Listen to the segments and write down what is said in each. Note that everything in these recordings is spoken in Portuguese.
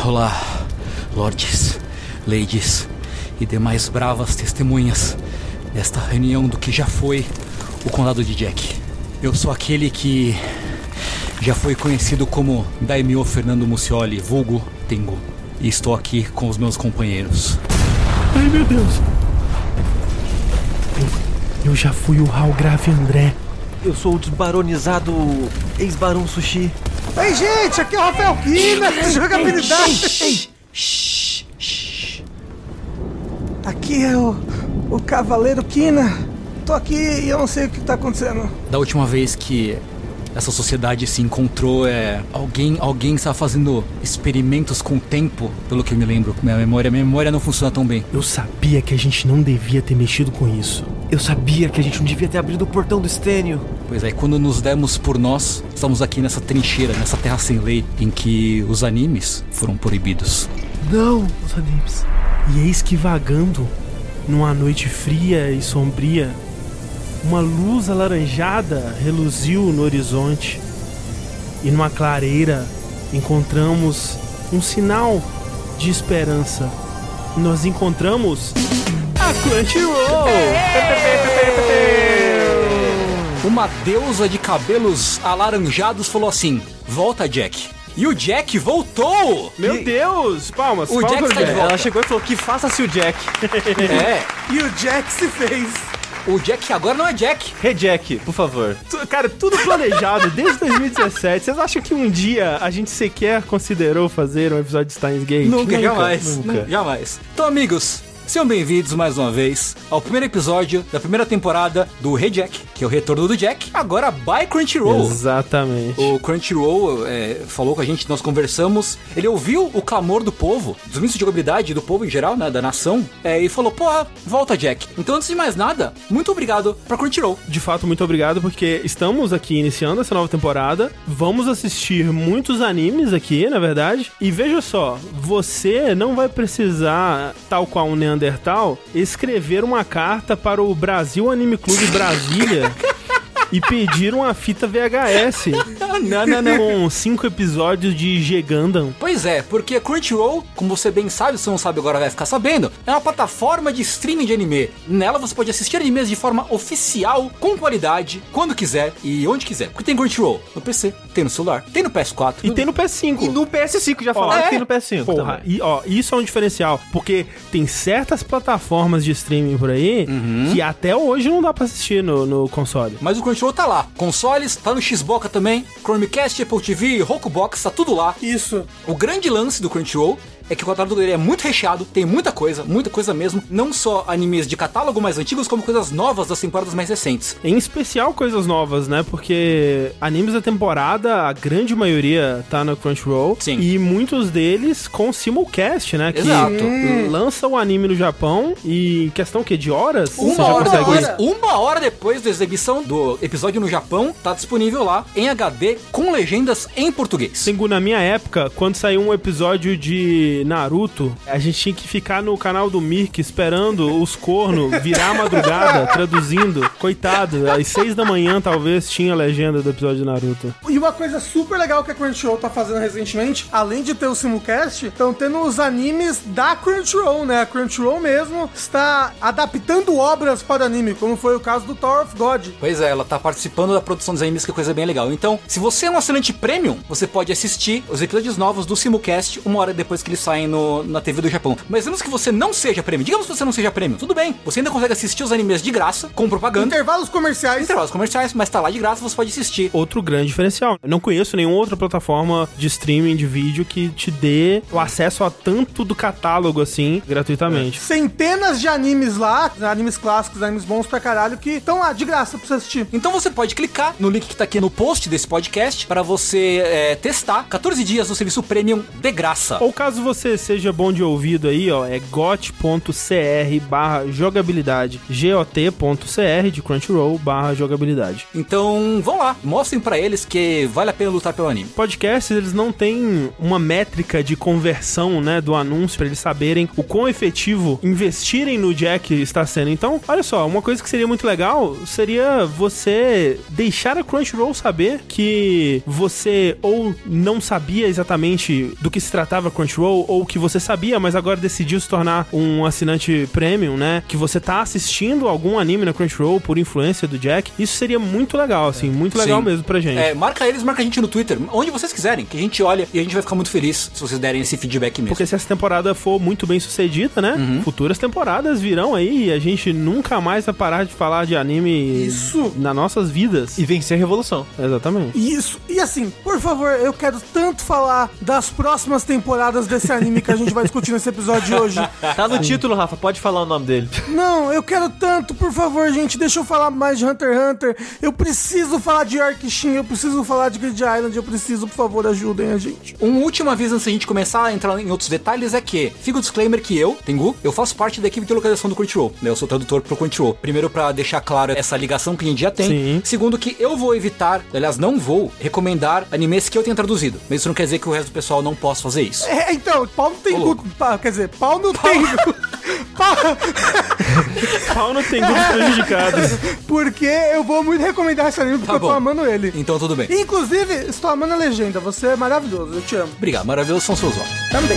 Olá, lords, ladies e demais bravas testemunhas desta reunião do que já foi o Condado de Jack. Eu sou aquele que já foi conhecido como Daimyo Fernando Muccioli, vulgo Tengu. E estou aqui com os meus companheiros. Ai, meu Deus. Eu já fui o Halgrave André. Eu sou o desbaronizado ex-barão Sushi. Ei, gente, aqui é o Rafael Kina, jogabilidade. Aqui é o Cavaleiro Kina. Tô aqui e eu não sei o que tá acontecendo. Da última vez que essa sociedade se encontrou, alguém estava fazendo experimentos com o tempo, pelo que eu me lembro. Minha memória não funciona tão bem. Eu sabia que a gente não devia ter mexido com isso. Eu sabia que a gente não devia ter abrido o portão do Stênio. Pois é, quando nos demos por nós, estamos aqui nessa trincheira, nessa terra sem lei, em que os animes foram proibidos. Não, os animes. E eis que vagando, numa noite fria e sombria, uma luz alaranjada reluziu no horizonte. E numa clareira encontramos um sinal de esperança. Nós encontramos a Crunchyroll! Uma deusa de cabelos alaranjados falou assim: volta, Jack. E o Jack voltou! Meu Deus! Palmas! O Jack está de volta. Ela chegou e falou que faça-se o Jack. É. E o Jack se fez. O Jack agora não é Jack. Jack, por favor. Cara, tudo planejado desde 2017. Vocês acham que um dia a gente sequer considerou fazer um episódio de Steins Gate? Nunca, jamais. Nunca. Jamais. Então, amigos, sejam bem-vindos mais uma vez ao primeiro episódio da primeira temporada do Jack, que é o retorno do Jack, agora by Crunchyroll. Exatamente. O Crunchyroll falou com a gente, nós conversamos, ele ouviu o clamor do povo, dos ministros de jogabilidade, do povo em geral, né, da nação, e falou, volta, Jack. Então, antes de mais nada, muito obrigado pra Crunchyroll. De fato, muito obrigado, porque estamos aqui iniciando essa nova temporada, vamos assistir muitos animes aqui, na verdade, e veja só, você não vai precisar, tal qual um Neandertal, escrever uma carta para o Brasil Anime Clube Brasília e pedir uma fita VHS Não. com 5 episódios de G Gundam. Pois é, porque a Crunchyroll, como você bem sabe, se não sabe agora vai ficar sabendo, é uma plataforma de streaming de anime. Nela você pode assistir animes de forma oficial, com qualidade, quando quiser e onde quiser. Porque tem Crunchyroll no PC, tem no celular, tem no PS4. E tem no PS5. E no PS5, já falaram que tem no PS5 Porra, também. e isso é um diferencial, porque tem certas plataformas de streaming por aí que até hoje não dá pra assistir no console. Mas o Crunchyroll tá lá. Consoles, tá no Xbox também, Chromecast, Apple TV, Rokubox, tá tudo lá. Isso. O grande lance do Crunchyroll é que o catálogo dele é muito recheado, tem muita coisa mesmo, não só animes de catálogo mais antigos, como coisas novas das temporadas mais recentes. Em especial coisas novas, né? Porque animes da temporada, a grande maioria tá no Crunchyroll. Sim. E muitos deles com simulcast, né? Exato. Que lança o anime no Japão e questão que de horas? Uma hora depois da exibição do episódio no Japão, tá disponível lá em HD com legendas em português. Tengu, na minha época, quando saiu um episódio de Naruto, a gente tinha que ficar no canal do Mirk esperando os cornos virar a madrugada, traduzindo. Coitado, às 6 da manhã talvez tinha a legenda do episódio de Naruto. E uma coisa super legal que a Crunchyroll tá fazendo recentemente, além de ter o simulcast, estão tendo os animes da Crunchyroll, né? A Crunchyroll mesmo está adaptando obras para anime, como foi o caso do Tower of God. Pois é, ela tá participando da produção dos animes, que é coisa bem legal. Então, se você é um assinante premium, você pode assistir os episódios novos do simulcast uma hora depois que eles saem na TV do Japão. Mas digamos que você não seja premium, digamos que você não seja premium, tudo bem, você ainda consegue assistir os animes de graça, com propaganda. Intervalos comerciais, mas tá lá de graça, você pode assistir. Outro grande diferencial. Eu não conheço nenhuma outra plataforma de streaming de vídeo que te dê o acesso a tanto do catálogo assim, gratuitamente. Centenas de animes lá, animes clássicos, animes bons pra caralho, que estão lá de graça pra você assistir. Então você pode clicar no link que tá aqui no post desse podcast para você testar 14 dias do serviço premium de graça. Ou caso você seja bom de ouvido aí, ó, é got.cr/jogabilidade, got.cr de Crunchyroll/jogabilidade. Então, vão lá, mostrem pra eles que vale a pena lutar pelo anime. Podcasts, eles não têm uma métrica de conversão, né, do anúncio pra eles saberem o quão efetivo investirem no Jack está sendo. Então, olha só, uma coisa que seria muito legal seria você deixar a Crunchyroll saber que você ou não sabia exatamente do que se tratava a Crunchyroll, ou que você sabia, mas agora decidiu se tornar um assinante premium, né? Que você tá assistindo algum anime na Crunchyroll por influência do Jack. Isso seria muito legal, assim, muito legal mesmo pra gente. Marca eles, marca a gente no Twitter, onde vocês quiserem, que a gente olha e a gente vai ficar muito feliz se vocês derem esse feedback mesmo. Porque se essa temporada for muito bem sucedida, né? Futuras temporadas virão aí e a gente nunca mais vai parar de falar de anime nas nossas vidas. E vencer a revolução. Exatamente. Isso. E assim, por favor, eu quero tanto falar das próximas temporadas desse anime que a gente vai discutir nesse episódio de hoje. Tá no título, Rafa, pode falar o nome dele. Não, eu quero tanto, por favor, gente, deixa eu falar mais de Hunter x Hunter. Eu preciso falar de York-Shin, eu preciso falar de Grid Island, eu preciso, por favor, ajudem a gente. Um último aviso antes da gente começar a entrar em outros detalhes é que, fica o disclaimer que eu, Tengu, eu faço parte da equipe de localização do Crunchyroll, né? Eu sou tradutor pro Crunchyroll. Primeiro, pra deixar claro essa ligação que a gente já tem. Sim. Segundo, que eu vou evitar, aliás, não vou recomendar animes que eu tenha traduzido. Mas isso não quer dizer que o resto do pessoal não possa fazer isso. Então, pau no Tengu, quer dizer, pau no Tengu. Pau no Tengu dos prejudicados. Porque eu vou muito recomendar esse anime, porque eu tô amando ele. Então tudo bem. Inclusive, estou amando a legenda, você é maravilhoso, eu te amo. Obrigado, maravilhoso são seus olhos. Também.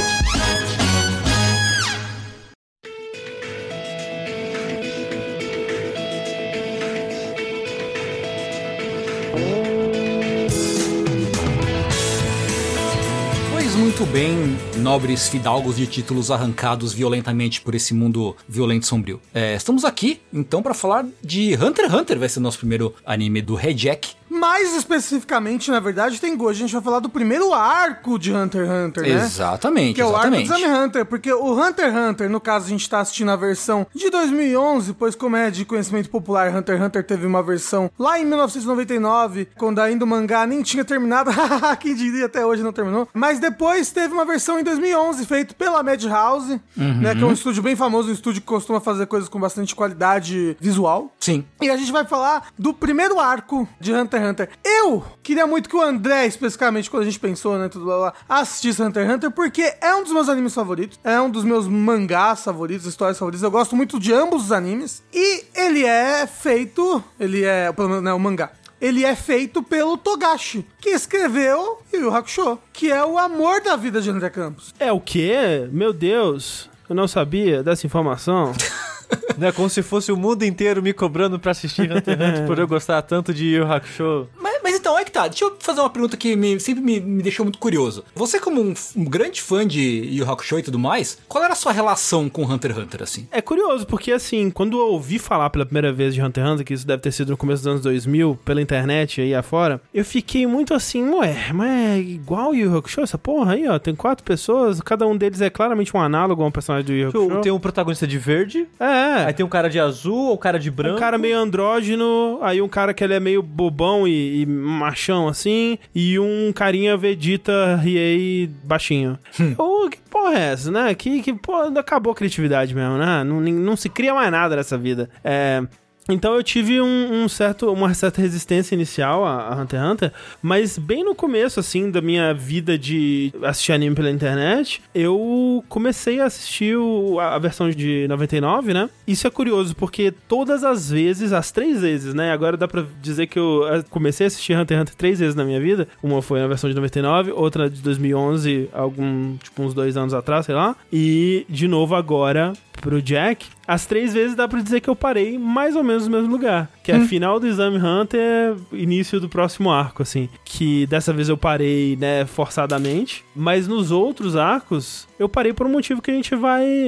Muito bem, nobres fidalgos de títulos arrancados violentamente por esse mundo violento e sombrio. Estamos aqui, então, para falar de Hunter x Hunter, vai ser o nosso primeiro anime do Red Jack. Mais especificamente, na verdade, Tengu, a gente vai falar do primeiro arco de Hunter x Hunter, né? Exatamente, que é o arco do Exame Hunter, porque o Hunter x Hunter, no caso, a gente tá assistindo a versão de 2011, pois como é de conhecimento popular, Hunter x Hunter teve uma versão lá em 1999, quando ainda o mangá nem tinha terminado, quem diria, até hoje não terminou, mas depois teve uma versão em 2011, feita pela Madhouse, né, que é um estúdio bem famoso, um estúdio que costuma fazer coisas com bastante qualidade visual. Sim. E a gente vai falar do primeiro arco de Hunter x Hunter. Eu queria muito que o André, especificamente, quando a gente pensou, né, tudo blá blá, assistisse Hunter x Hunter, porque é um dos meus animes favoritos, é um dos meus mangás favoritos, histórias favoritas. Eu gosto muito de ambos os animes. E ele é feito, pelo menos, né, o mangá. Ele é feito pelo Togashi, que escreveu Yu Yu Hakusho, que é o amor da vida de André Campos. É o quê? Meu Deus, eu não sabia dessa informação. Né, como se fosse o mundo inteiro me cobrando pra assistir Hunter x Hunter por eu gostar tanto de Yu Yu Hakusho. Mas então, é que tá. Deixa eu fazer uma pergunta que sempre me deixou muito curioso. Você, como um grande fã de Yu Yu Hakusho e tudo mais, qual era a sua relação com Hunter x Hunter, assim? É curioso, porque assim, quando eu ouvi falar pela primeira vez de Hunter x Hunter, que isso deve ter sido no começo dos anos 2000, pela internet aí afora, eu fiquei muito assim, mas é igual Yu Yu Hakusho, essa porra aí, ó, tem 4 pessoas, cada um deles é claramente um análogo a um personagem do Yu Yu Hakusho. Tem um protagonista de verde, aí tem um cara de azul, ou cara de branco. Um cara meio andrógeno, aí um cara que ele é meio bobão e machão, assim, e um carinha Vegeta Riei baixinho. Que porra é essa, né? Que porra, acabou a criatividade mesmo, né? Não se cria mais nada nessa vida. Então eu tive uma certa resistência inicial a Hunter x Hunter, mas bem no começo, assim, da minha vida de assistir anime pela internet, eu comecei a assistir a versão de 99, né? Isso é curioso, porque todas as vezes, as 3 vezes, né? Agora dá pra dizer que eu comecei a assistir Hunter x Hunter 3 vezes na minha vida. Uma foi na versão de 99, outra de 2011, uns 2 anos atrás, sei lá. E, de novo, agora pro Jack. As 3 vezes dá pra dizer que eu parei mais ou menos no mesmo lugar. Que é final do Exame Hunter, início do próximo arco, assim. Que dessa vez eu parei, né, forçadamente. Mas nos outros arcos, eu parei por um motivo que a gente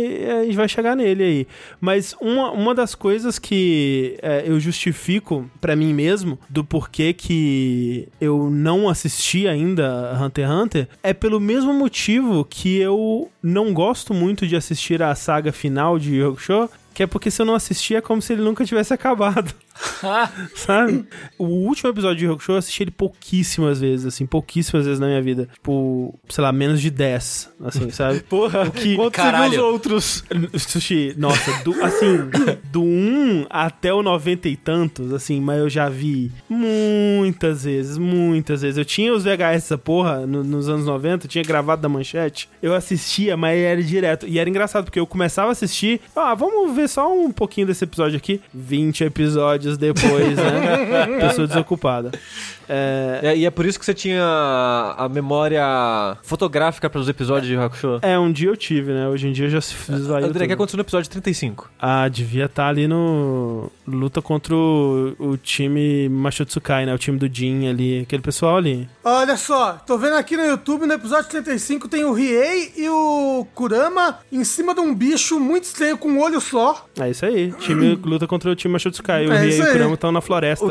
vai chegar nele aí. Mas uma das coisas que eu justifico pra mim mesmo, do porquê que eu não assisti ainda Hunter x Hunter, é pelo mesmo motivo que eu não gosto muito de assistir a saga final de Yu Yu Hakusho, que é porque se eu não assistir é como se ele nunca tivesse acabado. Sabe? O último episódio de Yu Hakusho eu assisti ele pouquíssimas vezes na minha vida. Tipo, sei lá, menos de 10, assim, sabe? Porra, quanto você viu os outros? Sushi, nossa, do 1 até o 90 e tantos, assim, mas eu já vi muitas vezes. Eu tinha os VHS dessa porra nos anos 90, tinha gravado da Manchete. Eu assistia, mas era direto. E era engraçado, porque eu começava a assistir, vamos ver só um pouquinho desse episódio aqui. 20 episódios depois, né? Pessoa desocupada. E é por isso que você tinha a memória fotográfica para os episódios de Yu Hakusho? Um dia eu tive, né? Hoje em dia eu já fiz André, o que aconteceu no episódio 35? Devia estar ali no luta contra o time Machotsukai, né? O time do Jin ali, aquele pessoal ali. Olha só, tô vendo aqui no YouTube, no episódio 35 tem o Riei e o Kurama em cima de um bicho muito estranho com um olho só. É isso aí, time luta contra o time Machotsukai. O Riei e o Kurama estão na floresta.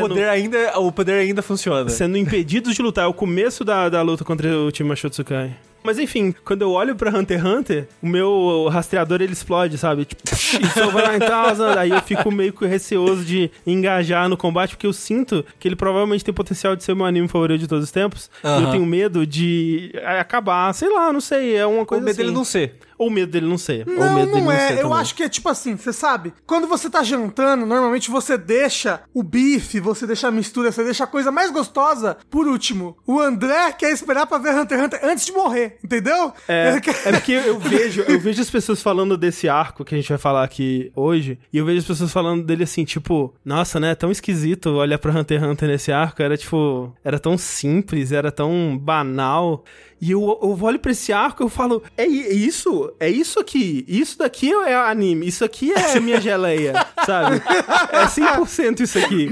O poder ainda funciona. Sendo impedidos de lutar. É o começo da luta contra o time Machotsukai. Mas enfim, quando eu olho pra Hunter x Hunter, o meu rastreador ele explode, sabe? Tipo, it's over 9,000. Aí eu fico meio receoso de engajar no combate, porque eu sinto que ele provavelmente tem potencial de ser o meu anime favorito de todos os tempos. E eu tenho medo de acabar, sei lá, não sei, é uma coisa assim. O medo dele não ser. Ou o medo dele não ser. Não é. Eu acho que é tipo assim, você sabe? Quando você tá jantando, normalmente você deixa o bife, você deixa a mistura, você deixa a coisa mais gostosa por último. O André quer esperar pra ver Hunter x Hunter antes de morrer, entendeu? É porque eu vejo as pessoas falando desse arco que a gente vai falar aqui hoje, e eu vejo as pessoas falando dele assim, tipo, nossa, né? Tão esquisito olhar pra Hunter x Hunter nesse arco. Era tão simples, era tão banal. E eu olho pra esse arco e eu falo, é isso aqui, isso daqui é anime, isso aqui é minha geleia, sabe? É 100% isso aqui.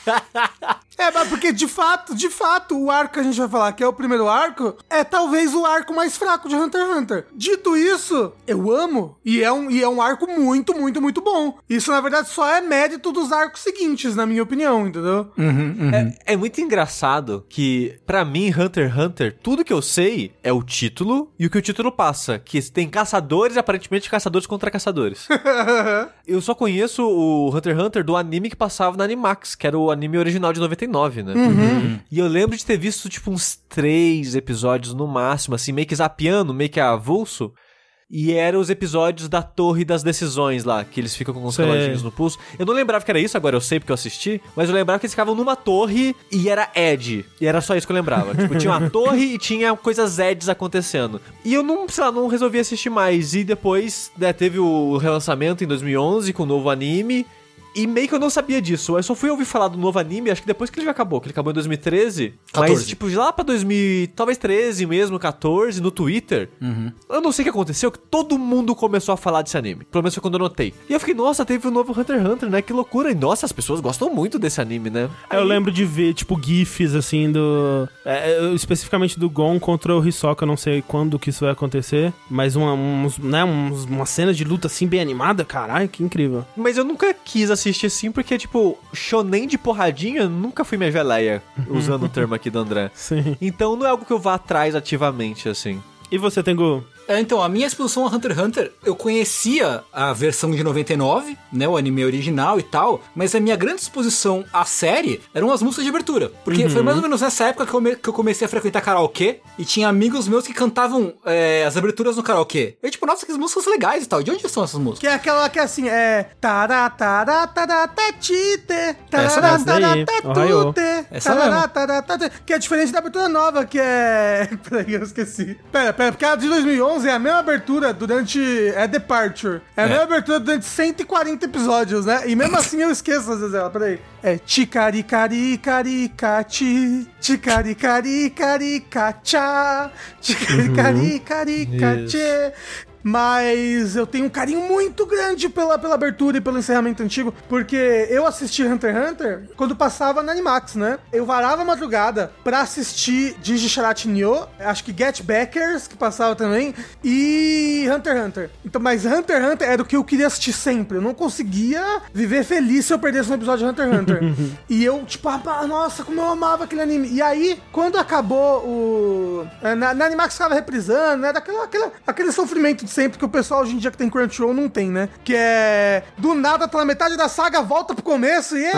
Mas porque de fato, o arco que a gente vai falar, que é o primeiro arco, é talvez o arco mais fraco de Hunter x Hunter. Dito isso, eu amo, e é um arco muito, muito, muito bom. Isso, na verdade, só é mérito dos arcos seguintes, na minha opinião, entendeu? É muito engraçado que, pra mim, Hunter x Hunter, tudo que eu sei é o título e o que o título passa, que tem caçadores, aparentemente caçadores contra caçadores. Eu só conheço o Hunter x Hunter do anime que passava na Animax, que era o anime original de 99, né? E eu lembro de ter visto, tipo, uns 3 episódios no máximo, assim, meio que zapeando, meio que avulso. E eram os episódios da Torre das Decisões lá, que eles ficam com os reloginhos no pulso. Eu não lembrava que era isso, agora eu sei porque eu assisti, mas eu lembrava que eles ficavam numa torre e era Ed. E era só isso que eu lembrava. Tipo, tinha uma torre e tinha coisas Eds acontecendo. E eu não resolvi assistir mais. E depois, né, teve o relançamento em 2011 com o novo anime. E meio que eu não sabia disso. Eu só fui ouvir falar do novo anime, acho que depois que ele já acabou. Que ele acabou em 2013. 14. Mas, tipo, lá pra 2000, talvez 13 mesmo, 14, no Twitter. Eu não sei o que aconteceu, que todo mundo começou a falar desse anime. Pelo menos foi quando eu notei. E eu fiquei, nossa, teve um novo Hunter x Hunter, né? Que loucura. E, nossa, as pessoas gostam muito desse anime, né? Eu lembro de ver, tipo, gifs, assim, especificamente do Gon contra o Hisoka. Eu não sei quando que isso vai acontecer. Mas uma cena de luta, assim, bem animada. Caralho, que incrível. Mas eu nunca quis assistir assim, porque, tipo, shonen de porradinha nunca fui minha geleia, usando o termo aqui do André. Sim. Então não é algo que eu vá atrás ativamente, assim. E você, Tengu? Então, a minha exposição a Hunter x Hunter, eu conhecia a versão de 99, né, o anime original e tal, mas a minha grande exposição à série eram as músicas de abertura. Porque foi mais ou menos nessa época que eu comecei a frequentar karaokê, e tinha amigos meus que cantavam as aberturas no karaokê. Eu tipo, nossa, que músicas legais e tal. De onde são essas músicas? Que é aquela que é assim, que é diferente da abertura nova, que é... Peraí, eu esqueci. Pera, porque a de 2011 é a mesma abertura durante... É Departure. É a mesma abertura durante 140 episódios, né? E mesmo assim eu esqueço às vezes ela. Peraí. É Ticaricaricaricati, Ticaricaricaricachá, Ticaricaricaricachê. Mas eu tenho um carinho muito grande pela abertura e pelo encerramento antigo, porque eu assisti Hunter x Hunter quando passava na Animax, né? Eu varava a madrugada pra assistir Digi Charat Nyo, acho que Get Backers, que passava também, e Hunter x Hunter. Então, mas Hunter x Hunter era o que eu queria assistir sempre. Eu não conseguia viver feliz se eu perdesse um episódio de Hunter x Hunter. E eu, tipo, nossa, como eu amava aquele anime. E aí, quando acabou o... Na Animax ficava reprisando, né? Aquele sofrimento de de sempre que o pessoal hoje em dia que tem Crunchyroll não tem, né? Que é... Do nada, pela metade da saga, volta pro começo e...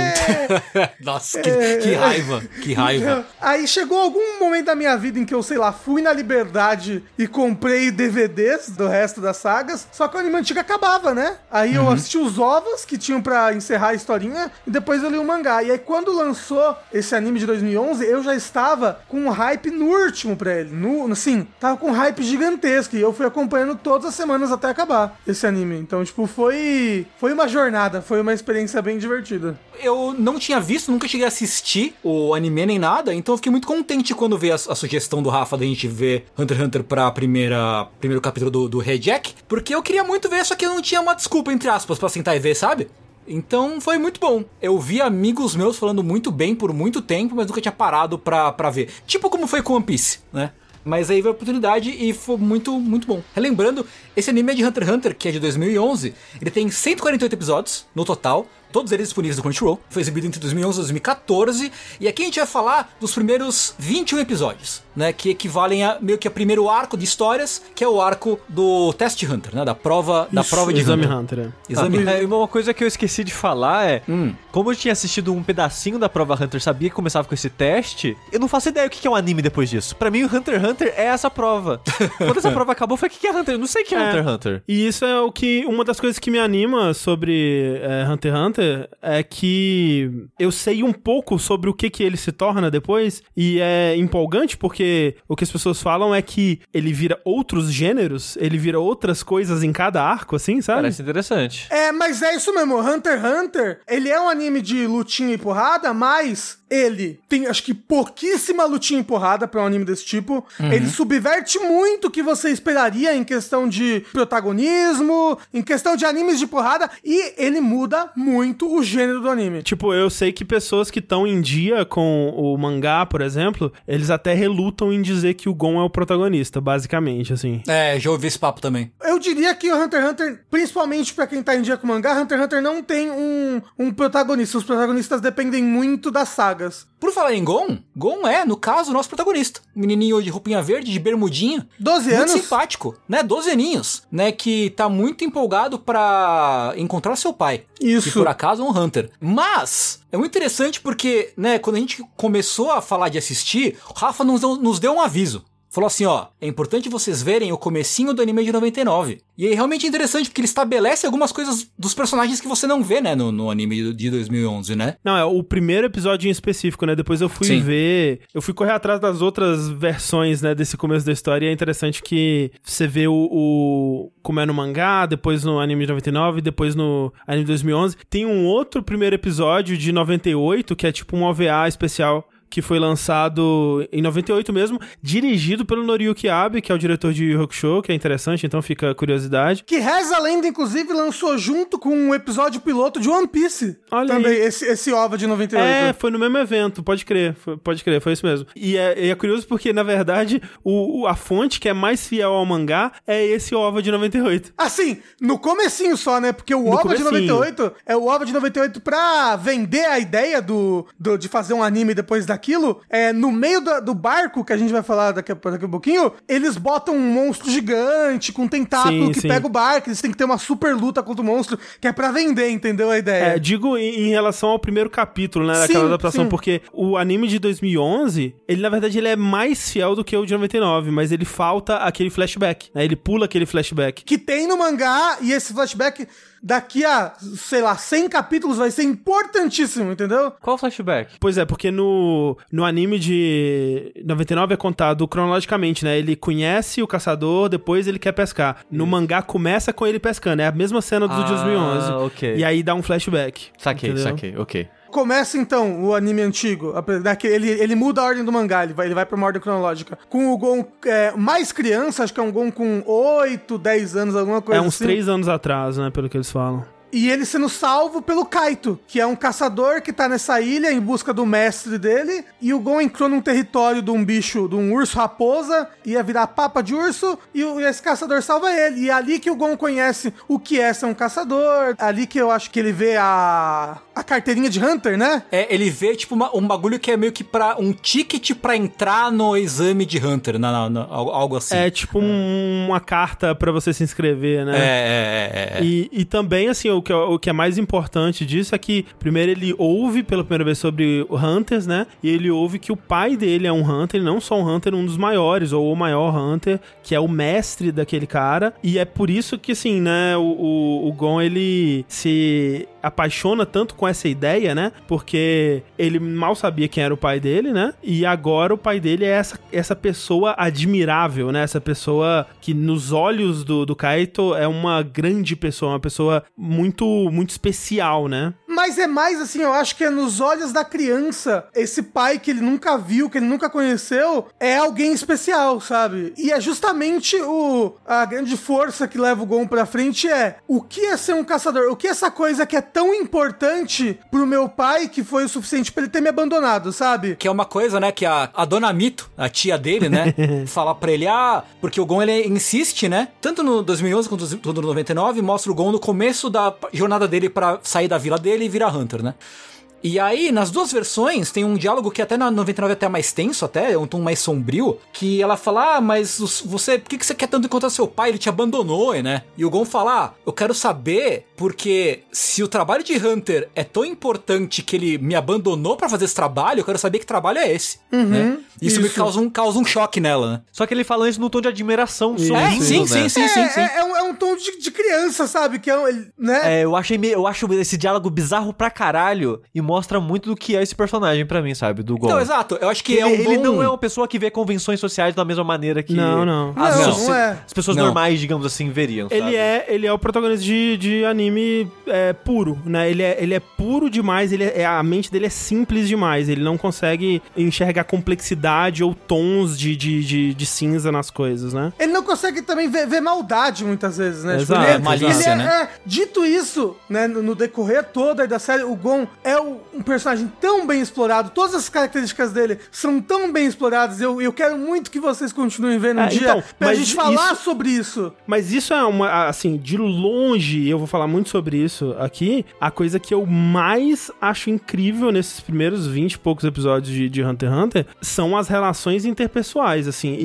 sim. Nossa, que raiva. Que raiva. Aí chegou algum momento da minha vida em que eu, sei lá, fui na Liberdade e comprei DVDs do resto das sagas, só que o anime antigo acabava, né? Aí eu assisti os ovos que tinham pra encerrar a historinha e depois eu li o mangá. E aí quando lançou esse anime de 2011, eu já estava com um hype no último pra ele. Assim, tava com um hype gigantesco e eu fui acompanhando todas as semanas até acabar esse anime. Então, tipo, foi uma jornada, foi uma experiência bem divertida. Eu não tinha visto, nunca cheguei a assistir o anime nem nada, então eu fiquei muito contente quando veio a sugestão do Rafa da gente ver Hunter x Hunter pra primeiro capítulo do Red Jack, porque eu queria muito ver, só que eu não tinha uma desculpa, entre aspas, pra sentar e ver, sabe? Então foi muito bom. Eu vi amigos meus falando muito bem por muito tempo, mas nunca tinha parado pra ver. Tipo como foi com One Piece, né? Mas aí veio a oportunidade e foi muito, muito bom. Relembrando, esse anime é de Hunter x Hunter, que é de 2011. Ele tem 148 episódios no total, todos eles disponíveis no Crunchyroll. Foi exibido entre 2011 e 2014. E aqui a gente vai falar dos primeiros 21 episódios, né? Que equivalem a meio que a primeiro arco de histórias, que é o arco do Test Hunter, né? Da prova de Exame Hunter. Hunter. Exame Hunter. Uma coisa que eu esqueci de falar é... Como eu tinha assistido um pedacinho da prova Hunter, sabia que começava com esse teste, eu não faço ideia o que é um anime depois disso. Pra mim, o Hunter x Hunter é essa prova. Quando essa prova acabou, foi o que é Hunter? Eu não sei o que é Hunter x Hunter. E isso é uma das coisas que me anima sobre Hunter x Hunter é que eu sei um pouco sobre o que ele se torna depois, e é empolgante porque o que as pessoas falam é que ele vira outros gêneros, ele vira outras coisas em cada arco, assim, sabe? Parece interessante. Mas é isso mesmo, Hunter x Hunter, ele é um anime de lutinha e porrada, mas ele tem, acho que, pouquíssima lutinha e porrada pra um anime desse tipo. Ele subverte muito o que você esperaria em questão de protagonismo, em questão de animes de porrada, e ele muda muito o gênero do anime. Tipo, eu sei que pessoas que estão em dia com o mangá, por exemplo, eles até relutam em dizer que o Gon é o protagonista, basicamente, assim. Já ouvi esse papo também. Eu diria que o Hunter x Hunter, principalmente pra quem tá em dia com o mangá, Hunter x Hunter não tem um protagonista. Os protagonistas dependem muito das sagas. Por falar em Gon é, no caso, o nosso protagonista. Um menininho de roupinha verde, de bermudinha. 12 muito anos. Muito simpático, né? 12 aninhos, né? Que tá muito empolgado pra encontrar seu pai. Isso. Que por acaso é um Hunter. Mas é muito interessante porque, né, quando a gente começou a falar de assistir, o Rafa nos deu um aviso. Falou assim, ó, é importante vocês verem o comecinho do anime de 99. E aí realmente é interessante, porque ele estabelece algumas coisas dos personagens que você não vê, né, no anime de 2011, né? Não, é o primeiro episódio em específico, né? Depois eu fui ver... Eu fui correr atrás das outras versões, né, desse começo da história. E é interessante que você vê como é no mangá, depois no anime de 99, depois no anime de 2011. Tem um outro primeiro episódio de 98, que é tipo um OVA especial, que foi lançado em 98 mesmo, dirigido pelo Noriyuki Abe, que é o diretor de Yu Yu Hakusho, que é interessante, então fica a curiosidade. Que Reza a Lenda, inclusive, lançou junto com um episódio piloto de One Piece. Olha também, aí. esse OVA de 98. Foi no mesmo evento, pode crer, foi isso mesmo. E é curioso porque, na verdade, a fonte que é mais fiel ao mangá é esse OVA de 98. Assim, no comecinho só, né? Porque o OVA de 98 é o OVA de 98 pra vender a ideia de fazer um anime depois daquilo. No meio do barco, que a gente vai falar daqui a pouquinho, eles botam um monstro gigante com tentáculo que pega o barco. Eles têm que ter uma super luta contra o monstro, que é pra vender, entendeu a ideia? Digo em relação ao primeiro capítulo, né, daquela adaptação, porque o anime de 2011, ele na verdade ele é mais fiel do que o de 99, mas ele falta aquele flashback, né, ele pula aquele flashback. Que tem no mangá, e esse flashback... Daqui a, sei lá, 100 capítulos vai ser importantíssimo, entendeu? Qual flashback? Pois é, porque no anime de 99 é contado cronologicamente, né? Ele conhece o caçador, depois ele quer pescar. No mangá começa com ele pescando, é a mesma cena do de 2011. Ok. E aí dá um flashback. Saquei, entendeu? ok. Começa, então, o anime antigo. Ele muda a ordem do mangá, ele vai pra uma ordem cronológica. Com o Gon mais criança, acho que é um Gon com 8, 10 anos, alguma coisa assim. Uns 3 anos atrás, né, pelo que eles falam. E ele sendo salvo pelo Kaito, que é um caçador que tá nessa ilha em busca do mestre dele. E o Gon entrou num território de um bicho, de um urso raposa, ia virar papa de urso, e esse caçador salva ele. E é ali que o Gon conhece o que é ser um caçador. Ali que eu acho que ele vê a carteirinha de Hunter, né? Ele vê, tipo, um bagulho que é meio que um ticket pra entrar no exame de Hunter, algo assim. É tipo uma carta pra você se inscrever, né? E também, assim, o que é mais importante disso é que, primeiro, ele ouve pela primeira vez sobre Hunters, né? E ele ouve que o pai dele é um Hunter, não só um Hunter, um dos maiores, ou o maior Hunter, que é o mestre daquele cara. E é por isso que, assim, né, o Gon, ele se apaixona tanto com essa ideia, né? Porque ele mal sabia quem era o pai dele, né? E agora o pai dele é essa pessoa admirável, né? Essa pessoa que nos olhos do Kaito é uma grande pessoa, uma pessoa muito, muito especial, né? Mas é mais assim, eu acho que é nos olhos da criança, esse pai que ele nunca viu, que ele nunca conheceu, é alguém especial, sabe? E é justamente a grande força que leva o Gon pra frente o que é ser um caçador? O que é essa coisa que é tão importante pro meu pai que foi o suficiente pra ele ter me abandonado, sabe? Que é uma coisa, né, que a Dona Mito, a tia dele, né, fala pra ele, porque o Gon, ele insiste, né, tanto no 2011 quanto no 99, mostra o Gon no começo da jornada dele pra sair da vila dele e virar Hunter, né? E aí, nas duas versões, tem um diálogo que até na 99 é até mais tenso, é um tom mais sombrio, que ela fala, mas você, por que você quer tanto encontrar seu pai? Ele te abandonou, né? E o Gon fala, eu quero saber, porque se o trabalho de Hunter é tão importante que ele me abandonou pra fazer esse trabalho, eu quero saber que trabalho é esse, né? Isso me causa um choque nela, né? Só que ele falando isso num tom de admiração. Sim. É um tom de criança, sabe? Que né? Eu acho esse diálogo bizarro pra caralho e mostra muito do que é esse personagem pra mim, sabe? Do Gon. Então, exato. Eu acho que ele não é uma pessoa que vê convenções sociais da mesma maneira que as pessoas normais, digamos assim, veriam, sabe? Ele é o protagonista de anime puro, né? Ele é puro demais, a mente dele é simples demais, ele não consegue enxergar complexidade ou tons de cinza nas coisas, né? Ele não consegue também ver maldade muitas vezes, né? Exato, tipo, malícia, né? Dito isso, né, no decorrer todo aí da série, o Gon é um personagem tão bem explorado, todas as características dele são tão bem exploradas, eu quero muito que vocês continuem vendo um dia pra gente falar sobre isso. Mas isso é uma, assim, de longe, eu vou falar muito sobre isso aqui, a coisa que eu mais acho incrível nesses primeiros 20 e poucos episódios de Hunter x Hunter são as relações interpessoais, assim,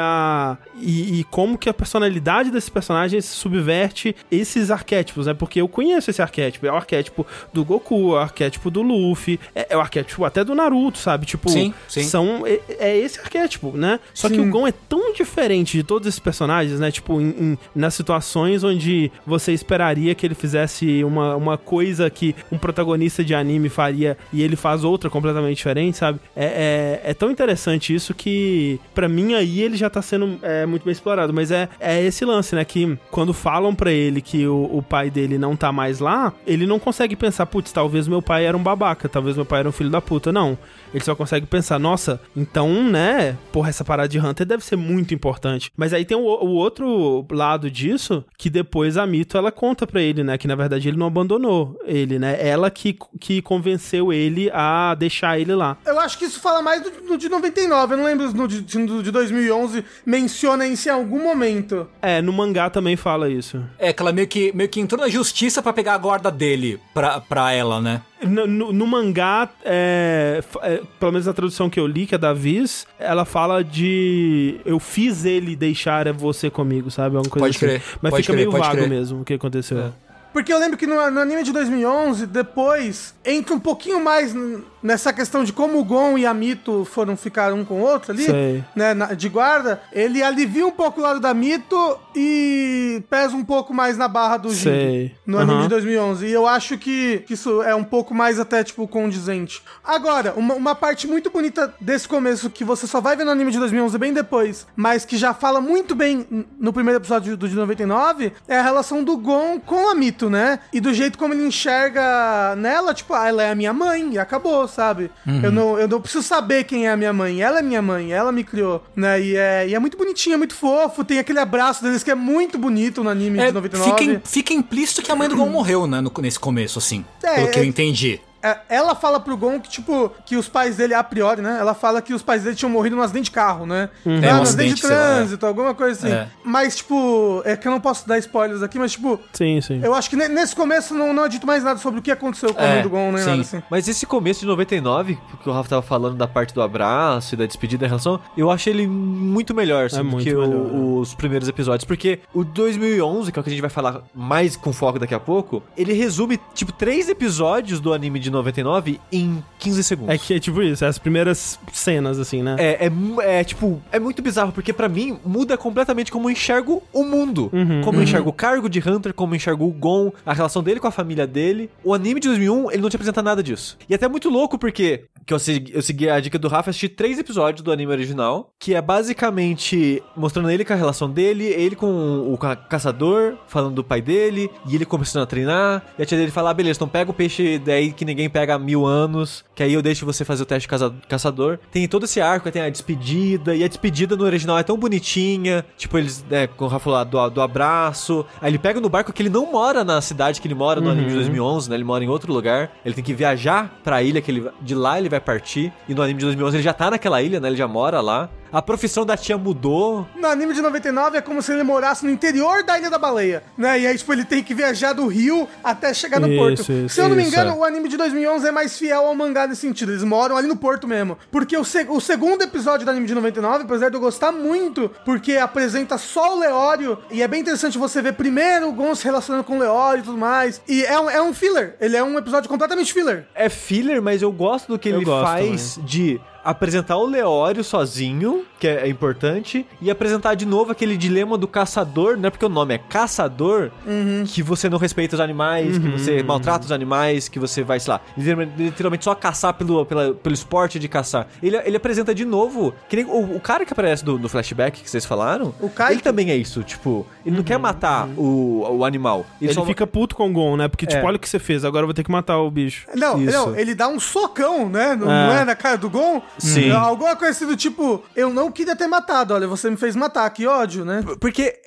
e como que a personalidade desses personagens subverte esses arquétipos, né? Porque eu conheço esse arquétipo, é o arquétipo do Goku, é o arquétipo do Luffy, é o arquétipo até do Naruto, sabe? Tipo, sim. É esse arquétipo, né? Só que o Gon é tão diferente de todos esses personagens, né? Tipo, nas situações onde você esperaria que ele fizesse uma coisa que um protagonista de anime faria e ele faz outra completamente diferente, sabe? É tão interessante isso que, pra mim, aí ele já tá sendo muito bem explorado. Mas é esse lance, né? Que quando falam pra ele que o pai dele não tá mais lá, ele não consegue pensar, putz, talvez meu pai era um babaca, talvez meu pai era um filho da puta. Não. Ele só consegue pensar, nossa, então, né, porra, essa parada de Hunter deve ser muito importante. Mas aí tem o outro lado disso, que depois a Mito, ela conta pra ele, né, que na verdade ele não abandonou ele, né, ela que convenceu ele a deixar ele lá. Eu acho que isso fala mais do de 99, eu não lembro no de 2011 menciona isso em algum momento. No mangá também fala isso. Que ela meio que entrou na justiça pra pegar a guarda dele pra ela, né? No mangá, pelo menos a tradução que eu li, que é da Viz, ela fala de eu fiz ele deixar você comigo, sabe? Uma coisa pode assim. crer. Mas pode fica crer, meio vago crer. mesmo o que aconteceu. Porque eu lembro que no anime de 2011, depois, entra um pouquinho mais nessa questão de como o Gon e a Mito foram ficar um com o outro ali, né, de guarda. Ele alivia um pouco o lado da Mito e pesa um pouco mais na barra do Jin no anime de 2011. E eu acho que isso é um pouco mais até, tipo, condizente. Agora, uma parte muito bonita desse começo que você só vai ver no anime de 2011 bem depois, mas que já fala muito bem no primeiro episódio do de 99, é a relação do Gon com a Mito, né? E do jeito como ele enxerga nela, tipo, ela é a minha mãe, e acabou, sabe? Eu não preciso saber quem é a minha mãe. Ela é minha mãe, ela me criou, né? E é muito bonitinho, é muito fofo. Tem aquele abraço deles que é muito bonito no anime de 99. Fica implícito que a mãe do Gon morreu, né? Nesse começo, assim. Pelo que eu entendi. Ela fala pro Gon que, tipo, que os pais dele, a priori, né? Ela fala que os pais dele tinham morrido num acidente de carro, né? Um num acidente acidente de trânsito, alguma coisa assim. Mas, tipo, é que eu não posso dar spoilers aqui, mas, tipo... Sim. Eu acho que nesse começo não dito mais nada sobre o que aconteceu com a mãe do Gon, nem nada assim. Mas esse começo de 99, que o Rafa tava falando da parte do abraço e da despedida da relação, eu achei ele muito melhor, assim, do que os primeiros episódios. Porque o 2011, que é o que a gente vai falar mais com foco daqui a pouco, ele resume, tipo, 3 episódios do anime de 99 em 15 segundos. É que é tipo isso, as primeiras cenas, assim, né? Tipo, é muito bizarro, porque pra mim muda completamente como eu enxergo o mundo. Como eu enxergo o cargo de Hunter, como eu enxergo o Gon, a relação dele com a família dele. O anime de 2001, ele não te apresenta nada disso. E até muito louco, porque eu segui a dica do Rafa, assisti 3 episódios do anime original, que é basicamente mostrando ele com a relação dele, ele com o caçador, falando do pai dele, e ele começando a treinar, e a tia dele fala, beleza, então pega o peixe daí que ninguém pega há 1000 anos, que aí eu deixo você fazer o teste caçador. Tem todo esse arco, tem a despedida, e a despedida no original é tão bonitinha, tipo, eles, com o Rafa lá, do abraço, aí ele pega no barco que ele não mora na cidade que ele mora no anime de 2011, né, ele mora em outro lugar, ele tem que viajar pra ilha, de lá ele vai partir, e no anime de 2011 ele já tá naquela ilha, né, ele já mora lá. A profissão da tia mudou. No anime de 99 é como se ele morasse no interior da Ilha da Baleia, né? E aí, tipo, ele tem que viajar do rio até chegar no porto. Se eu não me engano, o anime de 2011 é mais fiel ao mangá nesse sentido. Eles moram ali no porto mesmo. Porque o segundo episódio do anime de 99, apesar de eu gostar muito, porque apresenta só o Leório, e é bem interessante você ver primeiro o Gon se relacionando com o Leório e tudo mais. E é um filler. Ele é um episódio completamente filler. É filler, mas eu gosto do que ele faz também. De apresentar o Leório sozinho, que é importante, e apresentar de novo aquele dilema do caçador, não é porque o nome é caçador, que você não respeita os animais, que você maltrata os animais, que você vai, sei lá, literalmente só caçar pelo esporte de caçar. Ele apresenta de novo, que nem o cara que aparece no flashback que vocês falaram, ele também é isso, tipo, ele não quer matar o animal. Ele fica puto com o Gon, né? Porque, tipo, olha o que você fez, agora eu vou ter que matar o bicho. Não, ele dá um socão, né? Não é na cara do Gon? Sim. Alguma coisa assim do tipo, eu não queria ter matado, olha, você me fez matar, que ódio, né? Porque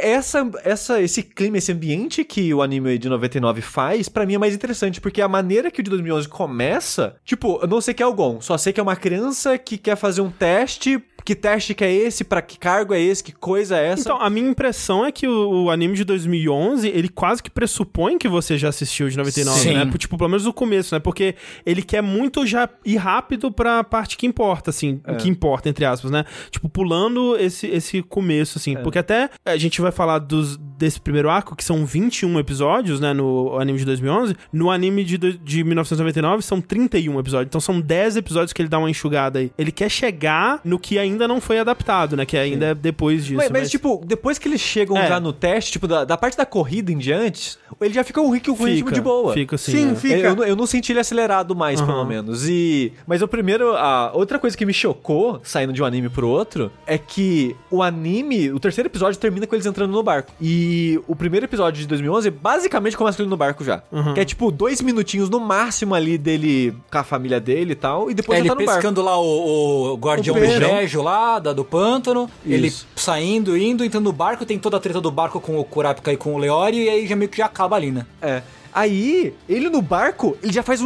esse clima, esse ambiente que o anime de 99 faz, pra mim é mais interessante, porque a maneira que o de 2011 começa, tipo, eu não sei que é o Gon, só sei que é uma criança que quer fazer um teste. Que teste que é esse? Pra que cargo é esse? Que coisa é essa? Então, a minha impressão é que o anime de 2011, ele quase que pressupõe que você já assistiu de 99, Sim. né? Tipo, pelo menos no começo, né? Porque ele quer muito já ir rápido pra parte que importa, assim. Que importa, entre aspas, né? Tipo, pulando esse começo, assim. Porque até a gente vai falar desse primeiro arco, que são 21 episódios, né? No anime de 2011. No anime de 1999, são 31 episódios. Então, são 10 episódios que ele dá uma enxugada aí. Ele quer chegar no que ainda não foi adaptado, né? Que ainda é depois disso. Mas tipo, depois que eles chegam já no teste, tipo, da parte da corrida em diante, ele já fica um ritmo de boa. Fica assim. Sim, fica. Eu não senti ele acelerado mais, pelo menos. Mas a outra coisa que me chocou, saindo de um anime pro outro, é que o terceiro episódio termina com eles entrando no barco. E o primeiro episódio de 2011, basicamente começa com ele no barco já. Que é tipo 2 minutinhos no máximo ali dele, com a família dele e tal, e depois ele tá no pescando barco. Lá o guardião beijo lá, do pântano, ele saindo, entrando no barco, tem toda a treta do barco com o Kurapika e com o Leório, e aí já meio que já acaba ali, né? Aí, ele no barco, ele já faz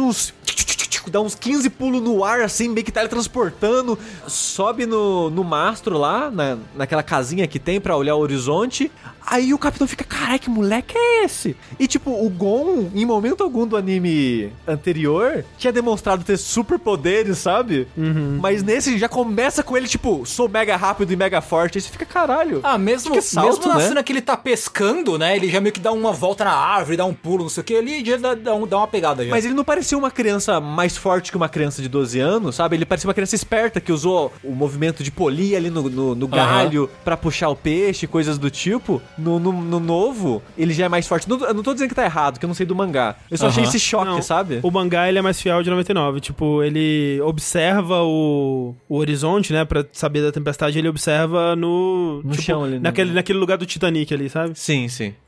dá uns 15 pulos no ar, assim, meio que teletransportando, sobe no mastro lá, naquela casinha que tem pra olhar o horizonte. Aí o capitão fica, caralho, que moleque é esse? E tipo, o Gon, em momento algum do anime anterior, tinha demonstrado ter superpoderes, sabe? Mas nesse já começa com ele, tipo, sou mega rápido e mega forte. Aí você fica, caralho. Mesmo na cena que ele tá pescando, né? Ele já meio que dá uma volta na árvore, dá um pulo, não sei o que, ele já dá uma pegada já. Mas ele não parecia uma criança mais forte que uma criança de 12 anos, sabe? Ele parecia uma criança esperta que usou o movimento de polir ali no galho pra puxar o peixe, coisas do tipo. No novo, ele já é mais forte. Eu não tô dizendo que tá errado, que eu não sei do mangá. Eu só achei esse choque, sabe? O mangá, ele é mais fiel de 99. Tipo, ele observa o horizonte, né? Pra saber da tempestade, ele observa no chão ali. Naquele lugar do Titanic ali, sabe? Sim.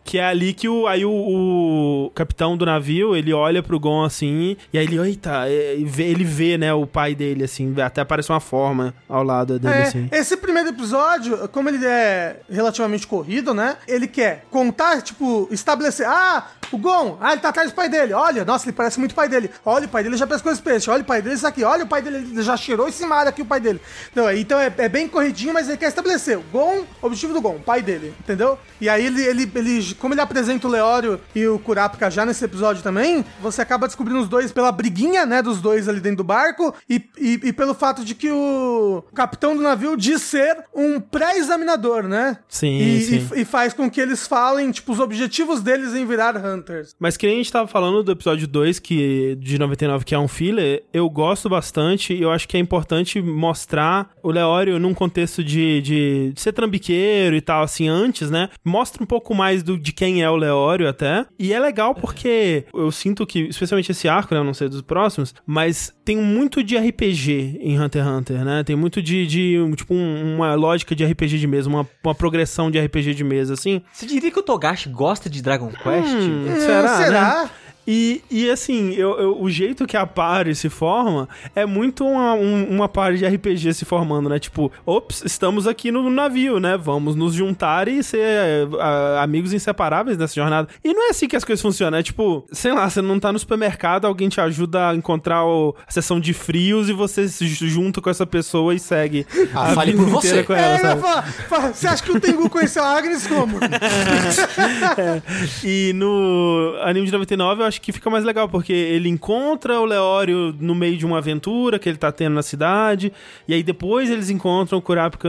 Que é ali que o capitão do navio, ele olha pro Gon assim, e aí ele, eita, ele vê, né, o pai dele, assim, até aparece uma forma ao lado dele, assim. Esse primeiro episódio, como ele é relativamente corrido, né, ele quer contar, tipo, estabelecer, o Gon, ele tá atrás do pai dele, olha, nossa, ele parece muito o pai dele, olha, o pai dele já pescou esse peixe, olha o pai dele isso aqui, olha o pai dele, ele já cheirou esse mar aqui, o pai dele. Então é bem corridinho, mas ele quer estabelecer o Gon, o objetivo do Gon, o pai dele, entendeu? E aí ele como ele apresenta o Leório e o Kurapika já nesse episódio também, você acaba descobrindo os dois pela briguinha, né, dos dois ali dentro do barco e pelo fato de que o capitão do navio diz ser um pré-examinador, né? Sim, e faz com que eles falem, tipo, os objetivos deles em virar Hunters. Mas que nem a gente tava falando do episódio 2, de 99, que é um filler, eu gosto bastante e eu acho que é importante mostrar o Leório num contexto de ser trambiqueiro e tal, assim, antes, né? Mostra um pouco mais de quem é o Leório até. E é legal porque eu sinto que, especialmente esse arco, né? Eu não sei dos próximos, mas tem muito de RPG em Hunter x Hunter, né? Tem muito tipo, uma lógica de RPG de mesa, uma progressão de RPG de mesa, assim. Você diria que o Togashi gosta de Dragon Quest? Será? Né? E assim, o jeito que a party se forma é muito uma party de RPG se formando, né? Tipo, estamos aqui no navio, né? Vamos nos juntar e ser amigos inseparáveis nessa jornada. E não é assim que as coisas funcionam, é tipo, sei lá, você não tá no supermercado, alguém te ajuda a encontrar a seção de frios e você se junta com essa pessoa e segue a fale vida por inteira você. com ela, sabe? Você acha que o Tengu conheceu a Agnes como? E no anime de 99 eu acho que fica mais legal, porque ele encontra o Leório no meio de uma aventura que ele tá tendo na cidade, e aí depois eles encontram o Kurapika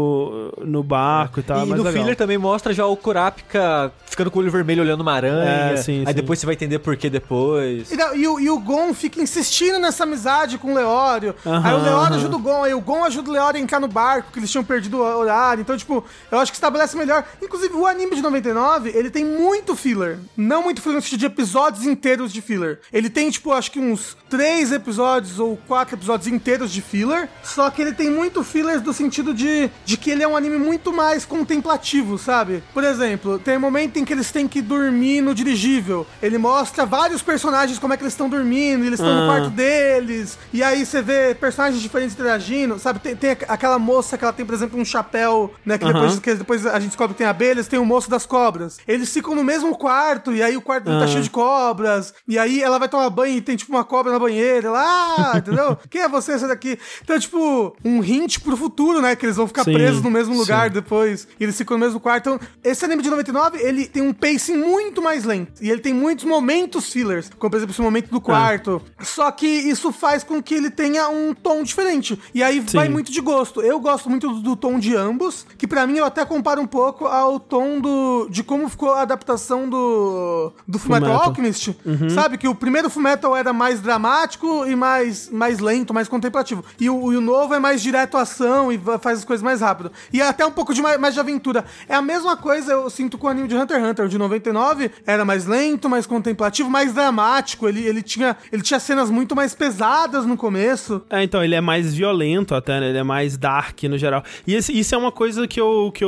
no barco e tal. E no filler também mostra já o Kurapika ficando com o olho vermelho olhando uma aranha. Sim. Depois você vai entender por que depois. E o Gon fica insistindo nessa amizade com o Leório. Aí o Leório ajuda o Gon, aí o Gon ajuda o Leório a entrar no barco, que eles tinham perdido o horário. Então, tipo, eu acho que estabelece melhor. Inclusive, o anime de 99, ele tem muito filler. Não muito filler no sentido de episódios inteiros de filler. Ele tem, tipo, acho que uns 3 episódios ou 4 episódios inteiros de filler, só que ele tem muito filler do sentido de que ele é um anime muito mais contemplativo, sabe? Por exemplo, tem um momento em que eles têm que dormir no dirigível. Ele mostra vários personagens como é que eles estão dormindo, eles estão no quarto deles, e aí você vê personagens diferentes interagindo, sabe? Tem aquela moça que ela tem, por exemplo, um chapéu, né? Que depois a gente descobre que tem abelhas, tem o moço das cobras. Eles ficam no mesmo quarto, e aí o quarto tá cheio de cobras, e aí ela vai tomar banho e tem, tipo, uma cobra na banheira. Ela, entendeu? Quem é você, essa daqui? Então, tipo, um hint pro futuro, né? Que eles vão ficar presos no mesmo lugar depois. E eles ficam no mesmo quarto. Então, esse anime de 99, ele tem um pacing muito mais lento. E ele tem muitos momentos fillers. Como, por exemplo, esse momento do quarto. Só que isso faz com que ele tenha um tom diferente. E aí vai muito de gosto. Eu gosto muito do tom de ambos. Que pra mim, eu até comparo um pouco ao tom de como ficou a adaptação do Fullmetal Alchemist. Sabe? Que o primeiro Fullmetal era mais dramático e mais lento, mais contemplativo. E o novo é mais direto à ação e faz as coisas mais rápido. E até um pouco de mais de aventura. É a mesma coisa, eu sinto, com o anime de Hunter x Hunter. O de 99 era mais lento, mais contemplativo, mais dramático. Ele tinha cenas muito mais pesadas no começo. Então, ele é mais violento até, né? Ele é mais dark no geral. E isso é uma coisa que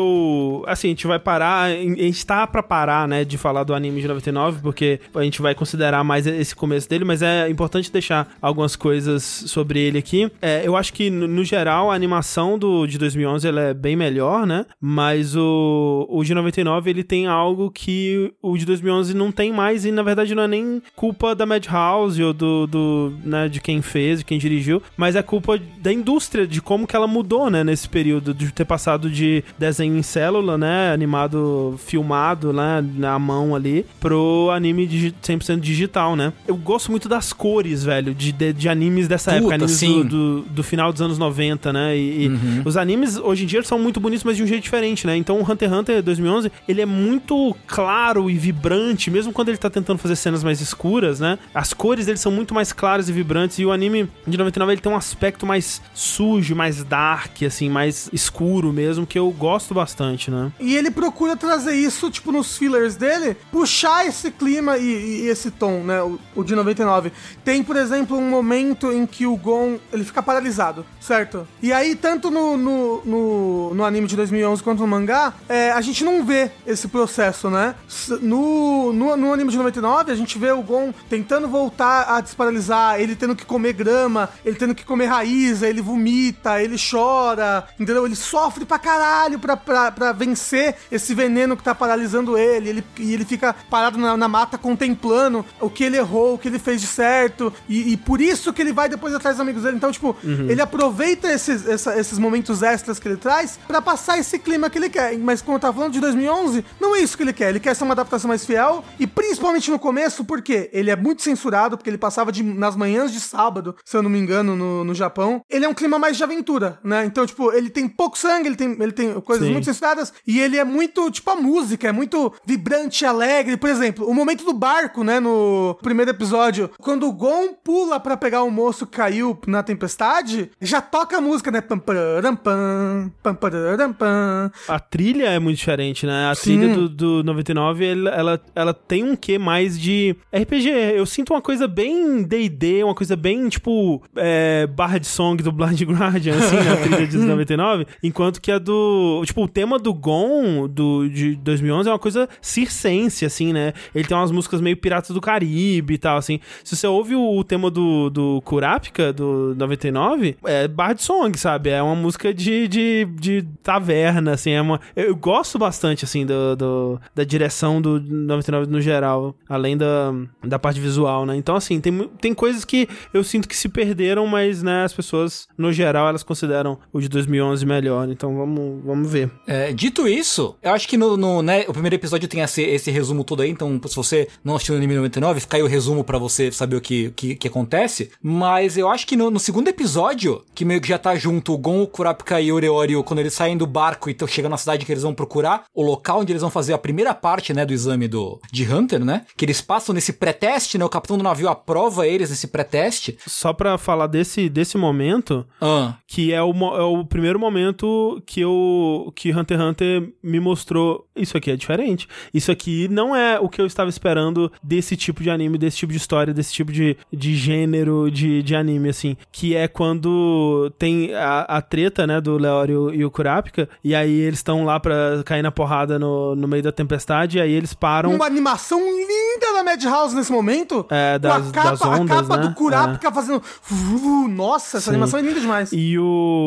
eu assim, a gente vai parar, a gente tá pra parar, né, de falar do anime de 99, porque a gente vai considerar mais esse começo dele, mas é importante deixar algumas coisas sobre ele aqui. Eu acho que, no geral, a animação de 2011, ela é bem melhor, né? Mas o de 99, ele tem algo que o de 2011 não tem mais, e na verdade não é nem culpa da Madhouse ou né, de quem fez, de quem dirigiu, mas é culpa da indústria, de como que ela mudou, né, nesse período, de ter passado de desenho em célula, né, animado, filmado, né, na mão ali, pro anime 100% digital, né? Eu gosto muito das cores, velho, de animes dessa época, animes do final dos anos 90, né? E os animes, hoje em dia, são muito bonitos, mas de um jeito diferente, né? Então, o Hunter x Hunter 2011, ele é muito claro e vibrante, mesmo quando ele tá tentando fazer cenas mais escuras, né? As cores dele são muito mais claras e vibrantes, e o anime de 99, ele tem um aspecto mais sujo, mais dark, assim, mais escuro mesmo, que eu gosto bastante, né? E ele procura trazer isso, tipo, nos fillers dele, puxar esse clima e esse tom, né? O de 99. Tem, por exemplo, um momento em que o Gon, ele fica paralisado, certo? E aí, tanto no anime de 2011 quanto no mangá, a gente não vê esse processo, né? No anime de 99, a gente vê o Gon tentando voltar a desparalisar, ele tendo que comer grama, ele tendo que comer raiz, ele vomita, ele chora, entendeu? Ele sofre pra caralho pra vencer esse veneno que tá paralisando ele, e ele fica parado na mata contemplando o que ele errou, o que ele fez de certo, e por isso que ele vai depois atrás dos amigos dele. Então, tipo, ele aproveita esses momentos extras que ele traz pra passar esse clima que ele quer. Mas como eu tava falando de 2011, não é isso que ele quer ser uma adaptação mais fiel, e principalmente no começo, porque ele é muito censurado, porque ele passava nas manhãs de sábado, se eu não me engano, no Japão. Ele é um clima mais de aventura, né? Então, tipo, ele tem pouco sangue, ele tem coisas muito censuradas, e ele é muito, tipo, a música é muito vibrante, alegre. Por exemplo, o momento do barco, né, no primeiro episódio, quando o Gon pula pra pegar o moço que caiu na tempestade, já toca a música, né? Pam, pararam, pam, pam, pararam, pam. A trilha é muito diferente, né? A trilha do 99, ela tem um quê mais de RPG. Eu sinto uma coisa bem D&D, uma coisa bem, tipo, Bard Song do Blind Guardian, assim, na trilha de 99, enquanto que a do... Tipo, o tema do Gon, de 2011, é uma coisa circense, assim, né? Ele tem umas músicas meio Piratas do Caribe e tal, assim. Se você ouve o tema do Kurapika, do 99, é Bard Song, sabe? É uma música de taverna, assim. Eu gosto bastante, assim, da direção do 99 no geral, além da parte visual, né? Então, assim, tem coisas que eu sinto que se perderam, mas, né, as pessoas, no geral, elas consideram o de 2011 melhor. Então, vamos ver. Dito isso, eu acho que né, o primeiro episódio tem esse resumo todo aí, então se você não assistiu o anime 99, fica aí o resumo pra você saber o que acontece, mas eu acho que no segundo episódio, que meio que já tá junto o Gon, o Kurapika e o Leório, quando eles saem do barco e chegam na cidade que eles vão procurar, o local onde eles vão fazer a primeira parte, né, do exame de Hunter, né, que eles passam nesse pré-teste, né, o capitão do navio aprova eles nesse pré-teste. Só pra falar desse momento, que é o primeiro momento que Hunter x Hunter me mostrou, isso aqui é diferente. Isso aqui não é o que eu estava esperando desse tipo de anime, desse tipo de história, desse tipo de gênero de anime, assim. Que é quando tem a treta, né, do Leório e o Kurapika, e aí eles estão lá pra cair na porrada no meio da tempestade, e aí eles param... Uma animação linda da Madhouse nesse momento. Das ondas, a capa né? do Kurapika fazendo... Nossa, essa animação é linda demais. E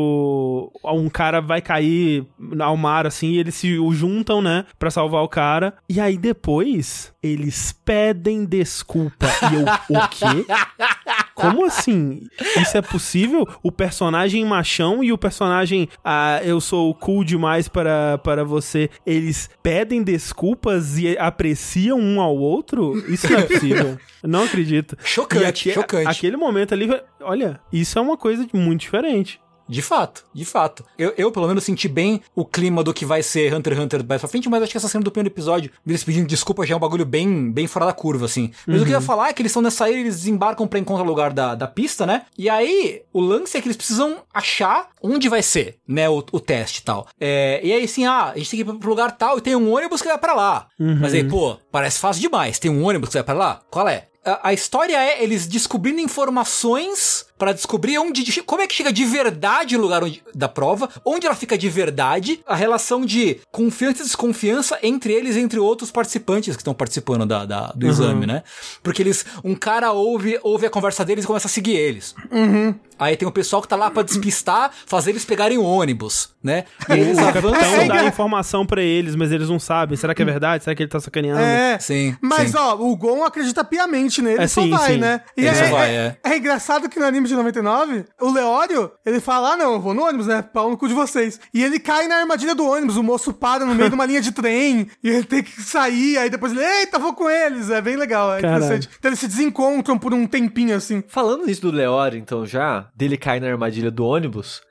um cara vai cair ao mar, assim, e eles se juntam, né, pra salvar o cara. E aí depois, eles pedem desculpa. E o quê? Como assim? Isso é possível? O personagem machão e o personagem eu sou cool demais para você, eles pedem desculpas e apreciam um ao outro? Isso não é possível. Não acredito. Chocante. Aquele momento ali, olha, isso é uma coisa muito diferente. De fato. Eu pelo menos senti bem o clima do que vai ser Hunter x Hunter mais pra frente, mas acho que essa cena do primeiro episódio, eles pedindo desculpa, já é um bagulho bem fora da curva, assim. Mas o que eu ia falar é que eles estão nessa ilha, eles desembarcam pra encontrar o lugar da pista, né? E aí, o lance é que eles precisam achar onde vai ser, né, o teste e tal. E aí, assim, a gente tem que ir pro lugar tal e tem um ônibus que vai pra lá. Mas aí, pô, parece fácil demais. Tem um ônibus que vai pra lá? Qual é? A história é eles descobrindo informações pra descobrir como é que chega de verdade o lugar da prova, onde ela fica de verdade, a relação de confiança e desconfiança entre eles e entre outros participantes que estão participando do exame, né? Porque um cara ouve a conversa deles e começa a seguir eles. Aí tem o pessoal que tá lá pra despistar, fazer eles pegarem o ônibus, né? E eles o capitão dá informação pra eles, mas eles não sabem. Será que é verdade? Será que ele tá sacaneando? Sim. Mas, ó, o Gon acredita piamente nele, só vai, né? E é engraçado que no anime de 99, o Leório, ele fala, não, eu vou no ônibus, né? Pau no cu de vocês. E ele cai na armadilha do ônibus, o moço para no meio de uma linha de trem, e ele tem que sair, aí depois ele, eita, vou com eles. É bem legal, é interessante. Então eles se desencontram por um tempinho, assim. Falando nisso do Leório, então, dele cair na armadilha do ônibus,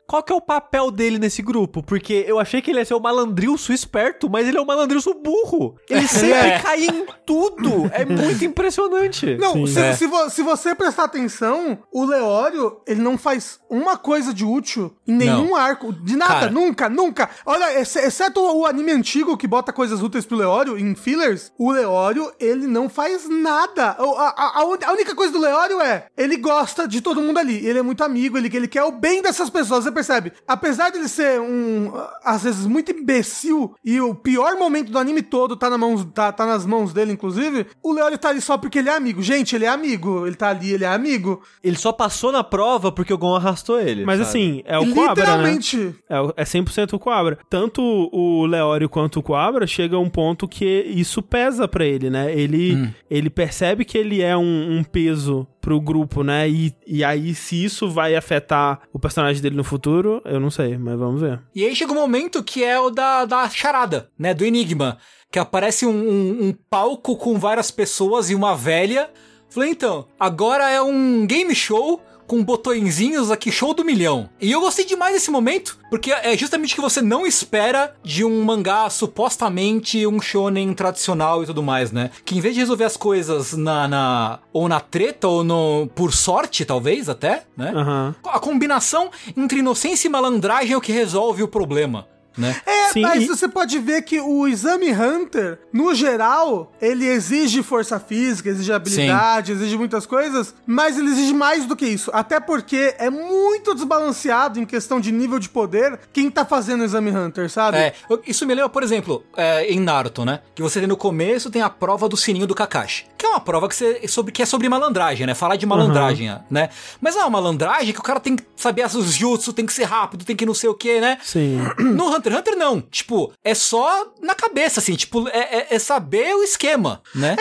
qual que é o papel dele nesse grupo? Porque eu achei que ele ia ser o malandrilso esperto, mas ele é o malandrilso burro. Ele sempre cai em tudo. É muito impressionante. Não, se você prestar atenção, o Leório, ele não faz uma coisa de útil em nenhum arco. De nada, cara, nunca. Olha, exceto o anime antigo que bota coisas úteis pro Leório em fillers, o Leório, ele não faz nada. A única coisa do Leório é, ele gosta de todo mundo ali. Ele é muito amigo, ele quer o bem dessas pessoas, você percebe? Apesar dele ser às vezes, muito imbecil e o pior momento do anime todo tá nas mãos dele, inclusive, o Leório tá ali só porque ele é amigo. Gente, ele é amigo. Ele tá ali, ele é amigo. Ele só passou na prova porque o Gon arrastou ele. Mas sabe? assim, é o Coabra, literalmente. Né? É 100% o Coabra. Tanto o Leório quanto o Coabra chega a um ponto que isso pesa pra ele, né? Ele percebe que ele é um peso pro grupo, né? E aí, se isso vai afetar o personagem dele no futuro, eu não sei, mas vamos ver. E aí chega um momento que é o da charada, né? Do Enigma. Que aparece um palco com várias pessoas e uma velha. Falei, então, agora é um game show com botõezinhos aqui, show do milhão. E eu gostei demais desse momento, porque é justamente o que você não espera de um mangá supostamente um shonen tradicional e tudo mais, né? Que em vez de resolver as coisas ou na treta, ou por sorte, talvez, até, né? Uhum. A combinação entre inocência e malandragem é o que resolve o problema. Né? Sim, mas você pode ver que o Exame Hunter, no geral, ele exige força física, exige habilidade, exige muitas coisas, mas ele exige mais do que isso. Até porque é muito desbalanceado em questão de nível de poder quem tá fazendo o Exame Hunter, sabe? Isso me lembra, por exemplo, em Naruto, né? Que você tem no começo, tem a prova do sininho do Kakashi. Que é uma prova que é sobre malandragem, né? Falar de malandragem, né? Mas é uma malandragem que o cara tem que saber os jutsu, tem que ser rápido, tem que não sei o que, né? Sim. No Hunter x Hunter, não. Tipo, é só na cabeça, assim. Tipo, é saber o esquema, né?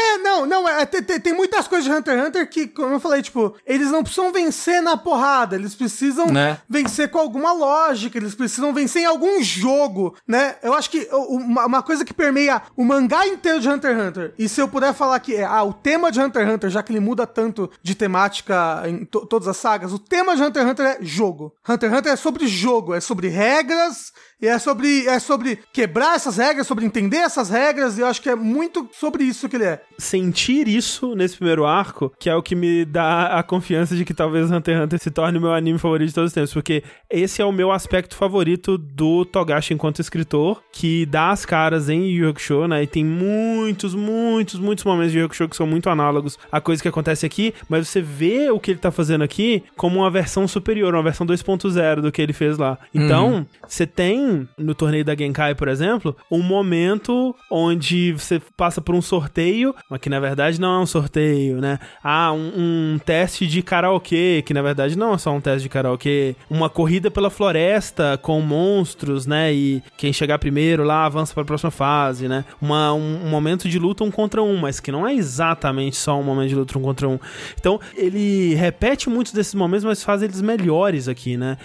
Tem muitas coisas de Hunter x Hunter que, como eu falei, tipo, eles não precisam vencer na porrada, eles precisam vencer com alguma lógica, eles precisam vencer em algum jogo, né? Eu acho que uma coisa que permeia o mangá inteiro de Hunter x Hunter, e se eu puder falar que o tema de Hunter x Hunter, já que ele muda tanto de temática em todas as sagas, o tema de Hunter x Hunter é jogo. Hunter x Hunter é sobre jogo, é sobre regras, e é sobre quebrar essas regras, sobre entender essas regras, e eu acho que é muito sobre isso que ele é. Sentir isso nesse primeiro arco, que é o que me dá a confiança de que talvez Hunter x Hunter se torne o meu anime favorito de todos os tempos, porque esse é o meu aspecto favorito do Togashi enquanto escritor, que dá as caras em Yu Yu Hakusho, né, e tem muitos momentos de Yu Yu Hakusho que são muito análogos à coisa que acontece aqui, mas você vê o que ele tá fazendo aqui como uma versão superior, uma versão 2.0 do que ele fez lá. Então, você tem no torneio da Genkai, por exemplo, um momento onde você passa por um sorteio, mas que na verdade não é um sorteio, né? Um teste de karaokê, que na verdade não é só um teste de karaokê, uma corrida pela floresta com monstros, né? E quem chegar primeiro lá avança para a próxima fase, né? Um momento de luta 1 contra 1, mas que não é exatamente só um momento de luta 1 contra 1. Então, ele repete muitos desses momentos, mas faz eles melhores aqui, né?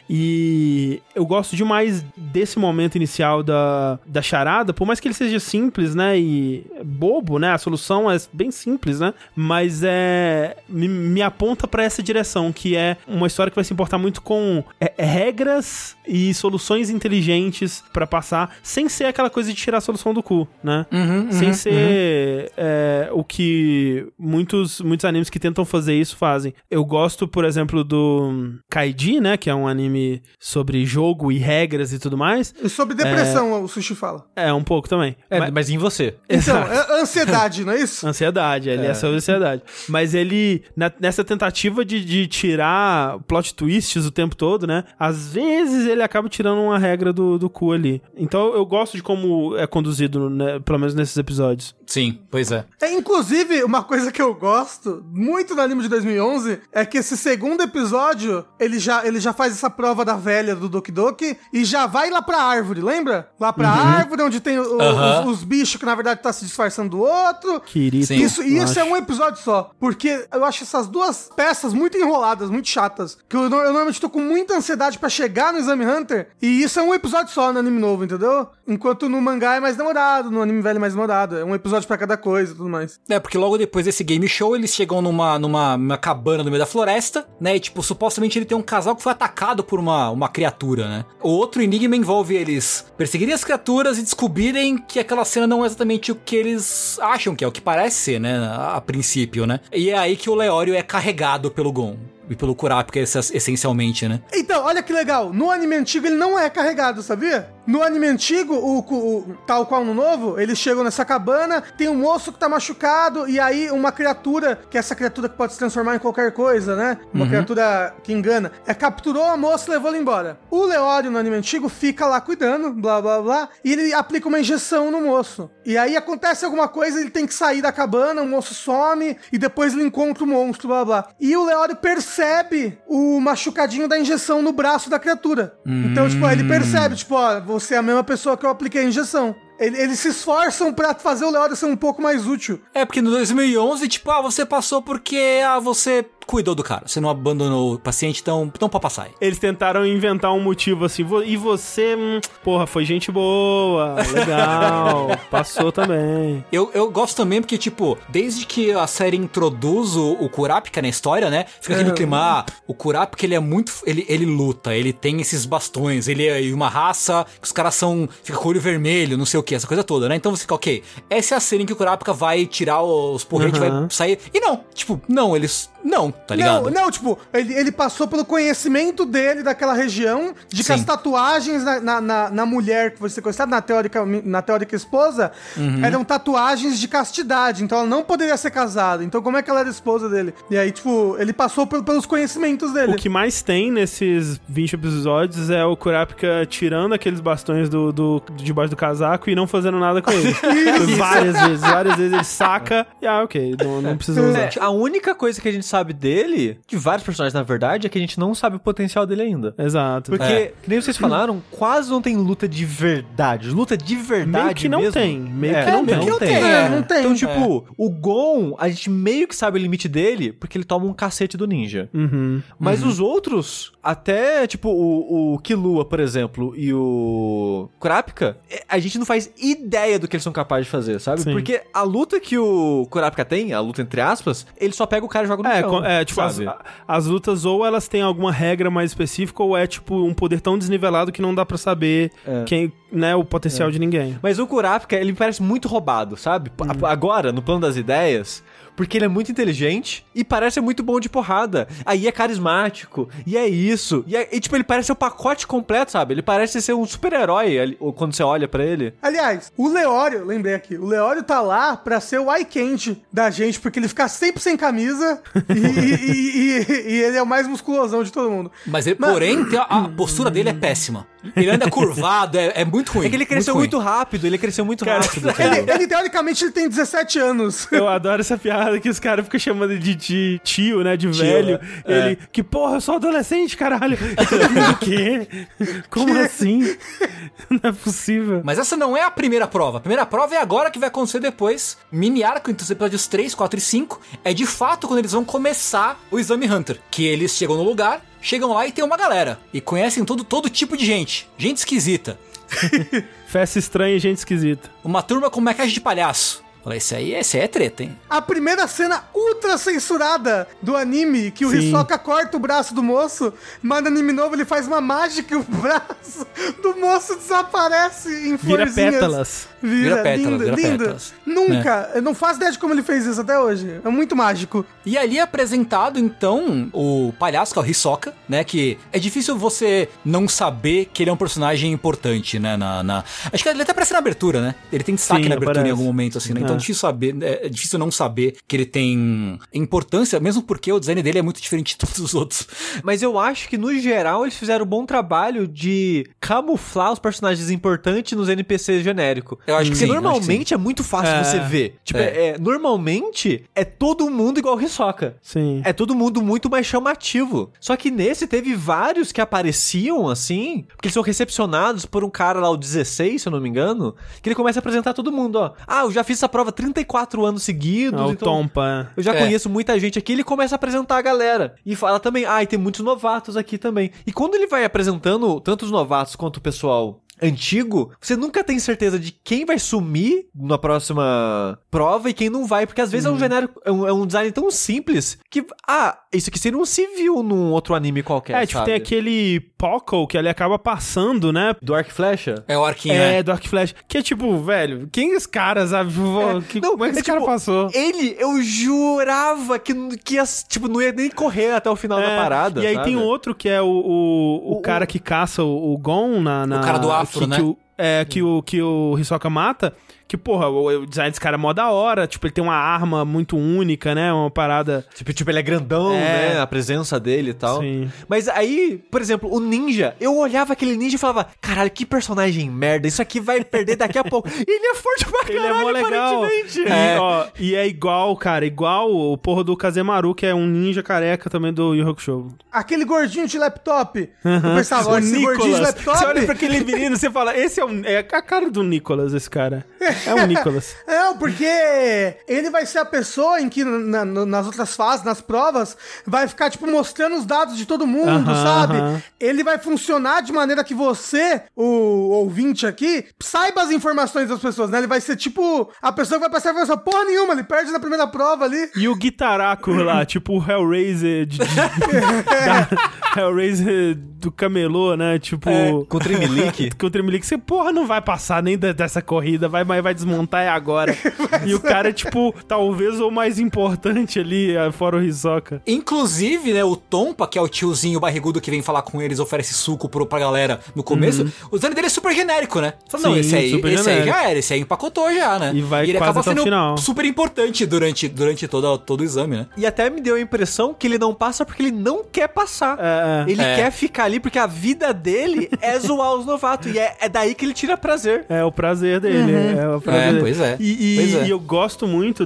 E eu gosto demais desse momento inicial da charada, por mais que ele seja simples, né, e bobo, né, a solução é bem simples, né, mas me aponta pra essa direção, que é uma história que vai se importar muito com regras e soluções inteligentes pra passar, sem ser aquela coisa de tirar a solução do cu, né, sem ser o que muitos animes que tentam fazer isso fazem. Eu gosto, por exemplo, do Kaiji, né, que é um anime sobre jogo e regras e tudo mais. E sobre depressão, o Sushi fala. Um pouco também. Mas em você. Então, ansiedade, não é isso? Ansiedade, ele é sobre ansiedade. Mas ele, nessa tentativa de tirar plot twists o tempo todo, né, às vezes ele acaba tirando uma regra do cu ali. Então eu gosto de como é conduzido, né, pelo menos nesses episódios. Sim, pois é. Inclusive, uma coisa que eu gosto muito do anime de 2011 é que esse segundo episódio, ele já faz essa prova da velha do Doki Doki e já vai lá pra árvore, lembra? Lá pra árvore, onde tem os bichos que na verdade tá se disfarçando do outro. Kirito. Isso é um episódio só. Porque eu acho essas duas peças muito enroladas, muito chatas. Que eu normalmente tô com muita ansiedade pra chegar no Exame Hunter. E isso é um episódio só no anime novo, entendeu? Enquanto no mangá é mais demorado, no anime velho é mais demorado. É um episódio pra cada coisa e tudo mais. Porque logo depois desse game show, eles chegam numa cabana no meio da floresta, né? E, tipo, supostamente ele tem um casal que foi atacado por uma criatura, né? O outro enigma envolve eles perseguirem as criaturas e descobrirem que aquela cena não é exatamente o que eles acham que é, o que parece ser, né? A princípio, né? E é aí que o Leório é carregado pelo Gon. E pelo Kurapika, essencialmente, né? Então, olha que legal. No anime antigo ele não é carregado, sabia? No anime antigo, tal qual no novo, eles chegam nessa cabana, tem um moço que tá machucado, e aí uma criatura, que é essa criatura que pode se transformar em qualquer coisa, né? Uma criatura que engana, capturou a moça e levou ela embora. O Leório, no anime antigo, fica lá cuidando, blá, blá, blá, e ele aplica uma injeção no moço. E aí acontece alguma coisa, ele tem que sair da cabana, o moço some, e depois ele encontra o monstro, blá, blá. E o Leório percebe o machucadinho da injeção no braço da criatura. Então, tipo, ele percebe, tipo, ó, você é a mesma pessoa que eu apliquei a injeção. Eles se esforçam pra fazer o Leório ser um pouco mais útil. Porque no 2011, tipo, você passou porque você cuidou do cara. Você não abandonou o paciente, então pode passar aí. Eles tentaram inventar um motivo assim, e você, porra, foi gente boa, legal, passou também. Eu gosto também porque, tipo, desde que a série introduz o Kurapika na história, né, fica aquele clima, o Kurapika, ele é muito, ele luta, ele tem esses bastões, ele é uma raça que os caras fica com o olho vermelho, não sei o que, essa coisa toda, né, então você fica, ok, essa é a cena em que o Kurapika vai tirar os porretes, vai sair, e não, não, tá ligado? Não, tipo, ele passou pelo conhecimento dele daquela região, de que as tatuagens na mulher que você conheceu, na teórica esposa, eram tatuagens de castidade, então ela não poderia ser casada. Então como é que ela era esposa dele? E aí, tipo, ele passou pelos conhecimentos dele. O que mais tem nesses 20 episódios é o Kurapika tirando aqueles bastões debaixo do casaco e não fazendo nada com ele. Várias vezes ele saca e ok, não precisa usar. A única coisa que a gente sabe dele, de vários personagens na verdade, é que a gente não sabe o potencial dele ainda. Exato. Porque, que nem vocês falaram, quase não tem luta de verdade. Luta de verdade meio que não mesmo. Tem. Não tem. Então, tipo, o Gon, a gente meio que sabe o limite dele, porque ele toma um cacete do ninja. Mas os outros, até, tipo, o Killua, por exemplo, e o Kurapika, a gente não faz ideia do que eles são capazes de fazer, sabe? Sim. Porque a luta que o Kurapika tem, a luta entre aspas, ele só pega o cara e joga no chão. Tipo, as lutas ou elas têm alguma regra mais específica ou é, tipo, um poder tão desnivelado que não dá pra saber quem, né, o potencial de ninguém. Mas o Kurapika, ele me parece muito roubado, sabe? Agora, no plano das ideias, porque ele é muito inteligente e parece muito bom de porrada. Aí é carismático, e é isso. E tipo, ele parece ser o pacote completo, sabe? Ele parece ser um super-herói quando você olha pra ele. Aliás, o Leório, lembrei aqui, o Leório tá lá pra ser o eye candy da gente, porque ele fica sempre sem camisa e ele é o mais musculosão de todo mundo. Mas porém, a postura dele é péssima. Ele anda curvado, é muito ruim. É que ele cresceu muito rápido, Ele teoricamente, ele tem 17 anos. Eu adoro essa piada que os caras ficam chamando de tio, né, de velho. Ele, que porra, eu sou adolescente, caralho. O quê? Como assim? Não é possível. Mas essa não é a primeira prova. A primeira prova é agora que vai acontecer depois. Mini arco entre os episódios 3, 4 e 5. É de fato quando eles vão começar o Exame Hunter. Que eles chegam no lugar, chegam lá e tem uma galera. E conhecem todo tipo de gente. Gente esquisita. Festa estranha e gente esquisita. Uma turma com maquiagem de palhaço. Falei, esse aí é treta, hein? A primeira cena ultra censurada do anime, que o Hisoka corta o braço do moço, mas no anime novo ele faz uma mágica e o braço do moço desaparece em florzinhas. Vira pétalas. Vira pétalas. Nunca. Eu não faço ideia de como ele fez isso até hoje. É muito mágico. E ali é apresentado, então, o palhaço, que é o Hisoka, né? Que é difícil você não saber que ele é um personagem importante, né? Acho que ele até aparece na abertura, né? Ele tem destaque na abertura em algum momento, assim, né? Então é difícil não saber que ele tem importância, mesmo porque o design dele é muito diferente de todos os outros. Mas eu acho que, no geral, eles fizeram um bom trabalho de camuflar os personagens importantes nos NPCs genéricos. Eu acho que Porque sim. normalmente é muito fácil você ver. Tipo, normalmente é todo mundo igual o Hisoka. Sim. É todo mundo muito mais chamativo. Só que nesse teve vários que apareciam assim, porque eles são recepcionados por um cara lá, o 16, se eu não me engano, que ele começa a apresentar todo mundo, ó. Ah, eu já fiz essa prova 34 anos seguidos. O então Tompa. eu já conheço muita gente aqui. Ele começa a apresentar a galera. E fala também, e tem muitos novatos aqui também. E quando ele vai apresentando tanto os novatos quanto o pessoal antigo, você nunca tem certeza de quem vai sumir na próxima prova e quem não vai, porque às vezes é um genérico, é um design tão simples que, isso aqui você não se viu num outro anime qualquer, Tipo, sabe? tem aquele Pockle que ele acaba passando, né? Do Arc Flecha? É o arquinho, né? Do Arc Flash. Que é tipo, velho, quem os caras, sabe? Como é que esse cara passou? Eu jurava que ia, tipo, não ia nem correr até o final da parada, E aí sabe? tem outro que é o cara que caça o Gon na... O cara do afro, né? Que o Hisoka mata, que, porra, o design desse cara é mó da hora, tipo, ele tem uma arma muito única, né, uma parada... Tipo, ele é grandão, né, a presença dele e tal. Sim. Mas aí, por exemplo, o ninja, eu olhava aquele ninja e falava, caralho, que personagem merda, isso aqui vai perder daqui a pouco. E ele é forte pra caralho, Ele é mó legal. aparentemente. E é igual, cara, igual o porra do Kazemaru, que é um ninja careca também do Yu Hakusho. Aquele gordinho de laptop. Eu pensava, esse gordinho de laptop... Você olha pra aquele menino e você fala, esse é a cara do Nicolas, esse cara. É o Nicolas. Porque ele vai ser a pessoa em que nas outras fases, nas provas, vai ficar, tipo, mostrando os dados de todo mundo, sabe? Ele vai funcionar de maneira que você, o ouvinte aqui, saiba as informações das pessoas, né? Ele vai ser, tipo, a pessoa que vai passar a informação, porra nenhuma, ele perde na primeira prova ali. E o Guitaraco lá, tipo o Hellraiser Hellraiser do camelô, né? Tipo... Com o Tremelique. Com o Tremelique, você, porra, não vai passar nem dessa corrida, vai desmontar agora. E o cara é, tipo, talvez o mais importante ali, fora o Hisoka. Inclusive, né, o Tompa, que é o tiozinho barrigudo que vem falar com eles, oferece suco pra galera no começo, o design dele é super genérico, né? Fala, não, Sim, esse aí genérico. Já era, esse aí empacotou já, né? E vai ele quase acaba até o sendo final. super importante durante todo o exame, né? E até me deu a impressão que ele não passa porque ele não quer passar. Ele quer ficar ali porque a vida dele é zoar os novatos. E é daí que ele tira prazer. É o prazer dele. É o prazer dele. Pois é. E eu gosto muito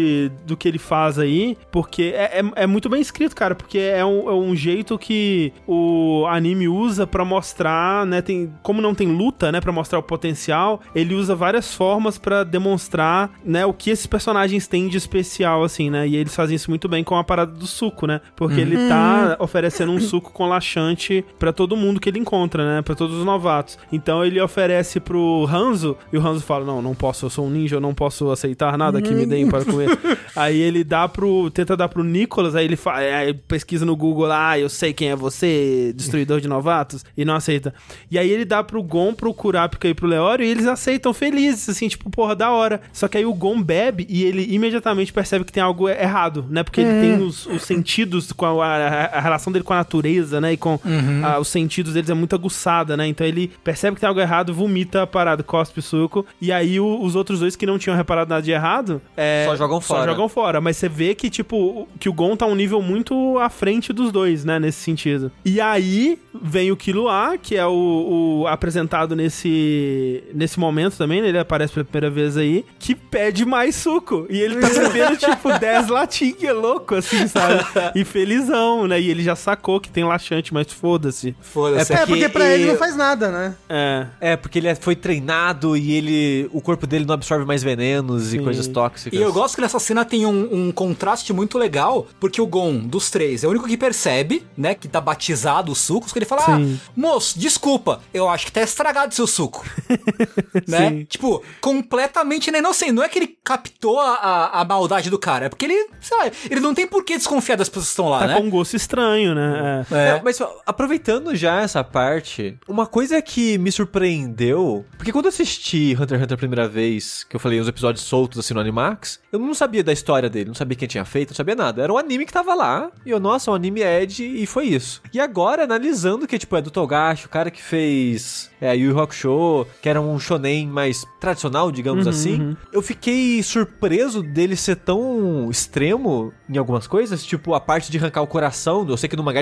do que ele faz aí, porque é muito bem escrito, cara, porque é um jeito que o anime usa pra mostrar, né, como não tem luta, né, pra mostrar o potencial, ele usa várias formas pra demonstrar, né, o que esses personagens têm de especial, assim, né, e eles fazem isso muito bem com a parada do suco, né, porque ele tá oferecendo um suco com laxante pra todo mundo que ele encontra, né, pra todos os novatos. Então ele oferece pro Hanzo, e o Hanzo fala, não posso, eu sou um ninja, eu não posso aceitar nada que me deem para comer. Aí ele tenta dar pro Nicolas, aí ele pesquisa no Google lá, eu sei quem é você, destruidor de novatos, e não aceita. E aí ele dá pro Gon, pro Kurapika e pro Leório, e eles aceitam felizes, assim, tipo, porra, da hora. Só que aí o Gon bebe e ele imediatamente percebe que tem algo errado, né? Porque ele tem os sentidos, com a relação dele com a natureza, né? E com os sentidos deles é muito aguçada, né? Então ele percebe que tem algo errado, vomita a parada, cospe suco, e aí os outros dois que não tinham reparado nada de errado só jogam fora. Mas você vê que, tipo, que o Gon tá um nível muito à frente dos dois, né, nesse sentido. E aí vem o Killua, que é o apresentado nesse momento também, né? Ele aparece pela primeira vez aí, que pede mais suco. E ele tá bebendo, tipo, 10 latinhas, louco, assim, sabe? E felizão, né? E ele já sacou que tem laxante, mas foda-se. Porque pra ele não faz nada, né? Porque ele foi treinado e o corpo dele não absorve mais venenos e coisas tóxicas. E eu gosto que nessa cena tem um contraste muito legal, porque o Gon, dos três, é o único que percebe, né, que tá batizado os sucos, que ele fala, moço, desculpa, eu acho que tá estragado seu suco. Né? Sim. Tipo, completamente inocente. Não é que ele captou a maldade do cara, é porque ele, sei lá, ele não tem por que desconfiar das pessoas que estão lá, tá né? com um gosto estranho, né? Mas aproveitando já essa parte, uma coisa que me surpreendeu, porque quando eu assisti Hunter x Hunter a primeira vez, que eu falei os episódios soltos assim no Animax, eu não sabia da história dele, não sabia quem tinha feito, não sabia nada. Era um anime que tava lá, e eu, nossa, um anime Ed, e foi isso. E agora, analisando que, tipo, é do Togashi, o cara que fez Yu Yu Hakusho, que era um shonen mais tradicional, digamos assim, eu fiquei surpreso dele ser tão extremo em algumas coisas, tipo, a parte de arrancar o coração, eu sei que no mangá ele arranca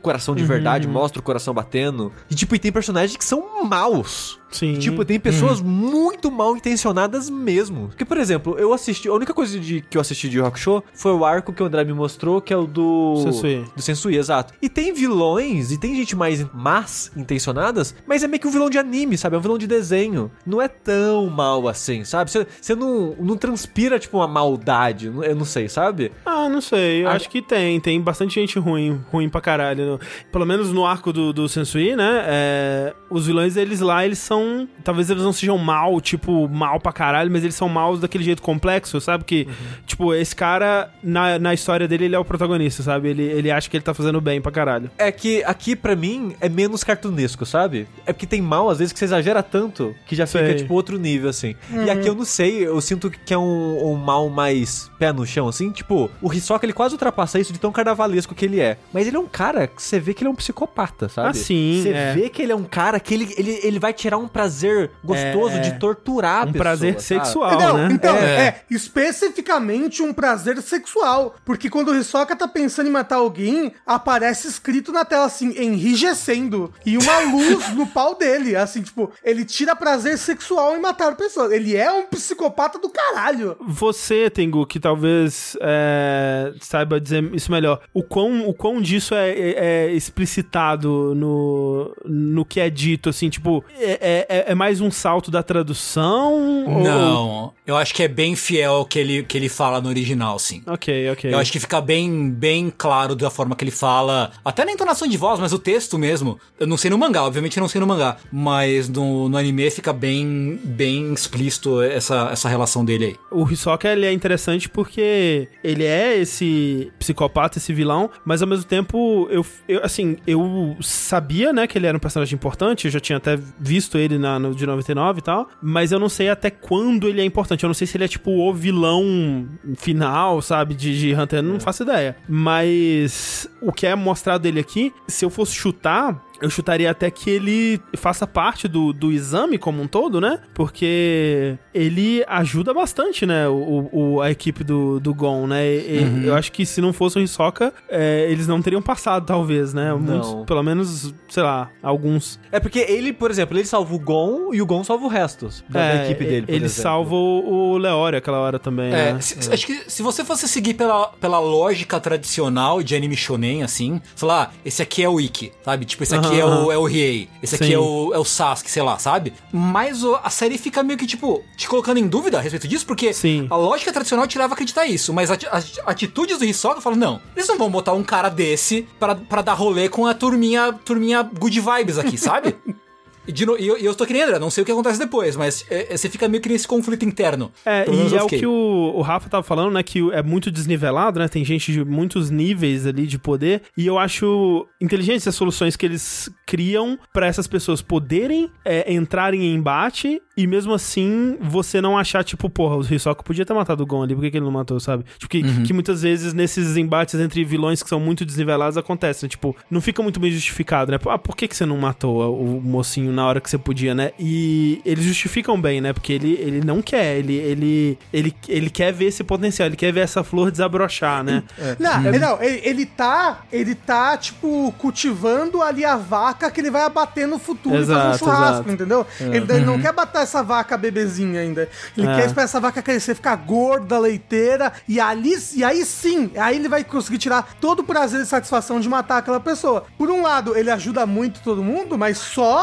coração de verdade, mostra o coração batendo. E, tipo, e tem personagens que são maus. Sim. Tipo, tem pessoas muito mal intencionadas mesmo. Porque, por exemplo, eu assisti... A única coisa que eu assisti de Yu Hakusho foi o arco que o André me mostrou, que é o do... Sensui. Do Sensui, exato. E tem vilões, e tem gente mais más intencionadas, mas é meio que um vilão de anime, sabe? É um vilão de desenho. Não é tão mal assim, sabe? Você não transpira, tipo, uma maldade. Eu não sei, sabe? Ah, não sei. Eu acho que tem. Tem bastante gente ruim pra caralho. Pelo menos no arco do Sensui, né? Os vilões, eles são... Talvez eles não sejam mal, tipo, mal pra caralho, mas eles são maus daquele jeito complexo, sabe? Que, tipo, esse cara, na história dele, ele é o protagonista, sabe? Ele acha que ele tá fazendo bem pra caralho. É que aqui, pra mim, é menos cartunesco, sabe? É porque tem mal, às vezes, que você exagera tanto que já fica, tipo, outro nível, assim. E aqui eu não sei, eu sinto que é um mal mais pé no chão, assim. Tipo, o Hisoka, ele quase ultrapassa isso de tão carnavalesco que ele é. Mas ele é um cara que você vê que ele é um psicopata, sabe? Ah, sim. Você vê que ele é um cara que ele vai tirar um prazer gostoso de torturar a pessoa. Prazer sexual, não, né? Então, especificamente um prazer sexual. Porque quando o Hisoka tá pensando em matar alguém, aparece escrito na tela assim, enrijecendo. E uma luz no pau dele. Assim, tipo, ele tira prazer sexual em matar pessoas. Ele é um psicopata do caralho. Você, Tengu, que talvez saiba dizer isso melhor, o quão disso é explicitado no que é dito, assim, tipo, é mais um salto da tradução? Não, eu acho que é bem fiel ao que ele fala no original, sim. Ok. Eu acho que fica bem claro da forma que ele fala, até na entonação de voz, mas o texto mesmo. Eu não sei no mangá, obviamente eu não sei no mangá, mas no anime fica bem explícito essa relação dele aí. O Hisoka, ele é interessante porque ele é esse psicopata, esse vilão, mas ao mesmo tempo, eu sabia, né, que ele era um personagem importante, eu já tinha até visto ele no de 99 e tal, mas eu não sei até quando ele é importante. Eu não sei se ele é tipo o vilão final, sabe, de Hunter, não faço ideia. Mas o que é mostrado dele aqui, se eu fosse chutar, eu chutaria até que ele faça parte do exame como um todo, né? Porque ele ajuda bastante, né? A equipe do Gon, né? Eu acho que se não fosse o Hisoka, eles não teriam passado, talvez, né? Muitos, pelo menos, sei lá, alguns. É porque ele, por exemplo, ele salva o Gon e o Gon salva o resto da equipe dele, por ele exemplo. salva o Leório aquela hora também, né? Acho que se você fosse seguir pela lógica tradicional de anime shonen, assim, sei lá, esse aqui é o Ikki, sabe? Tipo, esse aqui é o Riei, esse aqui é o Sasuke, sei lá, sabe? Mas a série fica meio que, tipo, te colocando em dúvida a respeito disso, porque a lógica tradicional te leva a acreditar isso, mas as atitudes do Hisoka falam, não, eles não vão botar um cara desse pra dar rolê com a turminha good vibes aqui, sabe? E eu tô que nem André, não sei o que acontece depois, mas você fica meio que nesse conflito interno. E é o que o Rafa tava falando, né, que é muito desnivelado, né, tem gente de muitos níveis ali de poder, e eu acho inteligentes as soluções que eles criam pra essas pessoas poderem entrarem em embate, e mesmo assim, você não achar, tipo, porra, o Hisoka podia ter matado o Gon ali, por que ele não matou, sabe? Tipo, que muitas vezes nesses embates entre vilões que são muito desnivelados acontecem, tipo, não fica muito bem justificado, né? Por que você não matou o mocinho na hora que você podia, né? E eles justificam bem, né? Porque ele não quer, ele quer ver esse potencial, ele quer ver essa flor desabrochar, né? Ele tá, tipo, cultivando ali a vaca que ele vai abater no futuro e fazer um churrasco, entendeu? Ele não quer matar essa vaca bebezinha ainda. Ele quer esperar essa vaca crescer, ficar gorda, leiteira, e aí sim, aí ele vai conseguir tirar todo o prazer e satisfação de matar aquela pessoa. Por um lado, ele ajuda muito todo mundo, mas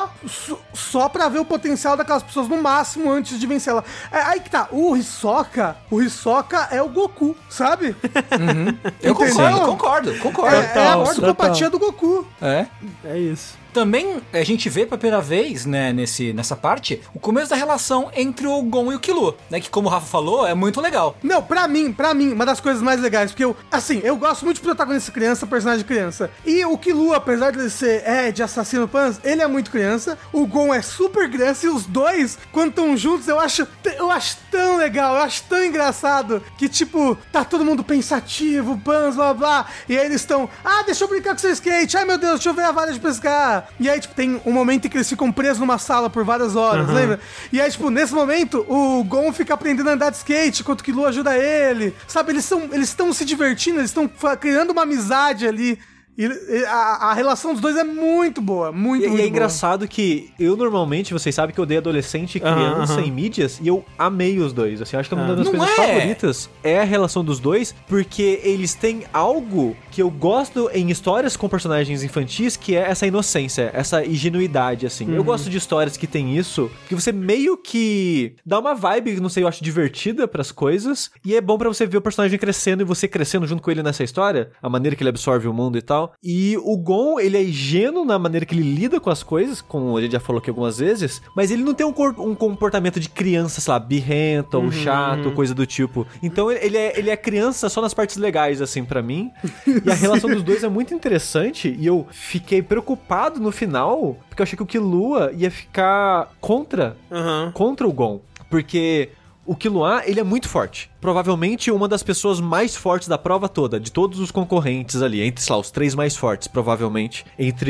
só pra ver o potencial daquelas pessoas no máximo antes de vencê-la. Aí que tá, o Hisoka é o Goku, sabe? Eu concordo. É a psicopatia do Goku. É isso. Também a gente vê pela primeira vez, né, nessa parte, o começo da relação entre o Gon e o Killua, né, que como o Rafa falou, é muito legal. Não, pra mim, uma das coisas mais legais, porque eu gosto muito de protagonista criança, personagem criança, e o Killua, apesar de ele ser, de assassino Pans, ele é muito criança, o Gon é super criança, e os dois, quando estão juntos, eu acho tão legal, eu acho tão engraçado, que tipo, tá todo mundo pensativo, Pans, blá blá, e aí eles estão, deixa eu brincar com seu skate, ai meu Deus, deixa eu ver a vara de pescar. E aí, tipo, tem um momento em que eles ficam presos numa sala por várias horas, lembra? E aí, tipo, nesse momento, o Gon fica aprendendo a andar de skate, enquanto que o Killua ajuda ele. Sabe, eles estão se divertindo, eles estão criando uma amizade ali. E a relação dos dois é muito boa, muito E é boa. engraçado que eu normalmente, vocês sabem que eu odeio adolescente e criança em mídias, e eu amei os dois. Assim, acho que uma das coisas favoritas é a relação dos dois, porque eles têm algo que eu gosto em histórias com personagens infantis, que é essa inocência, essa ingenuidade, assim. Eu gosto de histórias que tem isso, que você meio que dá uma vibe, não sei, eu acho divertida pras coisas, e é bom pra você ver o personagem crescendo e você crescendo junto com ele nessa história, a maneira que ele absorve o mundo e tal. E o Gon, ele é ingênuo na maneira que ele lida com as coisas, como a gente já falou aqui algumas vezes, mas ele não tem um comportamento de criança, sei lá, birrenta ou chato, ou coisa do tipo. Então ele é criança só nas partes legais, assim, pra mim. E a relação dos dois é muito interessante, e eu fiquei preocupado no final, porque eu achei que o Killua ia ficar contra o Gon. Porque o Killua, ele é muito forte. Provavelmente uma das pessoas mais fortes da prova toda, de todos os concorrentes ali, entre, sei lá, os 3 mais fortes, provavelmente,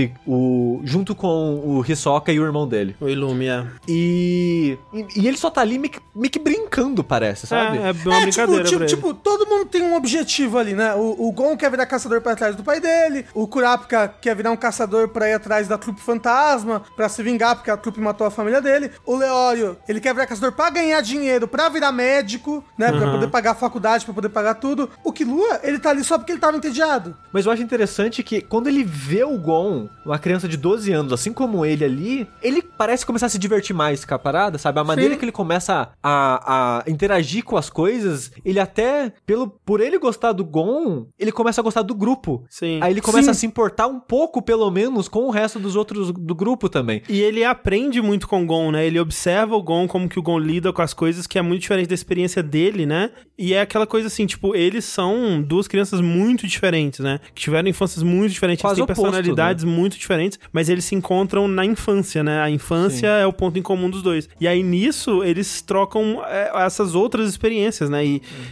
junto com o Hisoka e o irmão dele. O Illumi, E ele só tá ali meio que brincando, parece, sabe? É uma brincadeira pra ele. Tipo, todo mundo tem um objetivo ali, né? O Gon quer virar caçador pra ir atrás do pai dele, o Kurapika quer virar um caçador pra ir atrás da trupe fantasma, pra se vingar porque a trupe matou a família dele, o Leório, ele quer virar caçador pra ganhar dinheiro, pra virar médico, né? Pra poder pagar a faculdade, pra poder pagar tudo. O Killua, ele tá ali só porque ele tava entediado. Mas eu acho interessante que quando ele vê o Gon, uma criança de 12 anos, assim como ele ali, ele parece começar a se divertir mais com a parada, sabe? A maneira que ele começa a interagir com as coisas, ele até, por ele gostar do Gon, ele começa a gostar do grupo. Sim. Aí ele começa a se importar um pouco, pelo menos, com o resto dos outros do grupo também. E ele aprende muito com o Gon, né? Ele observa o Gon, como que o Gon lida com as coisas, que é muito diferente da experiência dele, né? E é aquela coisa assim, tipo, eles são duas crianças muito diferentes, né? Que tiveram infâncias muito diferentes, quase eles têm oposto, personalidades né? muito diferentes, mas eles se encontram na infância, né? A infância é o ponto em comum dos dois. E aí, nisso, eles trocam essas outras experiências, né?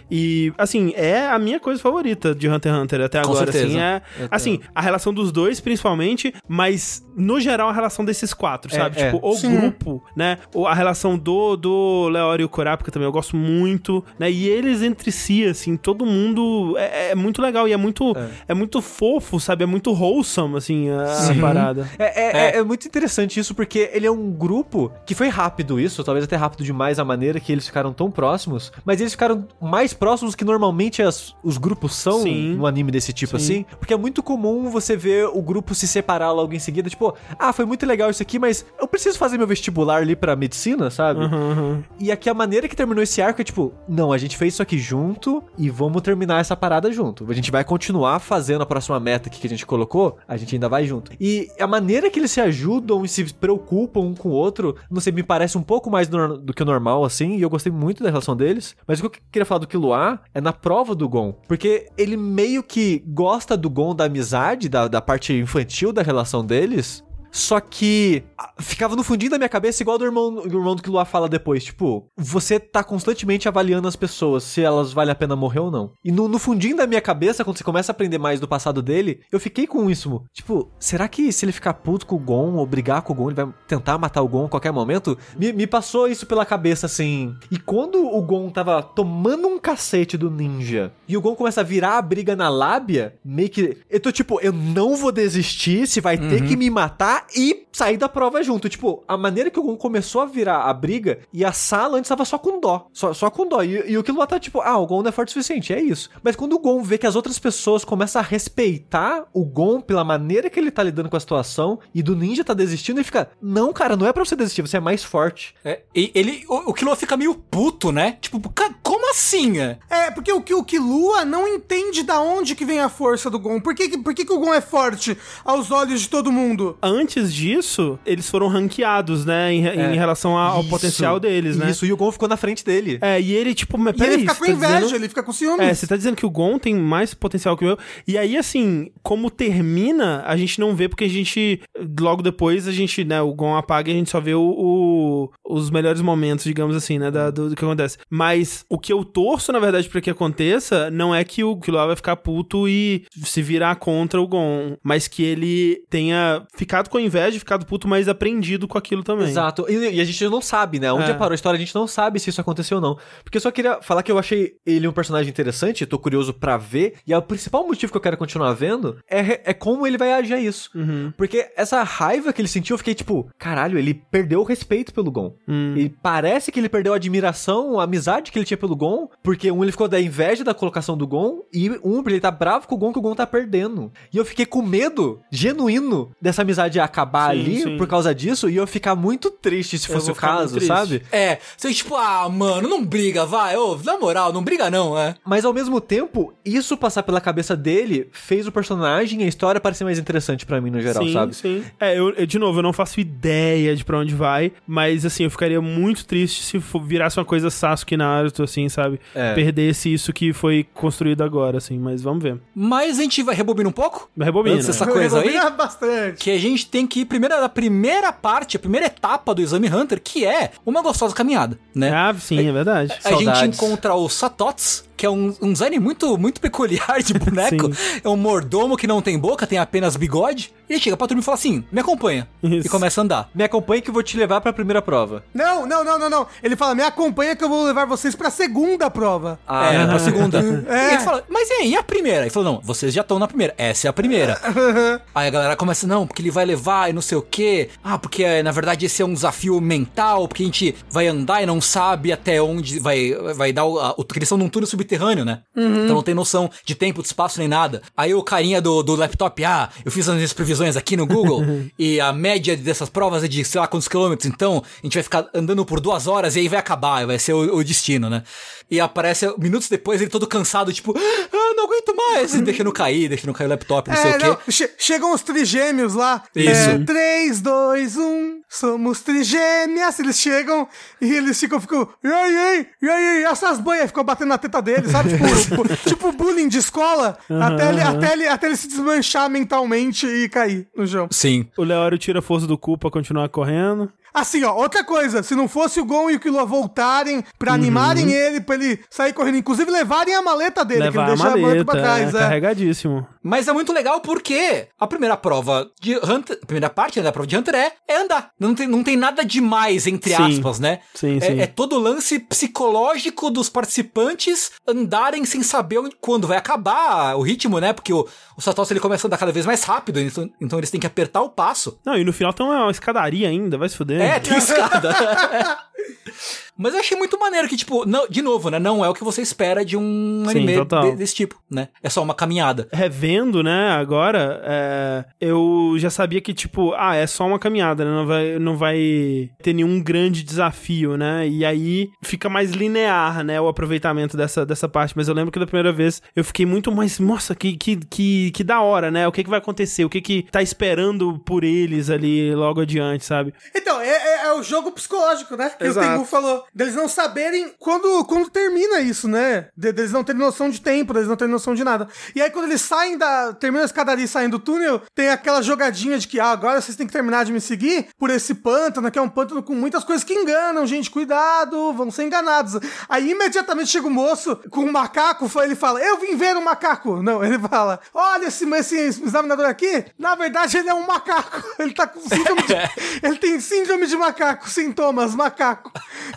E, assim, é a minha coisa favorita de Hunter x Hunter até agora, certeza. assim, a relação dos dois, principalmente, mas, no geral, a relação desses 4, sabe? Tipo, o grupo, né? A relação do Leório e o Kurapika também, eu gosto muito, né? E eles entre si, assim, todo mundo é muito legal e é muito fofo, sabe? É muito wholesome, assim, a parada. É muito interessante isso, porque ele é um grupo que foi rápido isso, talvez até rápido demais a maneira que eles ficaram tão próximos, mas eles ficaram mais próximos que normalmente os grupos são no anime desse tipo, assim, porque é muito comum você ver o grupo se separar logo em seguida, tipo, foi muito legal isso aqui, mas eu preciso fazer meu vestibular ali pra medicina, sabe? E aqui a maneira que terminou esse arco é tipo, não, a gente fez isso aqui junto e vamos terminar essa parada junto. A gente vai continuar fazendo a próxima meta aqui que a gente colocou, a gente ainda vai junto. E a maneira que eles se ajudam e se preocupam um com o outro, não sei, me parece um pouco mais do que o normal, assim, e eu gostei muito da relação deles. Mas o que eu queria falar do Killua é na prova do Gon, porque ele meio que gosta do Gon, da amizade, da parte infantil da relação deles. Só que ficava no fundinho da minha cabeça, igual do irmão do Killua fala depois, tipo, você tá constantemente avaliando as pessoas, se elas valem a pena morrer ou não. E no fundinho da minha cabeça, quando você começa a aprender mais do passado dele, eu fiquei com isso, tipo, será que se ele ficar puto com o Gon, ou brigar com o Gon, ele vai tentar matar o Gon a qualquer momento? Me passou isso pela cabeça, assim. E quando o Gon tava tomando um cacete do ninja, e o Gon começa a virar a briga na lábia, meio que... Eu tô tipo, eu não vou desistir, se vai ter que me matar, e sair da prova junto. Tipo, a maneira que o Gon começou a virar a briga, e a sala antes tava só com dó. Só com dó. E o Killua tá tipo, o Gon não é forte o suficiente, é isso. Mas quando o Gon vê que as outras pessoas começam a respeitar o Gon pela maneira que ele tá lidando com a situação, e do ninja tá desistindo, ele fica, não, cara, não é pra você desistir, você é mais forte. E o Killua fica meio puto, né? Tipo, como assim? Porque o Killua não entende da onde que vem a força do Gon. Por que o Gon é forte aos olhos de todo mundo? Antes disso, eles foram ranqueados, né? Em relação ao potencial deles, né? Isso, e o Gon ficou na frente dele. E ele, tipo, mas peraí, ele fica com inveja, ele fica com ciúmes. Você tá dizendo que o Gon tem mais potencial que o meu. E aí, assim, como termina, a gente não vê, porque a gente, logo depois, né, o Gon apaga e a gente só vê os melhores momentos, digamos assim, né, do que acontece. Mas o que eu torço, na verdade, pra que aconteça, não é que o Killua vai ficar puto e se virar contra o Gon, mas que ele tenha ficado com só em vez de ficado puto, mas apreendido com aquilo também. Exato. E a gente não sabe, né? Onde parou a história, a gente não sabe se isso aconteceu ou não. Porque eu só queria falar que eu achei ele um personagem interessante, tô curioso pra ver, e o principal motivo que eu quero continuar vendo é como ele vai agir a isso. Porque essa raiva que ele sentiu, eu fiquei tipo, caralho, ele perdeu o respeito pelo Gon. E parece que ele perdeu a admiração, a amizade que ele tinha pelo Gon, porque ele ficou da inveja da colocação do Gon, e porque ele tá bravo com o Gon, que o Gon tá perdendo. E eu fiquei com medo genuíno dessa amizade acabar ali por causa disso, e eu ficar muito triste se fosse o caso, sabe? Você tipo, mano, não briga, vai, na moral, não briga não, Mas ao mesmo tempo, isso passar pela cabeça dele fez o personagem e a história parecer mais interessante pra mim no geral, sabe? Sim. De novo, eu não faço ideia de pra onde vai, mas assim, eu ficaria muito triste se virasse uma coisa Sasuke Naruto, assim, sabe? Perdesse isso que foi construído agora, assim, mas vamos ver. Mas a gente vai rebobinar um pouco? Rebobina. Antes dessa coisa aí? Bastante. Que a gente tem que ir primeiro na primeira parte, a primeira etapa do Exame Hunter, que é uma gostosa caminhada, né? Sim, é verdade. A gente encontra o Satots, que é um design muito, muito peculiar de boneco. É um mordomo que não tem boca, tem apenas bigode. E ele chega pra turma e fala assim, me acompanha. Isso. E começa a andar. Me acompanha que eu vou te levar pra primeira prova. Não. Ele fala, me acompanha que eu vou levar vocês pra segunda prova. Pra segunda. E ele fala, mas e a primeira? Ele falou, não, vocês já estão na primeira. Essa é a primeira. Aí a galera começa, não, porque ele vai levar e não sei o quê. Porque na verdade esse é um desafio mental, porque a gente vai andar e não sabe até onde vai dar porque eles são num túnel subterrâneo, né? Então não tem noção de tempo, de espaço, nem nada. Aí o carinha do laptop, eu fiz as minhas previsões aqui no Google e a média dessas provas é de sei lá quantos quilômetros, então a gente vai ficar andando por 2 horas e aí vai acabar, vai ser o destino, né? E aparece minutos depois ele todo cansado, tipo, não aguento mais, deixando cair o laptop, não sei o quê. Chegam os trigêmeos lá. Isso. 3, 2, 1, somos trigêmeas. Eles chegam e eles ficam, e aí, essas banhas, ficam batendo na teta dele, sabe? Tipo bullying de escola, até ele se desmanchar mentalmente e cair no chão. Sim. O Leório tira a força do cu pra continuar correndo. Assim, outra coisa, se não fosse o Gon e o Killua voltarem pra animarem ele, pra ele sair correndo, inclusive levarem a maleta dele, que ele deixa a maleta pra trás. Carregadíssimo. Mas é muito legal porque a primeira prova de Hunter, a primeira parte da prova de Hunter é andar. Não tem nada demais, entre aspas, né? Sim. É todo o lance psicológico dos participantes andarem sem saber quando vai acabar o ritmo, né? Porque o Satoshi ele começa a andar cada vez mais rápido, então eles têm que apertar o passo. Não, e no final tem uma escadaria ainda, vai se fuder. Tem escada. Mas eu achei muito maneiro que, tipo, de novo, né? Não é o que você espera de um anime desse tipo, né? É só uma caminhada. Revendo, né, agora, eu já sabia que, tipo, é só uma caminhada, né? Não vai ter nenhum grande desafio, né? E aí fica mais linear, né, o aproveitamento dessa parte. Mas eu lembro que da primeira vez eu fiquei muito mais, nossa, que da hora, né? O que vai acontecer? O que tá esperando por eles ali logo adiante, sabe? Então, é o jogo psicológico, né? Que Exato. o Tengu falou. Deles não saberem quando termina isso, né? Deles não terem noção de tempo, deles não terem noção de nada. E aí, quando eles terminam a escadaria e saem do túnel, tem aquela jogadinha de que, agora vocês têm que terminar de me seguir por esse pântano, que é um pântano com muitas coisas que enganam, gente, cuidado, vão ser enganados. Aí, imediatamente, chega o moço com um macaco, ele fala, eu vim ver um macaco. Não, ele fala, olha esse examinador aqui, na verdade, ele é um macaco. Ele tá com síndrome ele tem síndrome de macaco, sintomas, macaco.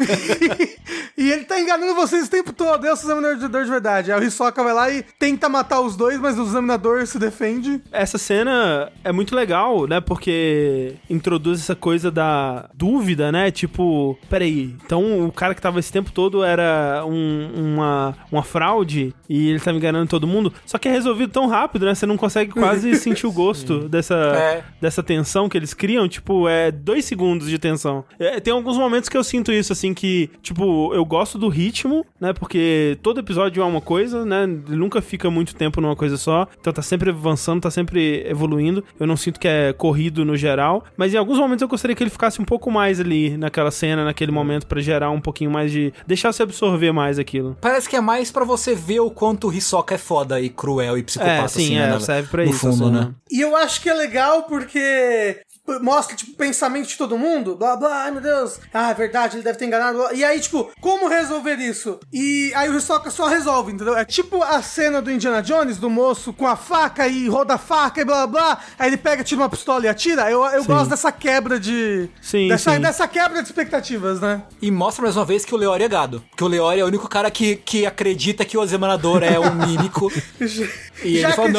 E ele tá enganando vocês o tempo todo. É o examinador de verdade. Aí o Hisoka vai lá e tenta matar os dois, mas o examinador se defende. Essa cena é muito legal, né? Porque introduz essa coisa da dúvida, né? Tipo, peraí, então o cara que tava esse tempo todo era uma fraude e ele tava enganando todo mundo. Só que é resolvido tão rápido, né? Você não consegue quase sentir o gosto dessa tensão que eles criam. Tipo, 2 segundos de tensão. Tem alguns momentos que eu sinto isso, assim, que, tipo, eu gosto do ritmo, né? Porque todo episódio é uma coisa, né? Ele nunca fica muito tempo numa coisa só. Então tá sempre avançando, tá sempre evoluindo. Eu não sinto que é corrido no geral. Mas em alguns momentos eu gostaria que ele ficasse um pouco mais ali naquela cena, naquele momento, pra gerar um pouquinho mais de... deixar você absorver mais aquilo. Parece que é mais pra você ver o quanto o Hisoka é foda e cruel e psicopata, sim, assim, né? Serve pra isso. Fundo, assim, né? E eu acho que é legal porque mostra, tipo, o pensamento de todo mundo, blá, blá, ai meu Deus, é verdade, ele deve ter enganado, blá. E aí, tipo, como resolver isso? E aí o Hisoka só resolve, entendeu? É tipo a cena do Indiana Jones, do moço com a faca e roda a faca e blá, blá, aí ele pega, tira uma pistola e atira. Eu gosto dessa quebra de... Dessa quebra de expectativas, né? E mostra mais uma vez que o Leório é gado. Porque o Leório é o único cara que acredita que o Examinador é um mímico. E ele fala,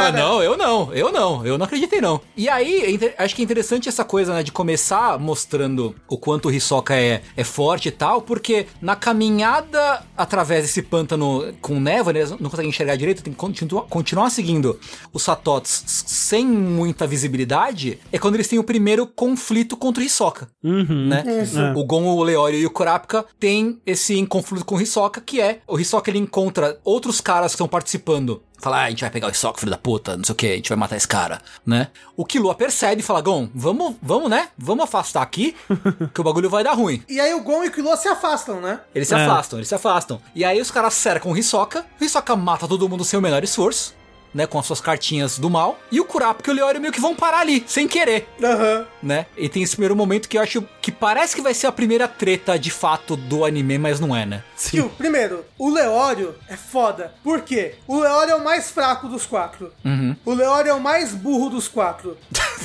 eu não acreditei não. E aí, acho que é interessante essa coisa, né, de começar mostrando o quanto o Hisoka é forte e tal, porque na caminhada através desse pântano com névoa, eles não conseguem enxergar direito, tem que continuar seguindo os Satots sem muita visibilidade, é quando eles têm o primeiro conflito contra o Hisoka, né? O Gon, o Leório e o Kurapika têm esse conflito com o Hisoka, que é, o Hisoka ele encontra outros caras que estão participando. Fala, a gente vai pegar o Hisoka, filho da puta, não sei o que, a gente vai matar esse cara, né? O Killua percebe e fala, Gon, vamos, né? Vamos afastar aqui, que o bagulho vai dar ruim. E aí o Gon e o Killua se afastam, né? Eles se afastam. E aí os caras cercam o Hisoka mata todo mundo sem o menor esforço, né, com as suas cartinhas do mal, e o Kurapika e o Leório meio que vão parar ali, sem querer, né? E tem esse primeiro momento que eu acho que parece que vai ser a primeira treta de fato do anime, mas não é, né? Sim. Primeiro, o Leório é foda. Por quê? O Leório é o mais fraco dos 4. O Leório é o mais burro dos 4.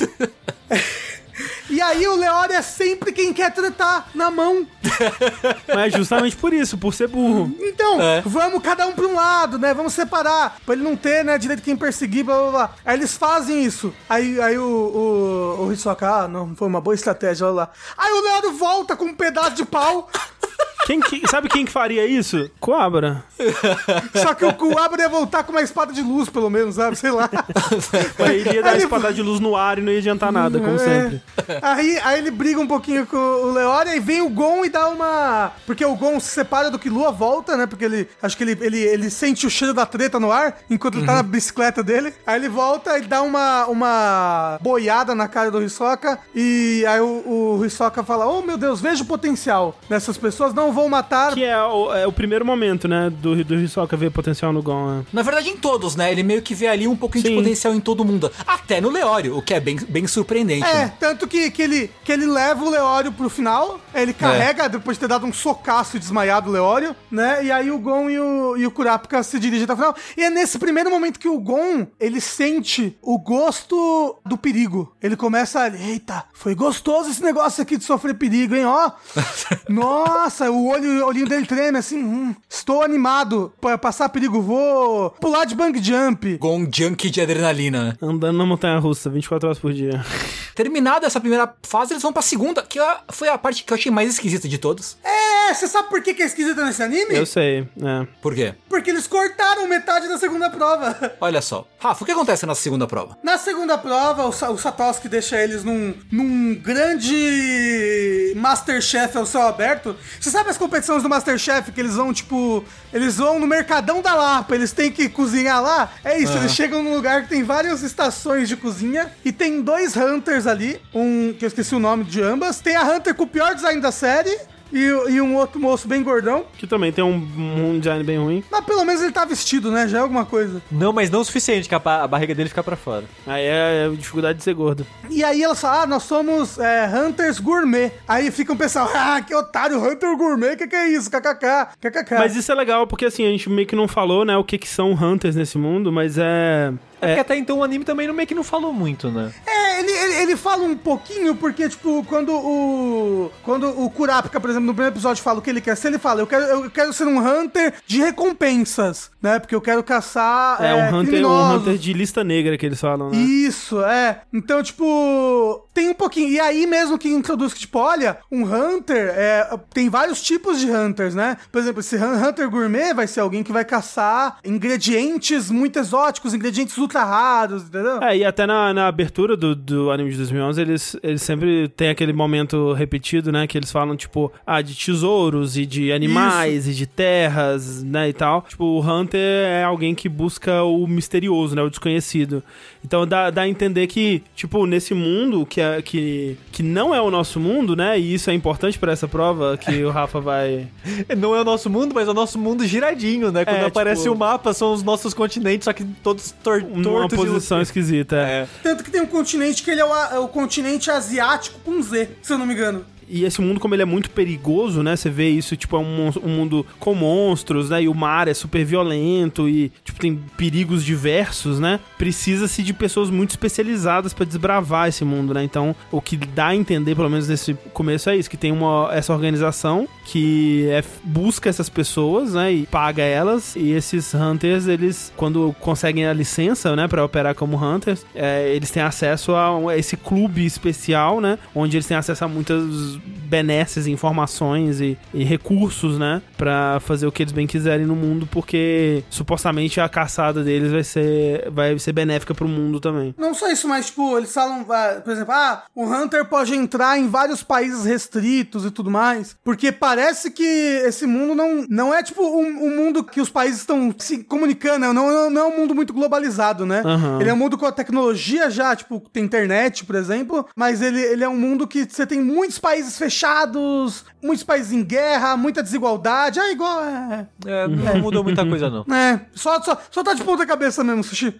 E aí o Leório é sempre quem quer tretar na mão. Mas justamente por isso, por ser burro. Então, vamos cada um pra um lado, né? Vamos separar, pra ele não ter, né, direito quem perseguir, blá, blá, blá. Aí eles fazem isso. Aí o Hisoka, não foi uma boa estratégia, olha lá. Aí o Leório volta com um pedaço de pau. Sabe quem que faria isso? Coabra. Só que o Coabra ia voltar com uma espada de luz, pelo menos, sabe? Sei lá. Mas ele ia dar a espada de luz no ar e não ia adiantar nada, como sempre. Aí ele briga um pouquinho com o Leório, aí vem o Gon e dá uma... Porque o Gon se separa do Killua, volta, né? Porque acho que ele sente o cheiro da treta no ar, enquanto ele tá na bicicleta dele. Aí ele volta, ele dá uma boiada na cara do Hisoka, e aí o Hisoka fala, oh meu Deus, vejo o potencial nessas pessoas, não vou matar. Que é o primeiro momento, né, do Hisoka ver potencial no Gon, né? Na verdade, em todos, né? Ele meio que vê ali um pouquinho de potencial em todo mundo. Até no Leório, o que é bem surpreendente. Né? Tanto que ele leva o Leório pro final, ele carrega, depois de ter dado um socaço e desmaiado o Leório, né? E aí o Gon e o Kurapika se dirigem até o final. E é nesse primeiro momento que o Gon, ele sente o gosto do perigo. Ele começa a... Eita, foi gostoso esse negócio aqui de sofrer perigo, hein? Ó, nossa, o olhinho dele treme assim, estou animado pra passar perigo, vou pular de bang jump. Gon junkie de adrenalina, né? Andando na montanha-russa, 24 horas por dia. Terminada essa primeira fase, eles vão pra segunda, que foi a parte que eu achei mais esquisita de todos. Você sabe por que é esquisita nesse anime? Eu sei, Por quê? Porque eles cortaram metade da segunda prova. Olha só. Rafa, o que acontece na segunda prova? Na segunda prova, o Satoshi deixa eles num grande Masterchef ao céu aberto. Você sabe as competições do Masterchef que eles vão, tipo... Eles vão no Mercadão da Lapa, eles têm que cozinhar lá? É isso, eles chegam num lugar que tem várias estações de cozinha e tem 2 Hunters ali, que eu esqueci o nome de ambas. Tem a Hunter com o pior design da série... E um outro moço bem gordão. Que também tem um design bem ruim. Mas pelo menos ele tá vestido, né? Já é alguma coisa. Não, mas não o suficiente, que a barriga dele fica pra fora. Aí é a dificuldade de ser gordo. E aí elas falam, nós somos Hunters Gourmet. Aí ficam pensando, que otário, Hunter Gourmet, que é isso? KKK. Mas isso é legal, porque assim, a gente meio que não falou, né, o que são Hunters nesse mundo, mas porque até então o anime também meio que não falou muito, né? Ele fala um pouquinho, porque, tipo, quando o Kurapika, por exemplo, no primeiro episódio fala o que ele quer ser, ele fala, eu quero ser um Hunter de recompensas, né? Porque eu quero caçar um Hunter de lista negra que eles falam, né? Isso, Então, tipo, tem um pouquinho. E aí mesmo que introduz que, tipo, olha, um Hunter, tem vários tipos de Hunters, né? Por exemplo, esse Hunter Gourmet vai ser alguém que vai caçar ingredientes muito exóticos, ingredientes ultra raros, entendeu? E até na abertura do anime de 2011, eles sempre tem aquele momento repetido, né, que eles falam, tipo, de tesouros e de animais e de terras, né, e tal. Tipo, o Hunter é alguém que busca o misterioso, né, o desconhecido. Então dá a entender que, tipo, nesse mundo que não é o nosso mundo, né, e isso é importante pra essa prova que o Rafa vai... Não é o nosso mundo, mas é o nosso mundo giradinho, né? Quando aparece tipo... o mapa, são os nossos continentes, só que todos numa posição esquisita. Tanto que tem um continente que ele é o continente asiático com Z, se eu não me engano. E esse mundo, como ele é muito perigoso, né? Você vê isso, tipo, é um mundo com monstros, né? E o mar é super violento e, tipo, tem perigos diversos, né? Precisa-se de pessoas muito especializadas pra desbravar esse mundo, né? Então, o que dá a entender, pelo menos nesse começo, é isso. Que tem essa organização que busca essas pessoas, né? E paga elas. E esses Hunters, eles, quando conseguem a licença, né? Pra operar como Hunters, eles têm acesso a esse clube especial, né? Onde eles têm acesso a muitas benesses, informações e recursos, né, pra fazer o que eles bem quiserem no mundo, porque supostamente a caçada deles vai ser benéfica pro mundo também. Não só isso, mas tipo, eles falam, por exemplo, o Hunter pode entrar em vários países restritos e tudo mais, porque parece que esse mundo não é tipo um mundo que os países estão se comunicando, não é um mundo muito globalizado, né? Uhum. Ele é um mundo com a tecnologia já, tipo, tem internet, por exemplo, mas ele é um mundo que você tem muitos países fechados, muitos países em guerra, muita desigualdade. Igual. Não mudou muita coisa, não. Só tá de ponta cabeça mesmo, Sushi.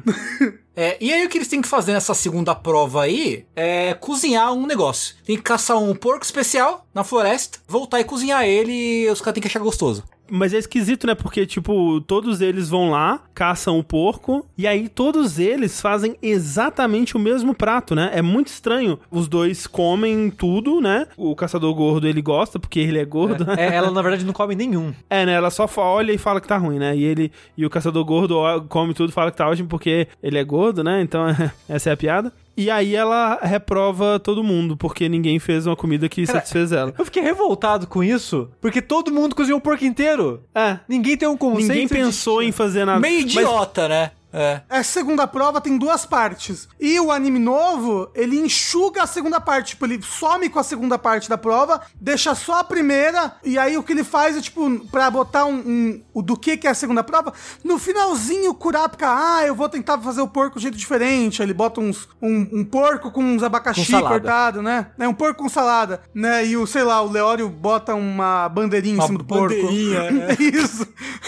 E aí o que eles têm que fazer nessa segunda prova aí é cozinhar um negócio. Tem que caçar um porco especial na floresta, voltar e cozinhar ele e os caras têm que achar gostoso. Mas é esquisito, né? Porque, tipo, todos eles vão lá, caçam o porco, e aí todos eles fazem exatamente o mesmo prato, né? É muito estranho. Os dois comem tudo, né? O caçador gordo, ele gosta, porque ele é gordo. Ela, na verdade, não come nenhum. Né? Ela só olha e fala que tá ruim, né? E o caçador gordo come tudo e fala que tá ótimo porque ele é gordo, né? Então, essa é a piada. E aí ela reprova todo mundo, porque ninguém fez uma comida que satisfez ela. Eu fiquei revoltado com isso, porque todo mundo cozinhou o porco inteiro. Ninguém tem um conceito. Ninguém pensou em fazer nada. Meio idiota, né? A segunda prova tem 2 partes. E o anime novo, ele enxuga a segunda parte. Tipo, ele some com a segunda parte da prova, deixa só a primeira, e aí o que ele faz é, tipo, pra botar o do que é a segunda prova, no finalzinho o Kurapika, eu vou tentar fazer o porco de jeito diferente. Aí ele bota um porco com uns abacaxi cortado, né? Um porco com salada, né? E o Leório bota uma bandeirinha em cima do porco. É isso.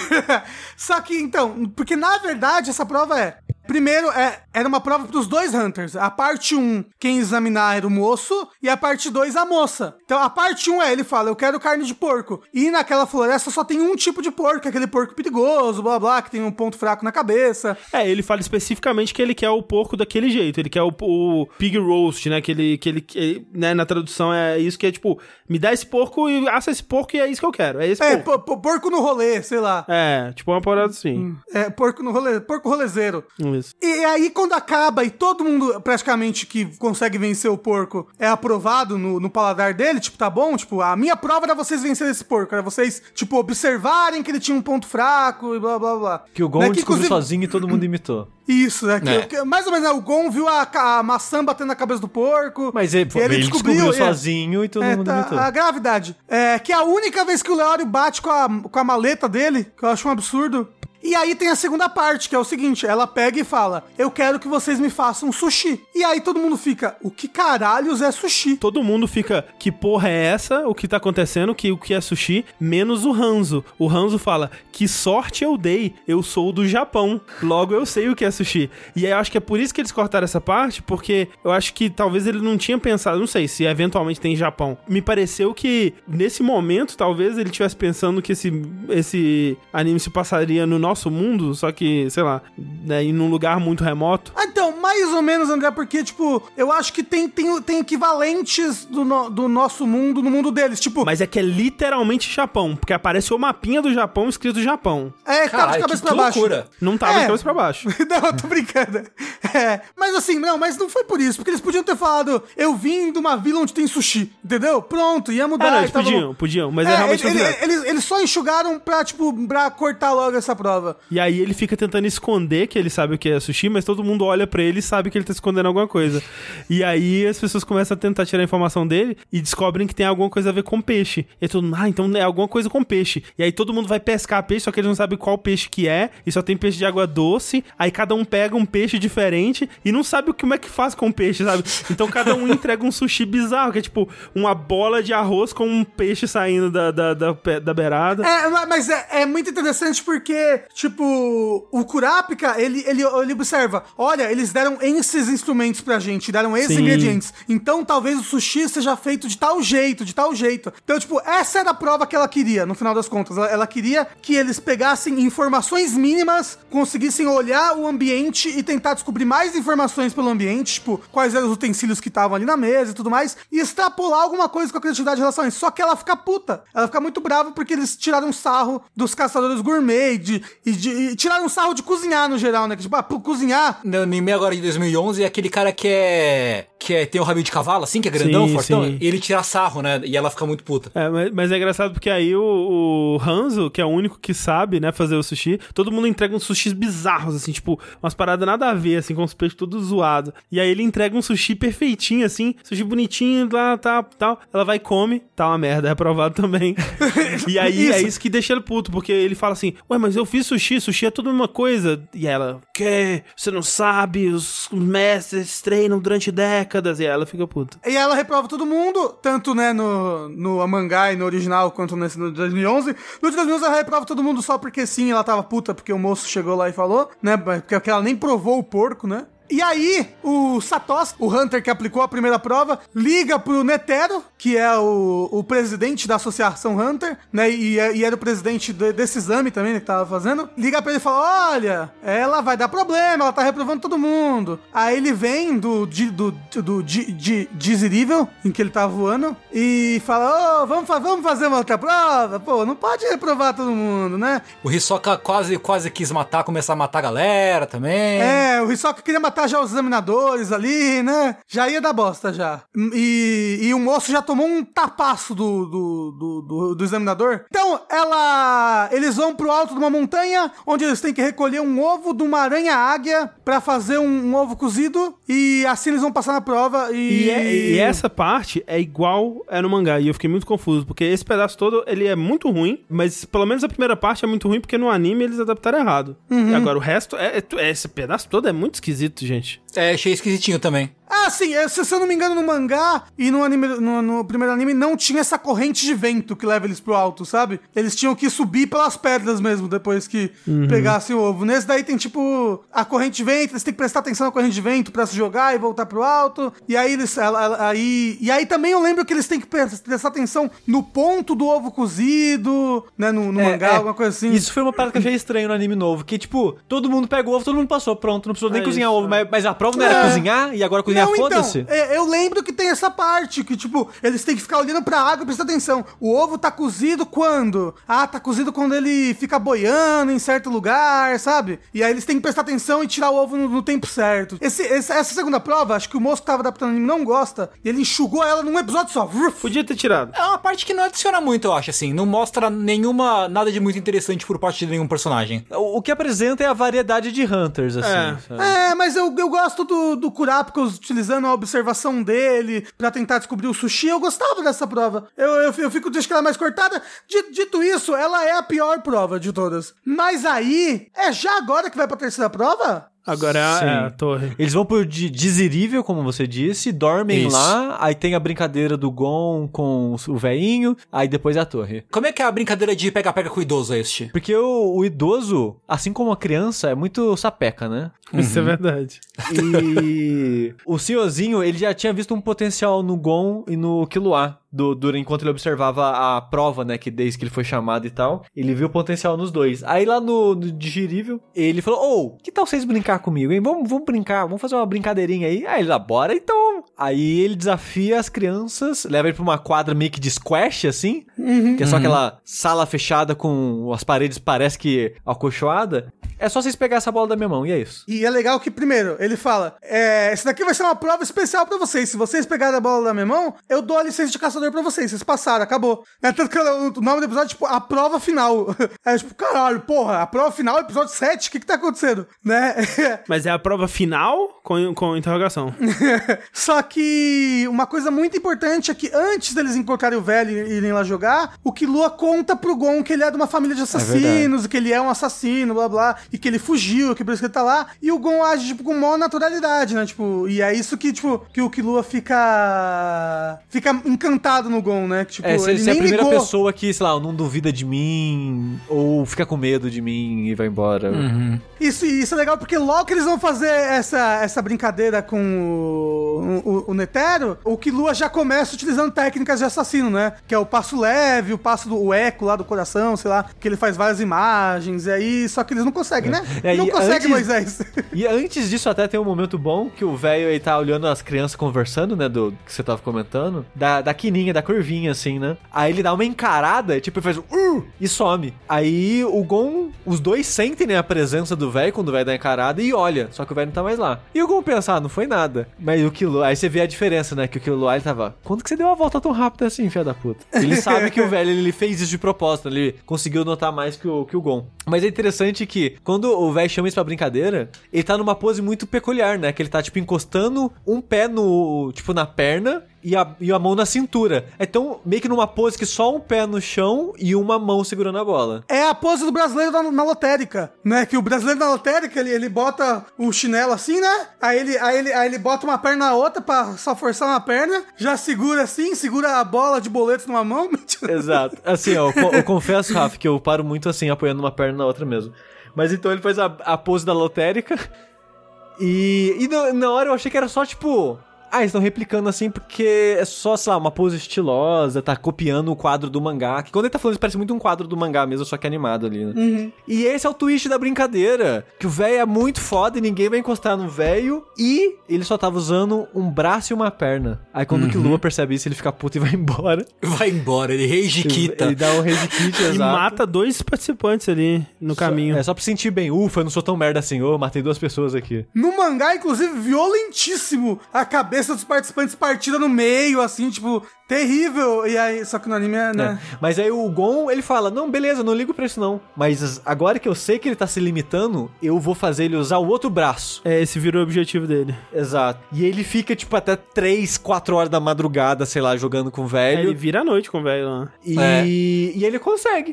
Só que, então, porque na verdade essa prova primeiro, era uma prova pros 2 Hunters. A parte 1, quem examinar era o moço, e a parte 2, a moça. Então, a parte 1 ele fala, eu quero carne de porco. E naquela floresta só tem um tipo de porco, aquele porco perigoso, blá blá, que tem um ponto fraco na cabeça. Ele fala especificamente que ele quer o porco daquele jeito, ele quer o pig roast, né, que ele né, na tradução é isso que é tipo, me dá esse porco e assa esse porco e é isso que eu quero, é esse porco. Porco no rolê, sei lá. Tipo uma parada assim. Porco no rolê, porco rolezeiro. Isso. E aí, quando acaba e todo mundo, praticamente, que consegue vencer o porco é aprovado no paladar dele, tipo, tá bom? Tipo, a minha prova era vocês vencerem esse porco. Era vocês, tipo, observarem que ele tinha um ponto fraco e blá, blá, blá. Que o Gon descobriu sozinho e todo mundo imitou. Isso, mais ou menos, o Gon viu a maçã batendo na cabeça do porco. Mas ele descobriu sozinho e todo mundo imitou. A gravidade. Que é a única vez que o Leório bate com a maleta dele, que eu acho um absurdo. E aí tem a segunda parte, que é o seguinte, ela pega e fala, eu quero que vocês me façam sushi. E aí todo mundo fica, o que caralhos é sushi? Todo mundo fica, que porra é essa? O que tá acontecendo? O que é sushi? Menos o Hanzo. O Hanzo fala, que sorte eu dei, eu sou do Japão, logo eu sei o que é sushi. E aí eu acho que é por isso que eles cortaram essa parte, porque eu acho que talvez ele não tinha pensado, não sei se eventualmente tem Japão. Me pareceu que nesse momento, talvez ele estivesse pensando que esse anime se passaria no nosso mundo, só que, sei lá, né, em um lugar muito remoto. Então, mais ou menos, André, porque, tipo, eu acho que tem equivalentes do nosso mundo no mundo deles, tipo... Mas é que é literalmente Japão, porque aparece o mapinha do Japão escrito Japão. Tava de cabeça pra baixo. Loucura. Não tava de cabeça pra baixo. Não, tô brincando. Mas assim, mas não foi por isso, porque eles podiam ter falado, eu vim de uma vila onde tem sushi, entendeu? Pronto, ia mudar. Não, eles podiam, mas realmente eles só enxugaram pra cortar logo essa prova. E aí ele fica tentando esconder que ele sabe o que é sushi, mas todo mundo olha pra ele ele sabe que ele tá escondendo alguma coisa. E aí as pessoas começam a tentar tirar a informação dele e descobrem que tem alguma coisa a ver com peixe. E aí todo mundo, então é alguma coisa com peixe. E aí todo mundo vai pescar peixe, só que eles não sabem qual peixe que é, e só tem peixe de água doce. Aí cada um pega um peixe diferente e não sabe como é que faz com o peixe, sabe? Então cada um entrega um sushi bizarro, que é tipo uma bola de arroz com um peixe saindo da beirada. Mas é muito interessante porque, tipo, o Kurapika, ele observa, olha, eles deram esses instrumentos pra gente, deram esses ingredientes. Então talvez o sushi seja feito de tal jeito. Então, tipo, essa era a prova que ela queria, no final das contas. Ela queria que eles pegassem informações mínimas, conseguissem olhar o ambiente e tentar descobrir mais informações pelo ambiente, tipo, quais eram os utensílios que estavam ali na mesa e tudo mais, e extrapolar alguma coisa com a criatividade em relação a isso. Só que ela fica puta. Ela fica muito brava porque eles tiraram sarro dos caçadores gourmet e tiraram sarro de cozinhar no geral, né? Que, tipo, cozinhar... No anime agora de 2011 é aquele cara que tem o rabinho de cavalo, assim, que é grandão, fortão, e ele tira sarro, né? E ela fica muito puta. Mas é engraçado porque aí o Hanzo, que é o único que sabe, né, fazer o sushi, todo mundo entrega uns sushis bizarros, assim, tipo, umas paradas nada a ver, assim, com os peixes todos zoados. E aí ele entrega um sushi perfeitinho, assim, sushi bonitinho, lá, tal. Ela vai e come, tá uma merda, é aprovado também. E aí é isso que deixa ele puto, porque ele fala assim, ué, mas eu fiz sushi é tudo uma coisa. E ela, quê? Você não sabe? Os mestres treinam durante décadas. E aí ela fica puta. E ela reprova todo mundo, tanto, né, no mangá e no original, quanto nesse no 2011. No de 2011 ela reprova todo mundo só porque sim, ela tava puta, porque o moço chegou lá e falou, né, porque ela nem provou o porco, né. E aí, o Satoshi, o Hunter que aplicou a primeira prova, liga pro Netero, que é o presidente da Associação Hunter, né, e era o presidente desse exame também, né, que tava fazendo. Liga pra ele e fala, olha, ela vai dar problema, ela tá reprovando todo mundo. Aí ele vem do Dizzy em que ele tava voando, e fala, vamos fazer uma outra prova? Pô, não pode reprovar todo mundo, né? O Hisoka quase quis começar a matar a galera também. O Hisoka queria matar já os examinadores ali, né? Já ia dar bosta, já. E o moço já tomou um tapaço do examinador. Então, eles vão pro alto de uma montanha, onde eles têm que recolher um ovo de uma aranha-águia pra fazer um ovo cozido, e assim eles vão passar na prova. E essa parte é igual no mangá, e eu fiquei muito confuso, porque esse pedaço todo, ele é muito ruim, mas pelo menos a primeira parte é muito ruim, porque no anime eles adaptaram errado. E agora o resto, esse pedaço todo é muito esquisito, gente. Achei esquisitinho também. Sim, se eu não me engano, no mangá e no anime, no primeiro anime, não tinha essa corrente de vento que leva eles pro alto, sabe? Eles tinham que subir pelas pedras mesmo, depois que pegassem o ovo. Nesse daí tem, tipo, a corrente de vento, eles têm que prestar atenção na corrente de vento pra se jogar e voltar pro alto. E aí E aí também eu lembro que eles têm que prestar atenção no ponto do ovo cozido, né? No mangá, alguma coisa assim. Isso foi uma parada que eu achei estranho no anime novo, que, tipo, todo mundo pega o ovo, todo mundo passou, pronto, não precisou nem cozinhar o ovo, mas a prova não era cozinhar, e agora cozinhar, foda-se. Então, eu lembro que tem essa parte, que, tipo, eles têm que ficar olhando pra água e prestar atenção. O ovo tá cozido quando? Tá cozido quando ele fica boiando em certo lugar, sabe? E aí eles têm que prestar atenção e tirar o ovo no tempo certo. Essa segunda prova, acho que o moço que tava adaptando o anime não gosta, e ele enxugou ela num episódio só. Podia ter tirado. É uma parte que não adiciona muito, eu acho, assim. Não mostra nada de muito interessante por parte de nenhum personagem. O que apresenta é a variedade de Hunters, assim. Mas eu gosto do Kurapika utilizando a observação dele pra tentar descobrir o sushi. Eu gostava dessa prova. Eu fico triste que ela é mais cortada. Dito isso, ela é a pior prova de todas. Mas aí, já agora que vai pra terceira prova? Agora é a torre. Eles vão pro Dizerível, como você disse, dormem lá, aí tem a brincadeira do Gon com o veinho, aí depois é a torre. Como é que é a brincadeira de pega-pega com o idoso este? Porque o idoso, assim como a criança, é muito sapeca, né? Isso é verdade. E o senhorzinho, ele já tinha visto um potencial no Gon e no Killua. Enquanto ele observava a prova, né, que desde que ele foi chamado e tal, ele viu o potencial nos dois. Aí lá no digerível, ele falou, que tal vocês brincar comigo, hein? Vamos brincar, vamos fazer uma brincadeirinha aí. Aí ele, bora então. Aí ele desafia as crianças, leva ele pra uma quadra meio que de squash, assim, que é só aquela sala fechada com as paredes, parece que acolchoada. É só vocês pegar essa bola da minha mão, e é isso. E E é legal que, primeiro, ele fala, essa daqui vai ser uma prova especial pra vocês. Se vocês pegarem a bola da minha mão, eu dou a licença de caçador pra vocês. Vocês passaram, acabou. Tanto que o nome do episódio é, tipo, a prova final. É tipo, caralho, porra, a prova final, episódio 7, o que tá acontecendo? Né? Mas é a prova final com interrogação. Só que uma coisa muito importante é que antes deles encontrarem o velho e irem lá jogar, o Killua conta pro Gon que ele é de uma família de assassinos, e que ele é um assassino, blá blá, e que ele fugiu, que por isso que ele tá lá, e o Gon age, tipo, com maior naturalidade, né, tipo, e é isso que, tipo, que o Killua fica encantado no Gon, né, que, tipo, se ele é a nem primeira ligou. pessoa que, sei lá, não duvida de mim, ou fica com medo de mim e vai embora. Isso é legal, porque logo que eles vão fazer essa brincadeira com o Netero, o Killua já começa utilizando técnicas de assassino, né? Que é o passo leve, o passo do eco lá do coração, sei lá, que ele faz várias imagens, e aí, só que eles não conseguem, né? Não conseguem, Moisés. E antes disso até tem um momento bom que o velho aí tá olhando as crianças conversando, né, do que você tava comentando, da quininha, da curvinha, assim, né? Aí ele dá uma encarada, tipo, ele faz e some. Aí o Gon, os dois sentem, né, a presença do velho quando o velho dá a encarada e olha, só que o velho não tá mais lá. E o Gon pensa, não foi nada. Mas o Killua, aí você vê a diferença, né, que o Killua, ele tava, quando que você deu uma volta tão rápida assim, filha da puta? Ele sabe que o velho, ele fez isso de propósito, ele conseguiu notar mais que o Gon. Mas é interessante que, quando o velho chama isso pra brincadeira, ele tá numa pose muito peculiar, né, que ele tá, tipo, encostando um pé na perna e a mão na cintura. Então, meio que numa pose que só um pé no chão e uma mão segurando a bola. É a pose do brasileiro na lotérica, né? Que o brasileiro na lotérica, ele bota o chinelo assim, né? Aí ele bota uma perna na outra pra só forçar uma perna, já segura assim, segura a bola de boletos numa mão. Exato. Assim, ó, eu confesso, Rafa, que eu paro muito assim, apoiando uma perna na outra mesmo. Mas então ele faz a pose da lotérica e na hora eu achei que era só, tipo... eles estão replicando assim porque é só, sei lá, uma pose estilosa, tá copiando o quadro do mangá. Que quando ele tá falando isso parece muito um quadro do mangá mesmo, só que animado ali, né? E esse é o twist da brincadeira. Que o velho é muito foda e ninguém vai encostar no velho. E ele só tava usando um braço e uma perna. Aí quando o Killua percebe isso, ele fica puto e vai embora. Vai embora, ele rage quita. Ele dá um rage quit, exato. E mata 2 participantes ali no caminho. É só pra sentir bem. Ufa, eu não sou tão merda assim. Matei 2 pessoas aqui. No mangá, inclusive, violentíssimo. A cabeça dos participantes partida no meio, assim, tipo, terrível. E aí, só que no anime é, né? Mas aí o Gon, ele fala, não, beleza, não ligo pra isso não. Mas agora que eu sei que ele tá se limitando, eu vou fazer ele usar o outro braço. Esse virou o objetivo dele. Exato. E ele fica, tipo, até 3, 4 horas da madrugada, sei lá, jogando com o velho. Ele vira a noite com o velho lá. E ele consegue.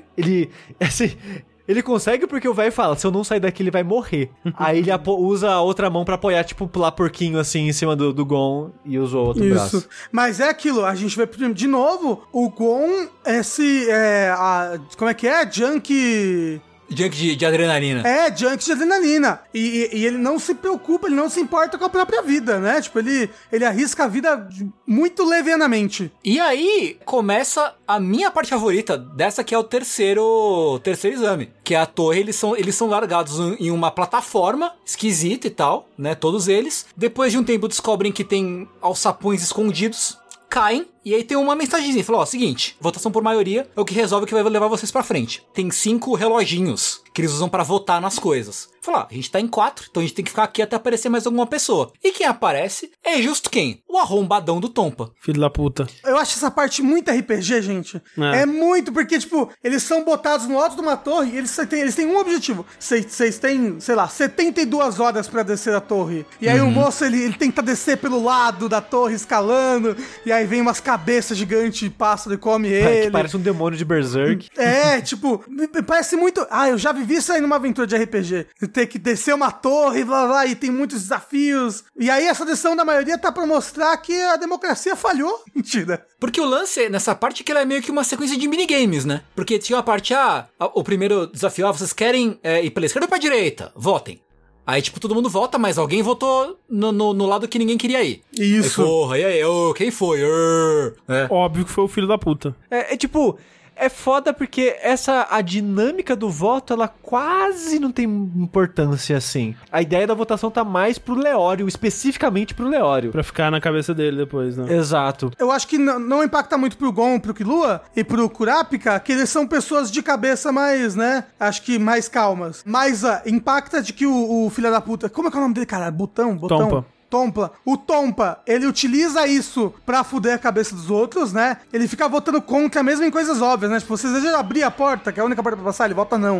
Ele consegue porque o velho fala, se eu não sair daqui, ele vai morrer. Aí ele usa a outra mão pra apoiar, tipo, pular porquinho, assim, em cima do Gon e usa o outro braço. Mas é aquilo, a gente vê de novo, o Gon, como é que é? Junk de adrenalina. Junk de adrenalina. E ele não se preocupa, ele não se importa com a própria vida, né? Tipo, ele arrisca a vida muito levianamente. E aí, começa a minha parte favorita dessa, que é o terceiro exame. Que é a torre, eles são largados em uma plataforma esquisita e tal, né? Todos eles. Depois de um tempo descobrem que tem alçapões escondidos. Caem, e aí tem uma mensagenzinha, falou, seguinte, votação por maioria é o que resolve, que vai levar vocês pra frente. Tem 5 reloginhos que eles usam pra votar nas coisas. Falou, a gente tá em 4, então a gente tem que ficar aqui até aparecer mais alguma pessoa. E quem aparece é justo quem? O arrombadão do Tompa. Filho da puta. Eu acho essa parte muito RPG, gente. É muito, porque, tipo, eles são botados no alto de uma torre e eles têm um objetivo. Vocês têm, sei lá, 72 horas pra descer a torre. E aí o moço, ele tenta descer pelo lado da torre, escalando, e aí vem umas cabeças gigantes, pássaro e come ele. Que parece um demônio de Berserk. Tipo, parece muito... eu já vivi isso aí numa aventura de RPG. Ter que descer uma torre, blá, blá, e tem muitos desafios. E aí essa decisão da maioria tá pra mostrar que a democracia falhou. Mentira. Porque o lance nessa parte é que ela é meio que uma sequência de minigames, né? Porque tinha uma parte, o primeiro desafio, vocês querem ir pela esquerda ou pra direita? Votem. Aí, tipo, todo mundo vota, mas alguém votou no lado que ninguém queria ir. Isso. Aí, porra, e aí, quem foi? Óbvio que foi o filho da puta. Tipo... É foda porque a dinâmica do voto, ela quase não tem importância assim. A ideia da votação tá mais pro Leório, especificamente pro Leório. Pra ficar na cabeça dele depois, né? Exato. Eu acho que não impacta muito pro Gon, pro Killua e pro Kurapika, que eles são pessoas de cabeça mais, né? Acho que mais calmas. Mas impacta de que o filho da puta... Como é que é o nome dele, cara? Botão? Tompa. O Tompa, ele utiliza isso pra fuder a cabeça dos outros, né? Ele fica votando contra mesmo em coisas óbvias, né? Tipo, vocês já abrir a porta, que é a única porta pra passar, ele vota não.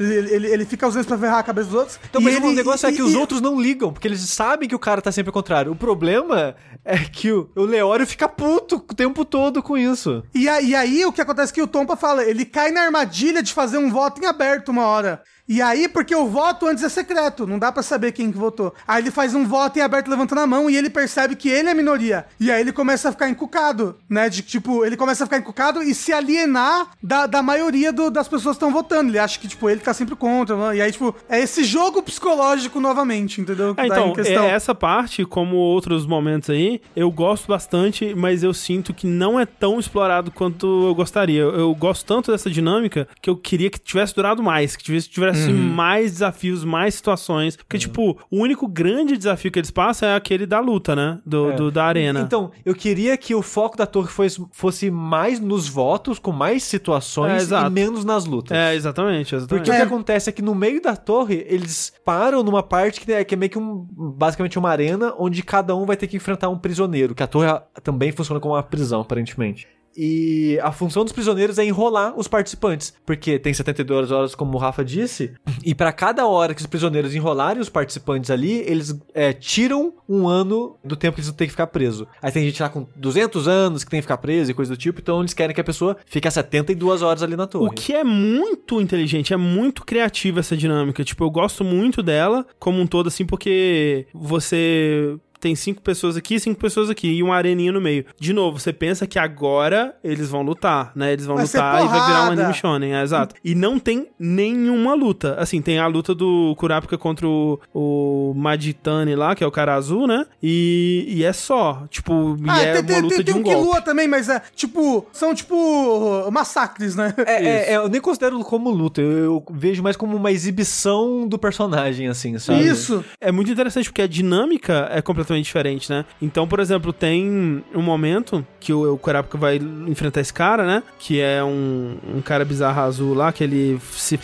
Ele fica usando isso pra ferrar a cabeça dos outros. Então, mas o negócio é que os outros não ligam, porque eles sabem que o cara tá sempre ao contrário. O problema é que o Leório fica puto o tempo todo com isso. E aí, o que acontece é que o Tompa fala, ele cai na armadilha de fazer um voto em aberto uma hora. E aí, porque o voto antes é secreto, não dá pra saber quem que votou. Aí ele faz um voto em aberto levantando a mão e ele percebe que ele é a minoria. E aí ele começa a ficar encucado, né? Ele começa a ficar encucado e se alienar da maioria das pessoas que estão votando. Ele acha que, ele tá sempre contra. Né? E aí, é esse jogo psicológico novamente, entendeu? Então, essa parte, como outros momentos aí, eu gosto bastante, mas eu sinto que não é tão explorado quanto eu gostaria. Eu gosto tanto dessa dinâmica que eu queria que tivesse durado mais, que tivesse mais desafios, mais situações. Porque, o único grande desafio que eles passam é aquele da luta, né? Da arena. Então, eu queria que o foco da torre fosse mais nos votos, com mais situações e menos nas lutas. Exatamente. Porque o que acontece é que no meio da torre, eles param numa parte que é meio que basicamente uma arena, onde cada um vai ter que enfrentar um prisioneiro, que a torre também funciona como uma prisão, aparentemente. E a função dos prisioneiros é enrolar os participantes, porque tem 72 horas, como o Rafa disse, e pra cada hora que os prisioneiros enrolarem os participantes ali, eles tiram um ano do tempo que eles vão ter que ficar preso. Aí tem gente lá com 200 anos que tem que ficar preso e coisa do tipo, então eles querem que a pessoa fique a 72 horas ali na torre. O que é muito inteligente, é muito criativa essa dinâmica, eu gosto muito dela como um todo, assim, porque você... tem 5 pessoas aqui, 5 pessoas aqui e uma areninha no meio. De novo, você pensa que agora eles vão lutar, né? Eles vão lutar e vai virar um anime shonen, exato. E não tem nenhuma luta. Assim, tem a luta do Kurapika contra o Majitani lá, que é o cara azul, né? E é só. Uma luta de um golpe. Tem o Killua também, mas são massacres, né? Eu nem considero como luta. Eu vejo mais como uma exibição do personagem, assim, sabe? Isso. É muito interessante porque a dinâmica é completamente diferente, né? Então, por exemplo, tem um momento que o Kurapika vai enfrentar esse cara, né? Que é um cara bizarro azul lá, que ele se...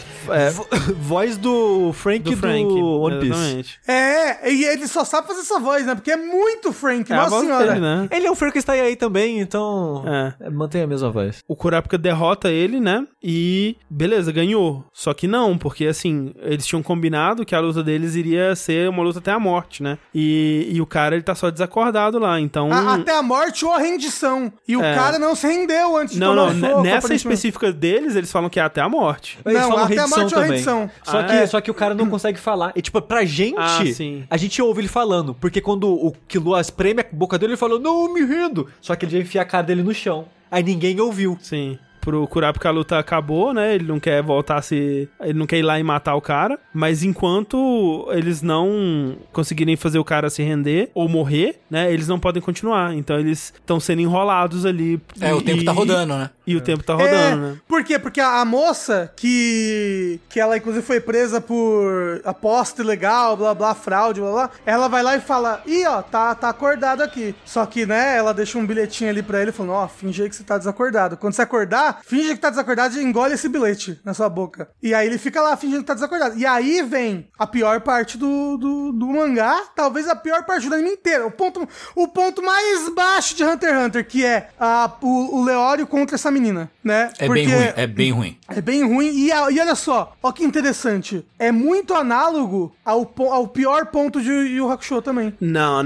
voz do Frank do One Piece. Exatamente. E ele só sabe fazer essa voz, né? Porque é muito Frank, nossa senhora. Dele, né? Ele é um Frank que está aí também, então mantém a mesma voz. O Kurapika derrota ele, né? E beleza, ganhou. Só que não, porque assim, eles tinham combinado que a luta deles iria ser uma luta até a morte, né? E o cara, ele tá só desacordado lá, então... Até a morte ou a rendição. E o cara não se rendeu antes de tomar o soco. Nessa específica deles, eles falam que é até a morte. Não, até a morte ou a rendição. Só que o cara não consegue falar. E pra gente, a gente ouve ele falando. Porque quando o Killua espreme a boca dele, ele falou, não, me rendo. Só que ele já enfia a cara dele no chão. Aí ninguém ouviu. Sim. Pro Kurapika a luta acabou, né? Ele não quer ele não quer ir lá e matar o cara, mas enquanto eles não conseguirem fazer o cara se render ou morrer, né? Eles não podem continuar. Então eles estão sendo enrolados ali. O tempo tá rodando, né? E o tempo tá rodando, né? Por quê? Porque a moça que ela inclusive foi presa por aposta ilegal, blá blá, fraude, blá blá, ela vai lá e fala, tá acordado aqui. Só que, né, ela deixa um bilhetinho ali pra ele falando, finge aí que você tá desacordado. Quando você acordar, finge que tá desacordado e engole esse bilhete na sua boca. E aí ele fica lá fingindo que tá desacordado. E aí vem a pior parte do mangá, talvez a pior parte do anime inteiro. O ponto mais baixo de Hunter x Hunter, que é o Leório contra essa menina, né? É bem ruim, é bem ruim. É bem ruim. E olha só, ó que interessante. É muito análogo ao pior ponto de Yu Yu Hakusho também. Não.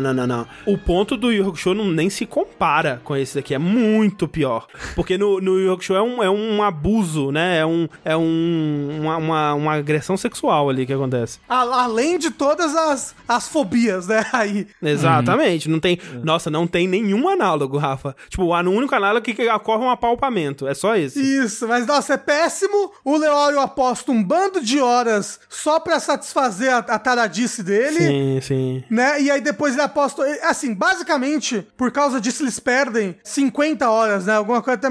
O ponto do Yu Yu Hakusho nem se compara com esse daqui. É muito pior. Porque no Yu Yu Hakusho é um abuso, né? Uma agressão sexual ali que acontece. Além de todas as fobias, né? Aí. Exatamente. Não tem... Nossa, não tem nenhum análogo, Rafa. O único análogo é que ocorre um apalpamento. É só esse. Isso, mas nossa, é péssimo. O Leório aposta um bando de horas só pra satisfazer a taradice dele. Sim. Né? E aí depois ele aposta... Assim, basicamente, por causa disso eles perdem 50 horas, né? Alguma coisa até mais que isso.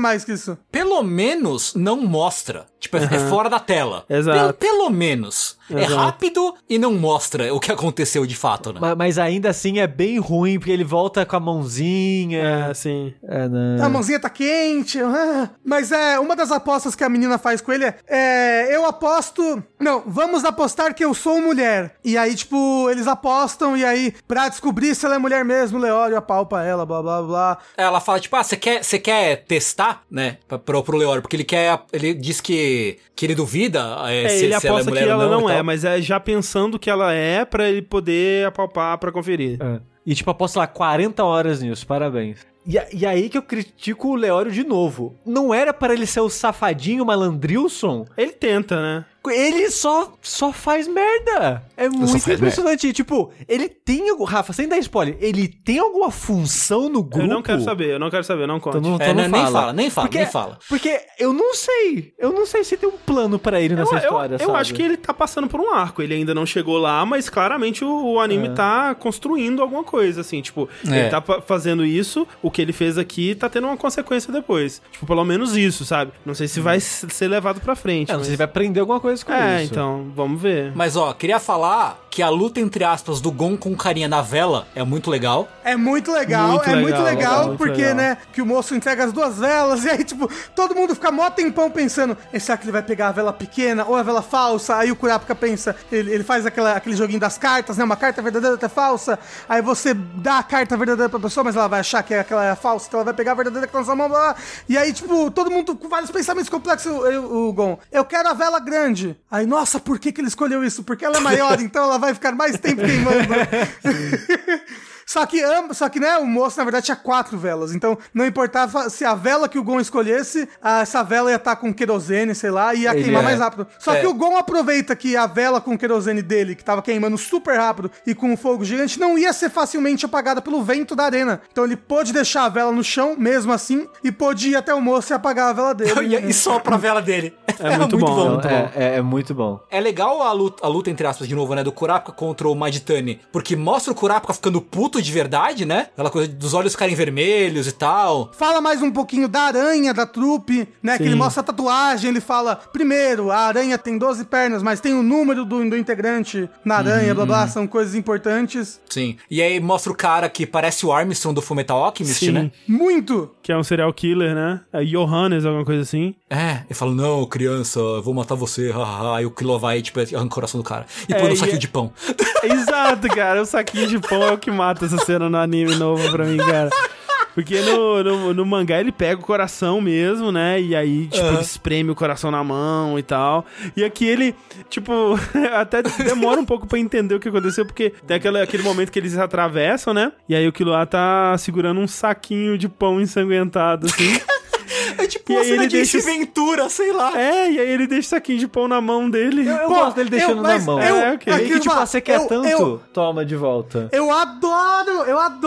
isso. Pelo menos não mostra. Tipo, é fora da tela. Exato. Pelo menos. É Exato. rápido e não mostra o que aconteceu de fato, né? Mas ainda assim é bem ruim, porque ele volta com a mãozinha. Sim. Não. A mãozinha tá quente. Mas uma das apostas que a menina faz com ele eu aposto... Não, vamos apostar que eu sou mulher. E aí, tipo, eles apostam e aí, pra descobrir se ela é mulher mesmo, o Leório apalpa ela, blá, blá, blá. Ela fala, tipo, você quer testar, né? Pro Leório, porque ele diz que ele duvida se Ele ela é aposta mulher que ou ela não não e é, tal. mas é já pensando que ela é pra ele poder apalpar pra conferir. E tipo, aposto lá 40 horas nisso, parabéns. E aí que eu critico o Leório de novo. Não era para ele ser o safadinho malandrilson? Ele tenta, né? Ele só faz merda. É muito impressionante. Tipo, ele tem algum... Rafa, sem dar spoiler, ele tem alguma função no grupo? Eu não quero saber, não conte. Então Nem fala. Porque eu não sei se tem um plano pra ele nessa história, eu acho que ele tá passando por um arco. Ele ainda não chegou lá, mas claramente o anime tá construindo alguma coisa, assim. Tipo, ele tá fazendo isso, o que ele fez aqui tá tendo uma consequência depois. Tipo, pelo menos isso, sabe? Não sei se vai ser levado pra frente. Não sei se vai aprender alguma coisa com isso. Então, vamos ver. Mas, queria falar que a luta, entre aspas, do Gon com o carinha na vela é muito legal. É muito legal, Muito legal, porque, legal. né, que o moço entrega as 2 velas e aí, tipo, todo mundo fica mó tempão pensando, será que ele vai pegar a vela pequena ou a vela falsa? Aí o Kurapika pensa, ele faz aquele joguinho das cartas, né, uma carta verdadeira, outra falsa, aí você dá a carta verdadeira pra pessoa, mas ela vai achar que aquela é a falsa, então ela vai pegar a verdadeira que tá na sua mão, blá, blá. E aí, tipo, todo mundo com vários pensamentos complexos, o Gon, eu quero a vela grande. Aí, nossa, por que ele escolheu isso? Porque ela é maior, então ela vai ficar mais tempo queimando. Só que, né, o moço, na verdade, tinha 4 velas. Então, não importava se a vela que o Gon escolhesse, essa vela ia estar com querosene, sei lá, e ia queimar mais rápido. Só que o Gon aproveita que a vela com querosene dele, que tava queimando super rápido e com um fogo gigante, não ia ser facilmente apagada pelo vento da arena. Então, ele pôde deixar a vela no chão, mesmo assim, e pôde ir até o moço e apagar a vela dele. E sopra a vela dele. É muito bom. É muito bom. É legal a luta, entre aspas, de novo, né, do Kurapika contra o Maditani, porque mostra o Kurapika ficando puto de verdade, né? Aquela coisa dos olhos ficarem vermelhos e tal. Fala mais um pouquinho da aranha, da trupe, né? Sim. Que ele mostra a tatuagem, ele fala, primeiro, a aranha tem 12 pernas, mas tem o número do integrante na aranha, blá blá, são coisas importantes. Sim. E aí mostra o cara que parece o Armstrong do Fullmetal Alchemist, Sim. né? Muito! Que é um serial killer, né? É Johannes, alguma coisa assim. Ele fala, não, criança, eu vou matar você, hahaha. Aí o Killua vai, tipo, arranca o coração do cara. E põe no saquinho de pão. Exato, cara. O saquinho de pão é o que mata essa cena no anime novo pra mim, cara. Porque no mangá ele pega o coração mesmo, né? E aí, tipo, ele espreme o coração na mão e tal. E aqui ele, tipo, até demora um pouco pra entender o que aconteceu, porque tem aquele momento que eles atravessam, né? E aí o Killua tá segurando um saquinho de pão ensanguentado, assim. É tipo E uma aí cena ele de deixa- Ace Ventura, sei lá. E aí ele deixa o saquinho de pão na mão dele. Eu gosto dele deixando na mão. Ok. Meio que, tipo, você quer tanto, eu- toma de volta. Eu adoro!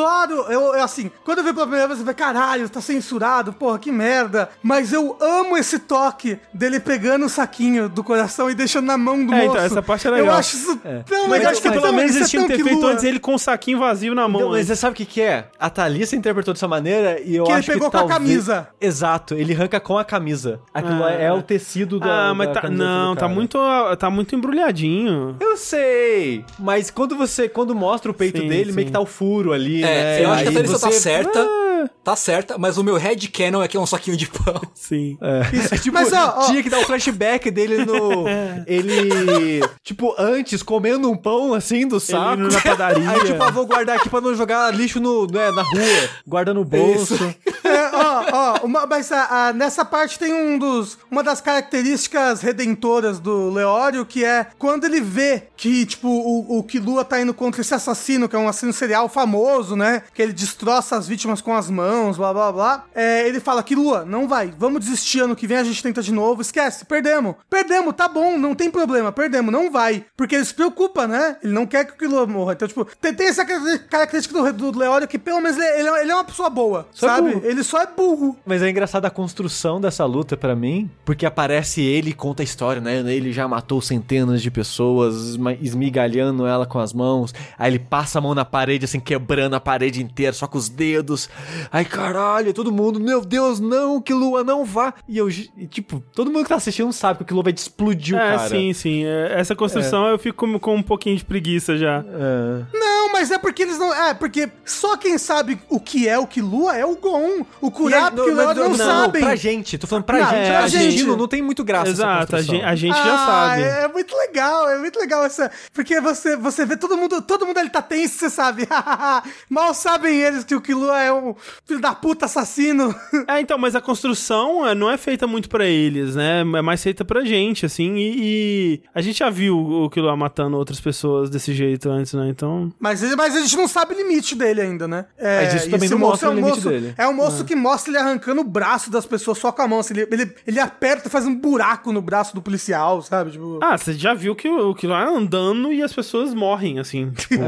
Eu assim, quando eu vi pela primeira vez, eu falei, caralho, tá censurado, porra, que merda. Mas eu amo esse toque dele pegando o saquinho do coração e deixando na mão do moço. Então, essa parte é legal. Eu acho isso tão Mas legal. acho que isso é pelo tão- menos isso é eles tinham tão que ter que feito Lua. antes ele com o saquinho vazio na mão. Não, mas antes. você sabe o que é? A Thalissa interpretou dessa maneira e eu Que ele acho que pegou com a talvez... camisa. Exato, ele arranca com a camisa. Aquilo é o tecido da mas da camiseta do cara. tá muito embrulhadinho. Eu sei, mas quando mostra o peito Sim, dele, sim. meio que tá o furo ali, né? Eu acho que a Aí Thalissa tá você- certa. Tá certa, mas o meu headcanon é que é um saquinho de pão. Sim. É tipo, Mas, ó, tinha que dar o flashback dele no... Ele, tipo, antes, comendo um pão, assim, do saco. Ele indo na padaria. Aí, tipo, vou guardar aqui pra não jogar lixo na rua. Guarda no bolso. Mas nessa parte tem uma das características redentoras do Leório, que é quando ele vê que, tipo, o Killua tá indo contra esse assassino, que é um assassino serial famoso, né? Que ele destroça as vítimas com as mãos, blá, blá, blá. Ele fala, Killua, não vai, vamos desistir, ano que vem a gente tenta de novo, esquece, perdemos, tá bom, não tem problema, perdemos, não vai. Porque ele se preocupa, né? Ele não quer que o Killua morra. Então, tipo, tem essa característica do Leório que, pelo menos, ele é uma pessoa boa, Só sabe? burro. Ele só é burro. burro. Mas é engraçado a construção dessa luta pra mim, porque aparece ele e conta a história, né? Ele já matou centenas de pessoas, esmigalhando ela com as mãos. Aí ele passa a mão na parede, assim, quebrando a parede inteira, só com os dedos. Ai, caralho, todo mundo, meu Deus, não, que Lua não vá. E tipo, todo mundo que tá assistindo sabe que o Killua vai explodir o cara. Sim. Essa construção eu fico com um pouquinho de preguiça já. Não, mas é porque eles não... porque só quem sabe o que é o Killua é o Gon. O Kurapika e o Leório não sabem. Pra gente, tô falando pra gente. Pra gente. Não tem muito graça. Exato, a gente já sabe. É muito legal essa... Porque você vê todo mundo ele tá tenso, você sabe. Mal sabem eles que o Killua é um filho da puta assassino. Então, mas a construção não é feita muito pra eles, né? É mais feita pra gente, assim, e a gente já viu o Killua matando outras pessoas desse jeito antes, né? Então... Mas a gente não sabe o limite dele ainda, né? Mas isso também não mostra o limite dele. É um moço que mostra ele arrancando o braço das pessoas só com a mão, assim, ele aperta e faz um buraco no braço do policial, sabe? Tipo... você já viu que o Killua andando e as pessoas morrem, assim, tipo...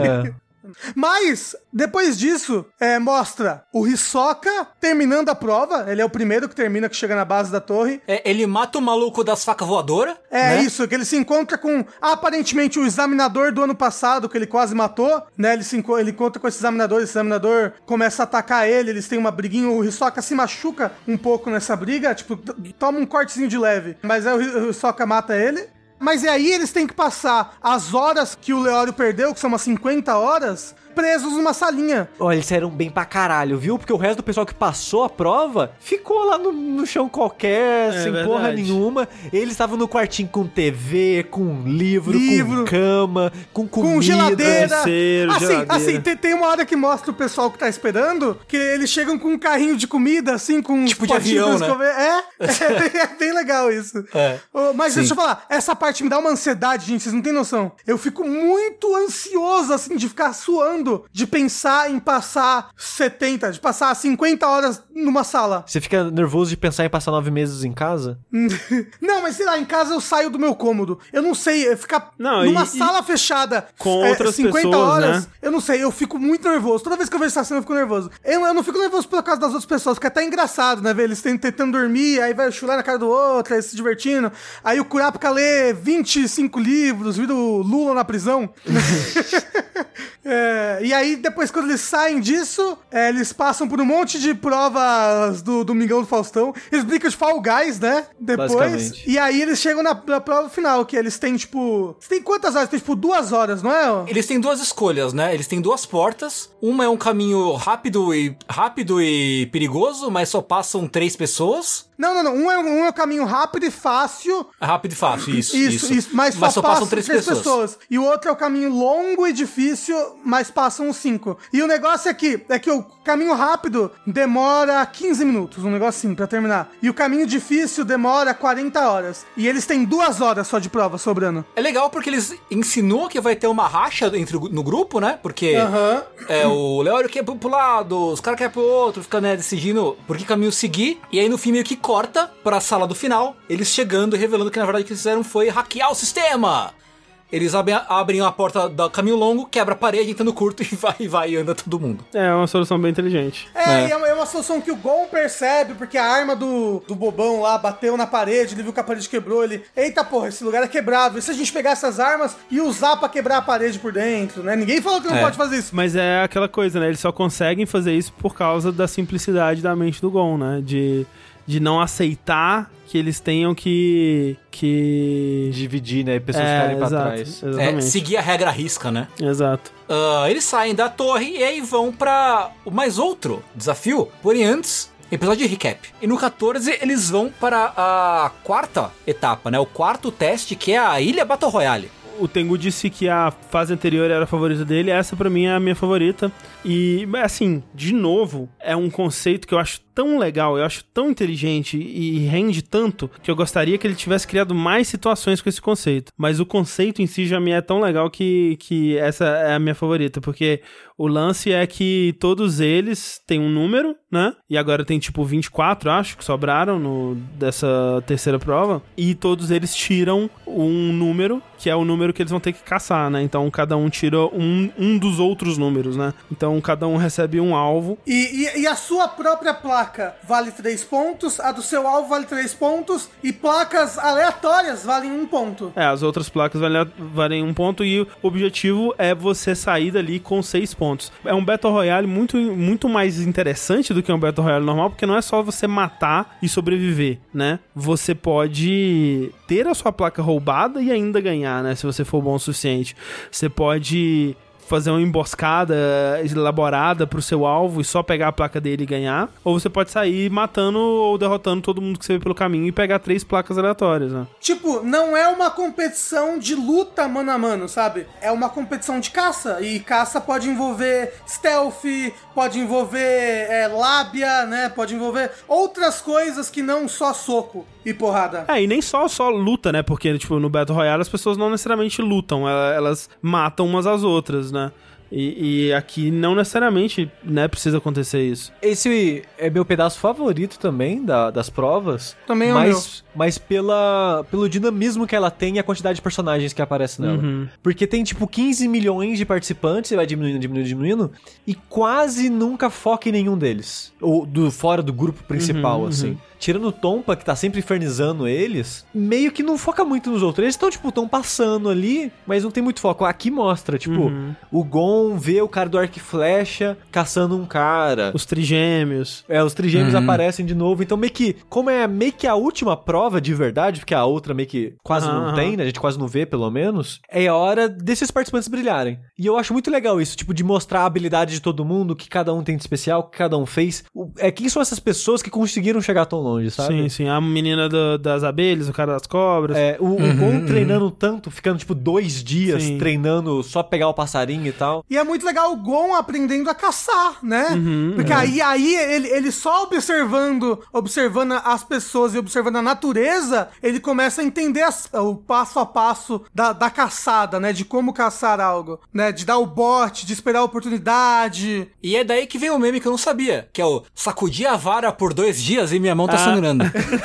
Mas, depois disso, mostra o Hisoka terminando a prova. Ele é o primeiro que termina, que chega na base da torre. Ele mata o maluco das facas voadoras. Né? Isso, que ele se encontra com, aparentemente, o examinador do ano passado, que ele quase matou, né? Ele encontra com esse examinador começa a atacar ele, eles têm uma briguinha, o Hisoka se machuca um pouco nessa briga, tipo, toma um cortezinho de leve, mas aí o Hisoka mata ele. Mas aí eles têm que passar as horas que o Leório perdeu, que são umas 50 horas, presos numa salinha. Olha, eles saíram bem pra caralho, viu? Porque o resto do pessoal que passou a prova ficou lá no chão qualquer, sem verdade. porra nenhuma. Eles estavam no quartinho com TV, com livro, com cama, com comida. Com geladeira. Geladeira. Tem uma hora que mostra o pessoal que tá esperando, que eles chegam com um carrinho de comida, assim, com tipo de avião, né? É bem legal isso. Mas deixa eu falar, essa parte me dá uma ansiedade, gente, vocês não têm noção. Eu fico muito ansioso, assim, de ficar suando, de pensar em passar 50 horas numa sala. Você fica nervoso de pensar em passar 9 meses em casa? Não, mas sei lá, em casa eu saio do meu cômodo. Eu não sei, ficar numa sala fechada com outras 50 pessoas, horas, né? Eu não sei, eu fico muito nervoso. Toda vez que eu vejo essa cena eu fico nervoso. Eu não fico nervoso por causa das outras pessoas, que é até engraçado, né, ver eles tentando dormir, aí vai chular na cara do outro, aí se divertindo. Aí o Kurapika lê 25 livros, vira o Lula na prisão. E aí, depois, quando eles saem disso, eles passam por um monte de provas do Domingão do Faustão. Eles brincam de Fall Guys, né? Depois. E aí eles chegam na prova final, que eles têm, tipo... Você tem quantas horas? Tem, tipo, 2 horas, não é? Eles têm 2 escolhas, né? Eles têm 2 portas. Uma é um caminho rápido e perigoso, mas só passam 3 pessoas. Não. Um é um caminho rápido e fácil. Rápido e fácil, isso. Mas só passam 3 pessoas. E o outro é o caminho longo e difícil, mas passam uns 5. E o negócio é que o caminho rápido demora 15 minutos, um negócio assim, pra terminar. E o caminho difícil demora 40 horas. E eles têm 2 horas só de prova sobrando. É legal porque eles insinuam que vai ter uma racha no grupo, né? Porque o Leório quer pro lado, os caras querem pro outro, fica, né, decidindo por que caminho seguir. E aí no fim meio que corta pra sala do final, eles chegando e revelando que na verdade o que eles fizeram foi hackear o sistema. Eles abrem a porta do caminho longo, quebra a parede, entra no curto e vai e anda todo mundo. É uma solução bem inteligente. É uma solução que o Gon percebe, porque a arma do bobão lá bateu na parede, ele viu que a parede quebrou, ele... Eita porra, esse lugar é quebrável. E se a gente pegar essas armas e usar pra quebrar a parede por dentro, né? Ninguém falou que não pode fazer isso. Mas é aquela coisa, né? Eles só conseguem fazer isso por causa da simplicidade da mente do Gon, né? De não aceitar que eles tenham que dividir, né? E pessoas ficarem pra trás. Exatamente. Seguir a regra à risca, né? Exato. Eles saem da torre e aí vão pra mais outro desafio. Porém, antes, episódio de recap. E no 14, eles vão para a 4ª etapa, né? O 4º teste, que é a Ilha Battle Royale. O Tengu disse que a fase anterior era a favorita dele, essa pra mim é a minha favorita. E, assim, de novo, é um conceito que eu acho tão legal, eu acho tão inteligente e rende tanto que eu gostaria que ele tivesse criado mais situações com esse conceito. Mas o conceito em si já me é tão legal que essa é a minha favorita, porque o lance é que todos eles têm um número, né? E agora tem tipo 24, acho, que sobraram dessa terceira prova. E todos eles tiram um número, que é o número que eles vão ter que caçar, né? Então cada um tira um dos outros números, né? Então cada um recebe um alvo. E a sua própria placa, placa vale 3 pontos, a do seu alvo vale 3 pontos, e placas aleatórias valem 1 ponto. As outras placas valem 1 ponto e o objetivo é você sair dali com 6 pontos. É um Battle Royale muito mais interessante do que um Battle Royale normal, porque não é só você matar e sobreviver, né? Você pode ter a sua placa roubada e ainda ganhar, né? Se você for bom o suficiente. Você pode fazer uma emboscada elaborada pro seu alvo e só pegar a placa dele e ganhar, ou você pode sair matando ou derrotando todo mundo que você vê pelo caminho e pegar 3 placas aleatórias, né? Tipo, não é uma competição de luta mano a mano, sabe? É uma competição de caça, e caça pode envolver stealth, pode envolver lábia, né? Pode envolver outras coisas que não só soco e porrada. E nem só luta, né? Porque, tipo, no Battle Royale as pessoas não necessariamente lutam, elas matam umas às outras, né? E aqui não necessariamente, né, precisa acontecer isso. Esse é meu pedaço favorito também das provas. Também é o mas pelo dinamismo que ela tem e a quantidade de personagens que aparece nela. Porque tem tipo 15 milhões de participantes, você vai diminuindo, e quase nunca foca em nenhum deles. Ou fora do grupo principal, assim. Tirando o Tompa, que tá sempre infernizando eles, meio que não foca muito nos outros. Eles estão passando ali, mas não tem muito foco. Aqui mostra, tipo, o Gon vê o cara do arco e flecha caçando um cara. Os trigêmeos. Os trigêmeos aparecem de novo. Então como é meio que a última prova de verdade, porque a outra meio que quase não tem, né? A gente quase não vê, pelo menos. É a hora desses participantes brilharem. E eu acho muito legal isso, tipo, de mostrar a habilidade de todo mundo, o que cada um tem de especial, o que cada um fez. Quem são essas pessoas que conseguiram chegar tão longe, sabe? Sim. A menina das abelhas, o cara das cobras. O Gon treinando tanto, ficando tipo 2 dias treinando só pegar o passarinho e tal. E é muito legal o Gon aprendendo a caçar, né? Porque aí ele só observando as pessoas e observando a natureza, ele começa a entender o passo a passo da caçada, né? De como caçar algo, né? De dar o bote, de esperar a oportunidade. E é daí que vem o meme que eu não sabia, que é o sacudir a vara por 2 dias e minha mão tá sangrando.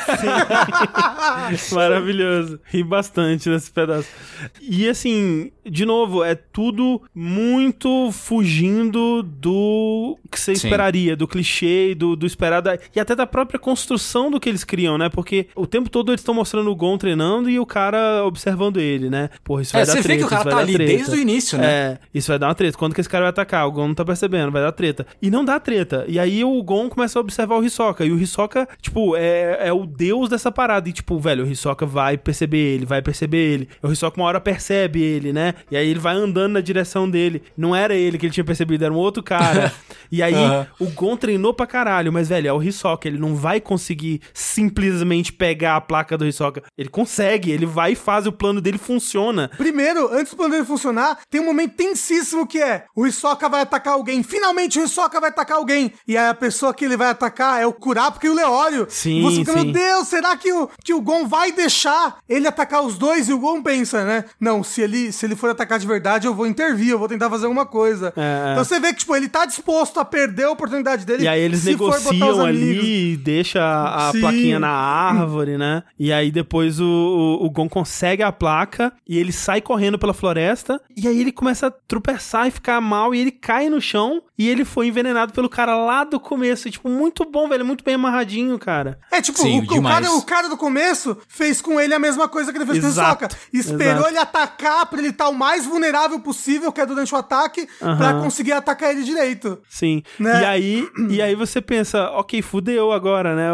Maravilhoso. Ri bastante nesse pedaço. E assim, de novo, é tudo muito fugindo do que você esperaria, do clichê, do esperado, e até da própria construção do que eles criam, né? Porque o tempo todo eles estão mostrando o Gon treinando e o cara observando ele, né? Porra, isso vai dar treta. Você vê que o cara tá ali desde o início, né? Isso vai dar uma treta. Quando que esse cara vai atacar? O Gon não tá percebendo, vai dar treta. E não dá treta. E aí o Gon começa a observar o Hisoka, e o Hisoka, tipo, é o deus dessa parada. E tipo, velho, o Hisoka vai perceber ele. O Hisoka uma hora percebe ele, né? E aí ele vai andando na direção dele. Não era ele que ele tinha percebido, era um outro cara. E aí o Gon treinou pra caralho, mas, velho, é o Hisoka. Ele não vai conseguir simplesmente pegar a placa do Hisoka. Ele consegue, ele vai e faz, o plano dele funciona. Primeiro, antes do plano dele funcionar, tem um momento tensíssimo que é: o Hisoka vai atacar alguém. Finalmente o Hisoka vai atacar alguém. E aí a pessoa que ele vai atacar é o Kurapika e o Leório. Sim, você fica, meu Deus, será que o Gon vai deixar ele atacar os dois? E o Gon pensa, né? Não, se ele for atacar de verdade, eu vou intervir, eu vou tentar fazer alguma coisa. Então você vê que, tipo, ele tá disposto a perder a oportunidade dele. E aí eles negociam ali e deixa a plaquinha na árvore, né? E aí depois o Gon consegue a placa e ele sai correndo pela floresta, e aí ele começa a tropeçar e ficar mal, e ele cai no chão, e ele foi envenenado pelo cara lá do começo. E, tipo, muito bom, velho, muito bem amarradinho, cara. Tipo, o cara do começo fez com ele a mesma coisa que ele fez com o Hisoka. Esperou ele atacar pra ele estar o mais vulnerável possível, que é durante o ataque, pra conseguir atacar ele direito. Sim. Né? E aí você pensa, ok, fudeu agora, né?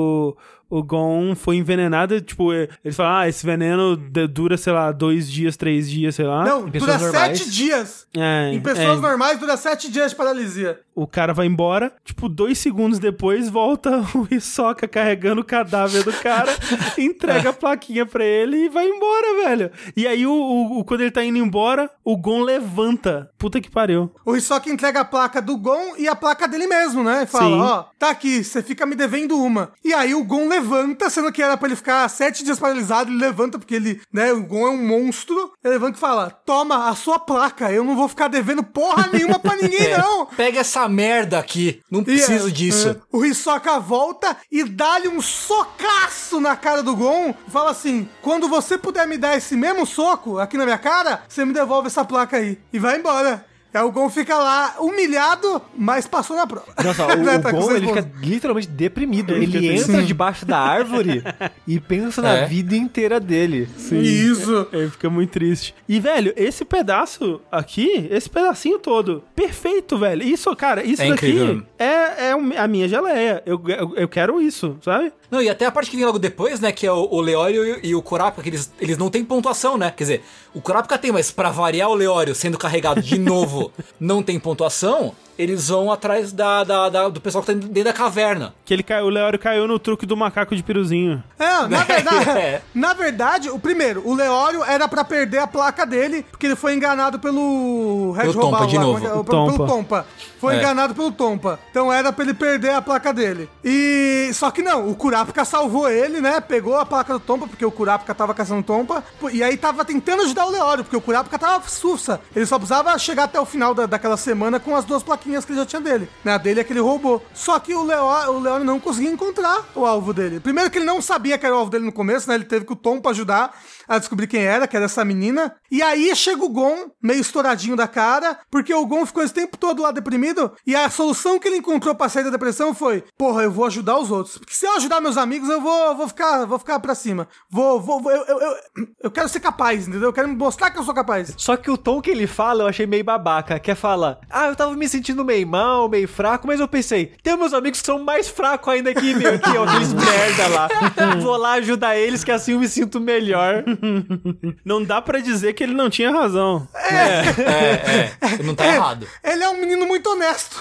O Gon foi envenenado, tipo, eles falam, esse veneno dura, sei lá, 2 dias, 3 dias, sei lá. Não, dura 7 dias. Em pessoas normais, dura 7 dias de paralisia. O cara vai embora, tipo, 2 segundos depois, volta o Hisoka carregando o cadáver do cara, entrega a plaquinha pra ele e vai embora, velho. E aí, quando ele tá indo embora, o Gon levanta. Puta que pariu. O Hisoka entrega a placa do Gon e a placa dele mesmo, né? E fala, tá aqui, você fica me devendo uma. E aí o Gon levanta, sendo que era pra ele ficar 7 dias paralisado, ele levanta porque ele, né, o Gon é um monstro. Ele levanta e fala, toma a sua placa, eu não vou ficar devendo porra nenhuma pra ninguém, não. Pega essa merda aqui, não preciso disso. O Hisoka volta e dá-lhe um socaço na cara do Gon, fala assim, quando você puder me dar esse mesmo soco aqui na minha cara, você me devolve essa placa aí. E vai embora. Aí o Gon fica lá, humilhado, mas passou na prova. Nossa, o Gon, ele fica literalmente deprimido. Ele entra debaixo da árvore e pensa na vida inteira dele. Sim. Isso. Ele fica muito triste. E, velho, esse pedaço aqui, esse pedacinho todo, perfeito, velho. Isso, cara, isso daqui é a minha geleia. Eu quero isso, sabe? Não, e até a parte que vem logo depois, né, que é o Leório e o Kurapika, que eles não têm pontuação, né? Quer dizer, o Kurapika tem, mas pra variar o Leório sendo carregado de novo não tem pontuação, eles vão atrás do pessoal que tá dentro da caverna. Que o Leório caiu no truque do macaco de piruzinho. Na verdade, o Leório era pra perder a placa dele, porque ele foi enganado pelo Red Tompa de novo. Pelo Tompa. Foi enganado pelo Tompa. Então era pra ele perder a placa dele. E só que não, o Kurapika salvou ele, né? Pegou a placa do Tompa, porque o Kurapika tava caçando Tompa. E aí tava tentando ajudar o Leório, porque o Kurapika tava sussa. Ele só precisava chegar até o final daquela semana com as 2 plaquinhas que ele já tinha dele. Né? A dele é que ele roubou. Só que o Leório não conseguia encontrar o alvo dele. Primeiro que ele não sabia que era o alvo dele no começo, né? Ele teve que o Tompa ajudar a descobrir quem era, que era essa menina. E aí chega o Gon, meio estouradinho da cara, porque o Gon ficou esse tempo todo lá deprimido, e a solução que ele encontrou pra sair da depressão foi, porra, eu vou ajudar os outros. Porque se eu ajudar meus amigos, eu vou ficar pra cima. Eu quero ser capaz, entendeu? Eu quero mostrar que eu sou capaz. Só que o tom que ele fala, eu achei meio babaca, que é fala, eu tava me sentindo meio mal, meio fraco, mas eu pensei, tem meus amigos que são mais fracos ainda que eu, aqueles merda lá. Vou lá ajudar eles, que assim eu me sinto melhor. Não dá pra dizer que ele não tinha razão. Não tá errado. Ele é um menino muito honesto.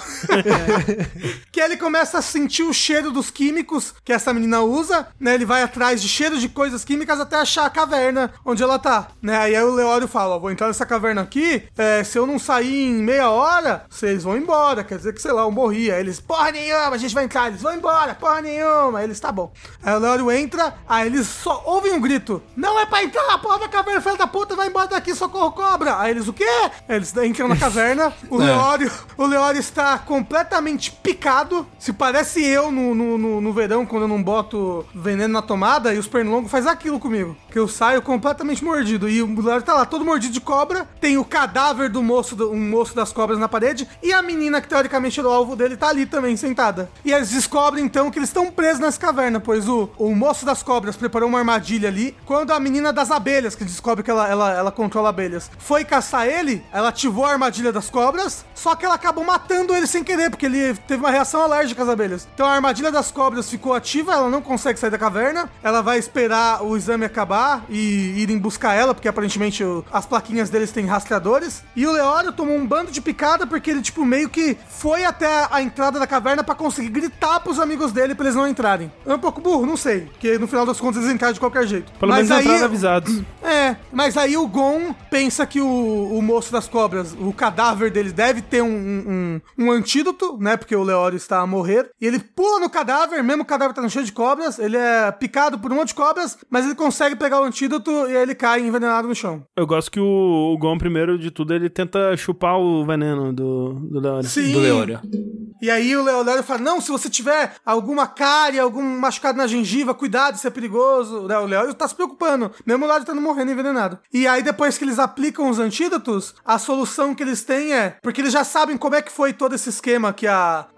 Que ele começa a sentir o cheiro dos químicos que essa menina usa, né? Ele vai atrás de cheiros de coisas químicas até achar a caverna onde ela tá, né? Aí o Leório fala, vou entrar nessa caverna aqui, se eu não sair em meia hora, vocês vão embora, quer dizer que, sei lá, eu morri. Aí eles, porra nenhuma, a gente vai entrar. Eles vão embora, porra nenhuma. Aí eles, tá bom. Aí o Leório entra, aí eles só ouvem um grito, não é pra entrar, a porra da caverna, filha da puta, vai embora daqui, socorro, cobra. Aí eles, o quê? Aí eles entram na caverna, o Leório está completamente picado, se parece eu no verão, quando eu não boto veneno na tomada, e os pernilongos faz aquilo comigo, que eu saio completamente mordido, e o Leório tá lá, todo mordido de cobra, tem o cadáver do moço das cobras na parede, e a menina que teoricamente era o alvo dele tá ali também, sentada. E eles descobrem então que eles estão presos nessa caverna, pois o moço das cobras preparou uma armadilha ali, quando a menina das abelhas, que descobre que ela controla abelhas, foi caçar ele, ela ativou a armadilha das cobras, só que ela acabou matando ele sem querer, porque ele teve uma reação alérgica às abelhas. Então a armadilha das cobras ficou ativa, ela não consegue sair da caverna, ela vai esperar o exame acabar e irem buscar ela, porque aparentemente as plaquinhas deles têm rastreadores, e o Leório tomou um bando de picada, porque ele tipo meio que foi até a entrada da caverna pra conseguir gritar pros amigos dele pra eles não entrarem. É um pouco burro, não sei, porque no final das contas eles entraram de qualquer jeito. Pelo menos entraram avisados. Mas aí o Gon pensa que o moço das cobras, o cadáver dele deve ter um antídoto, né? Porque o Leório está a morrer. E ele pula no cadáver, mesmo o cadáver tá cheio de cobras, ele é picado por um monte de cobras, mas ele consegue pegar o antídoto e aí ele cai envenenado no chão. Eu gosto que o Gon, primeiro de tudo, ele tenta chupar o veneno do Leório. Sim. Do Leório. E aí o Leório fala, não, se você tiver alguma cárie, algum machucado na gengiva, cuidado, isso é perigoso. O Leório tá se preocupando, mesmo o Leório tá morrendo envenenado. E aí depois que eles aplicam os antídotos, a solução que eles têm é, porque eles já sabem como é que foi todo esse esquema que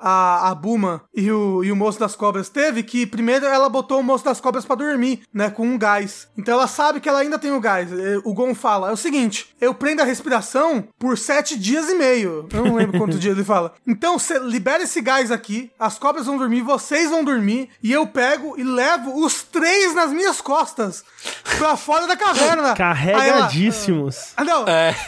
a Bulma e o moço das cobras teve, que primeiro ela botou o moço das cobras pra dormir, né, com um gás. Então ela sabe que ela ainda tem o gás. O Gon fala, é o seguinte, eu prendo a respiração por 7 dias e meio. Eu não lembro quanto dia ele fala. Então você libera esse gás aqui, as cobras vão dormir, vocês vão dormir, e eu pego e levo os 3 nas minhas costas pra fora da caverna. Carregadíssimos. Não.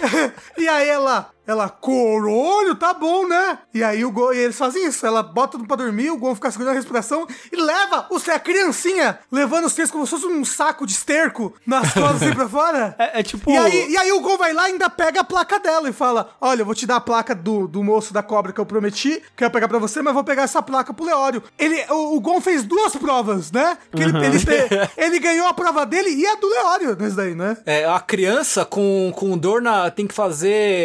E aí ela, corolho, tá bom, né? E aí e eles fazem isso, ela bota pra dormir, o Gon fica segurando a respiração e leva a criancinha, levando os 3 como se fosse um saco de esterco nas costas assim pra fora. É tipo... E aí o Gon vai lá e ainda pega a placa dela e fala, olha, eu vou te dar a placa do moço da cobra que eu prometi, que eu ia pegar pra você, mas vou pegar essa placa pro Leório. O Gon fez 2 provas, né? Que ele ganhou a prova dele e a do Leório nesse daí, né? A criança com dor tem que fazer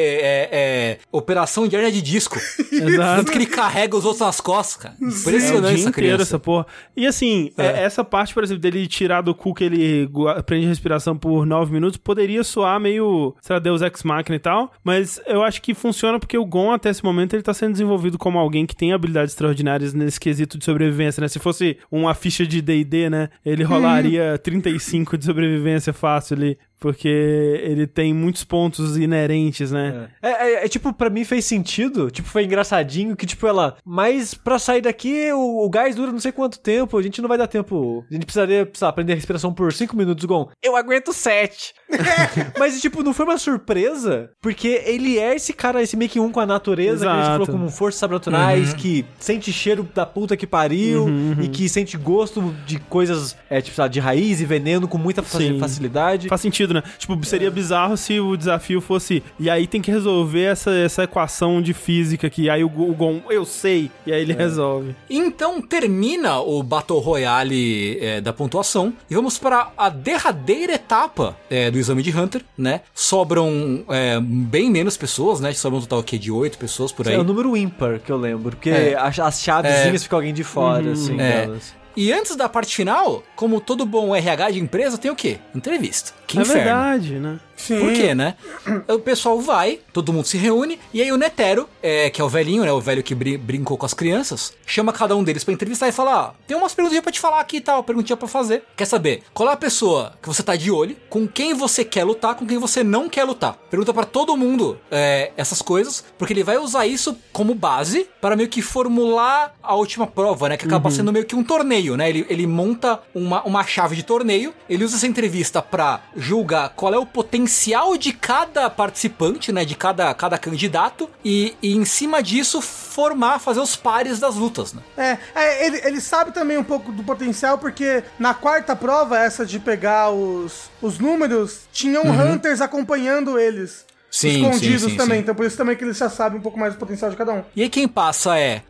operação de hernia de disco. Exato. Tanto que ele carrega os outros nas costas, cara. Impressionante essa criança. Essa porra. E assim, essa parte, por exemplo, dele tirar do cu que ele prende a respiração por 9 minutos, poderia soar meio, sei lá, Deus Ex Machina e tal, mas eu acho que funciona porque o Gon, até esse momento, ele tá sendo desenvolvido como alguém que tem habilidades extraordinárias nesse quesito de sobrevivência, né? Se fosse uma ficha de D&D, né? Ele rolaria 35 de sobrevivência fácil ali. Porque ele tem muitos pontos inerentes, né? Tipo, pra mim fez sentido. Tipo, foi engraçadinho que, tipo, ela... Mas pra sair daqui, o gás dura não sei quanto tempo. A gente não vai dar tempo. A gente precisaria aprender a respiração por 5 minutos, Gon. Eu aguento 7. Mas, tipo, não foi uma surpresa. Porque ele é esse cara, esse meio que um com a natureza. Exato. Que a gente falou como forças sobrenaturais. Que sente cheiro da puta que pariu. E que sente gosto de coisas, tipo, sabe, de raiz e veneno com muita facilidade. Faz sentido, né? Tipo, seria bizarro se o desafio fosse... E aí tem que resolver essa equação de física aqui. Aí o Gon, eu sei. E aí ele resolve. Então termina o Battle Royale da pontuação. E vamos para a derradeira etapa do exame de Hunter, né? Sobram bem menos pessoas, né? Sobram um total aqui de 8 pessoas por aí. É o número ímpar que eu lembro. Porque as chavezinhas ficam alguém de fora, assim, delas. E antes da parte final, como todo bom RH de empresa, tem o quê? Entrevista. Que inferno. É verdade, né? Sim. Por quê, né? O pessoal vai, todo mundo se reúne, e aí o Netero, que é o velhinho, né? O velho que brincou com as crianças, chama cada um deles pra entrevistar e fala: tem umas perguntinhas pra te falar aqui e tal, perguntinha pra fazer. Quer saber qual é a pessoa que você tá de olho, com quem você quer lutar, com quem você não quer lutar? Pergunta pra todo mundo essas coisas, porque ele vai usar isso como base para meio que formular a última prova, né? Que acaba sendo meio que um torneio, né? Ele monta uma chave de torneio, ele usa essa entrevista pra julgar qual é o potencial de cada participante, né, de cada candidato, e em cima disso fazer os pares das lutas, né? Ele sabe também um pouco do potencial, porque na quarta prova, essa de pegar os números, tinham Hunters acompanhando eles. Escondidos também, então por isso também que eles já sabem um pouco mais do potencial de cada um. E aí quem passa é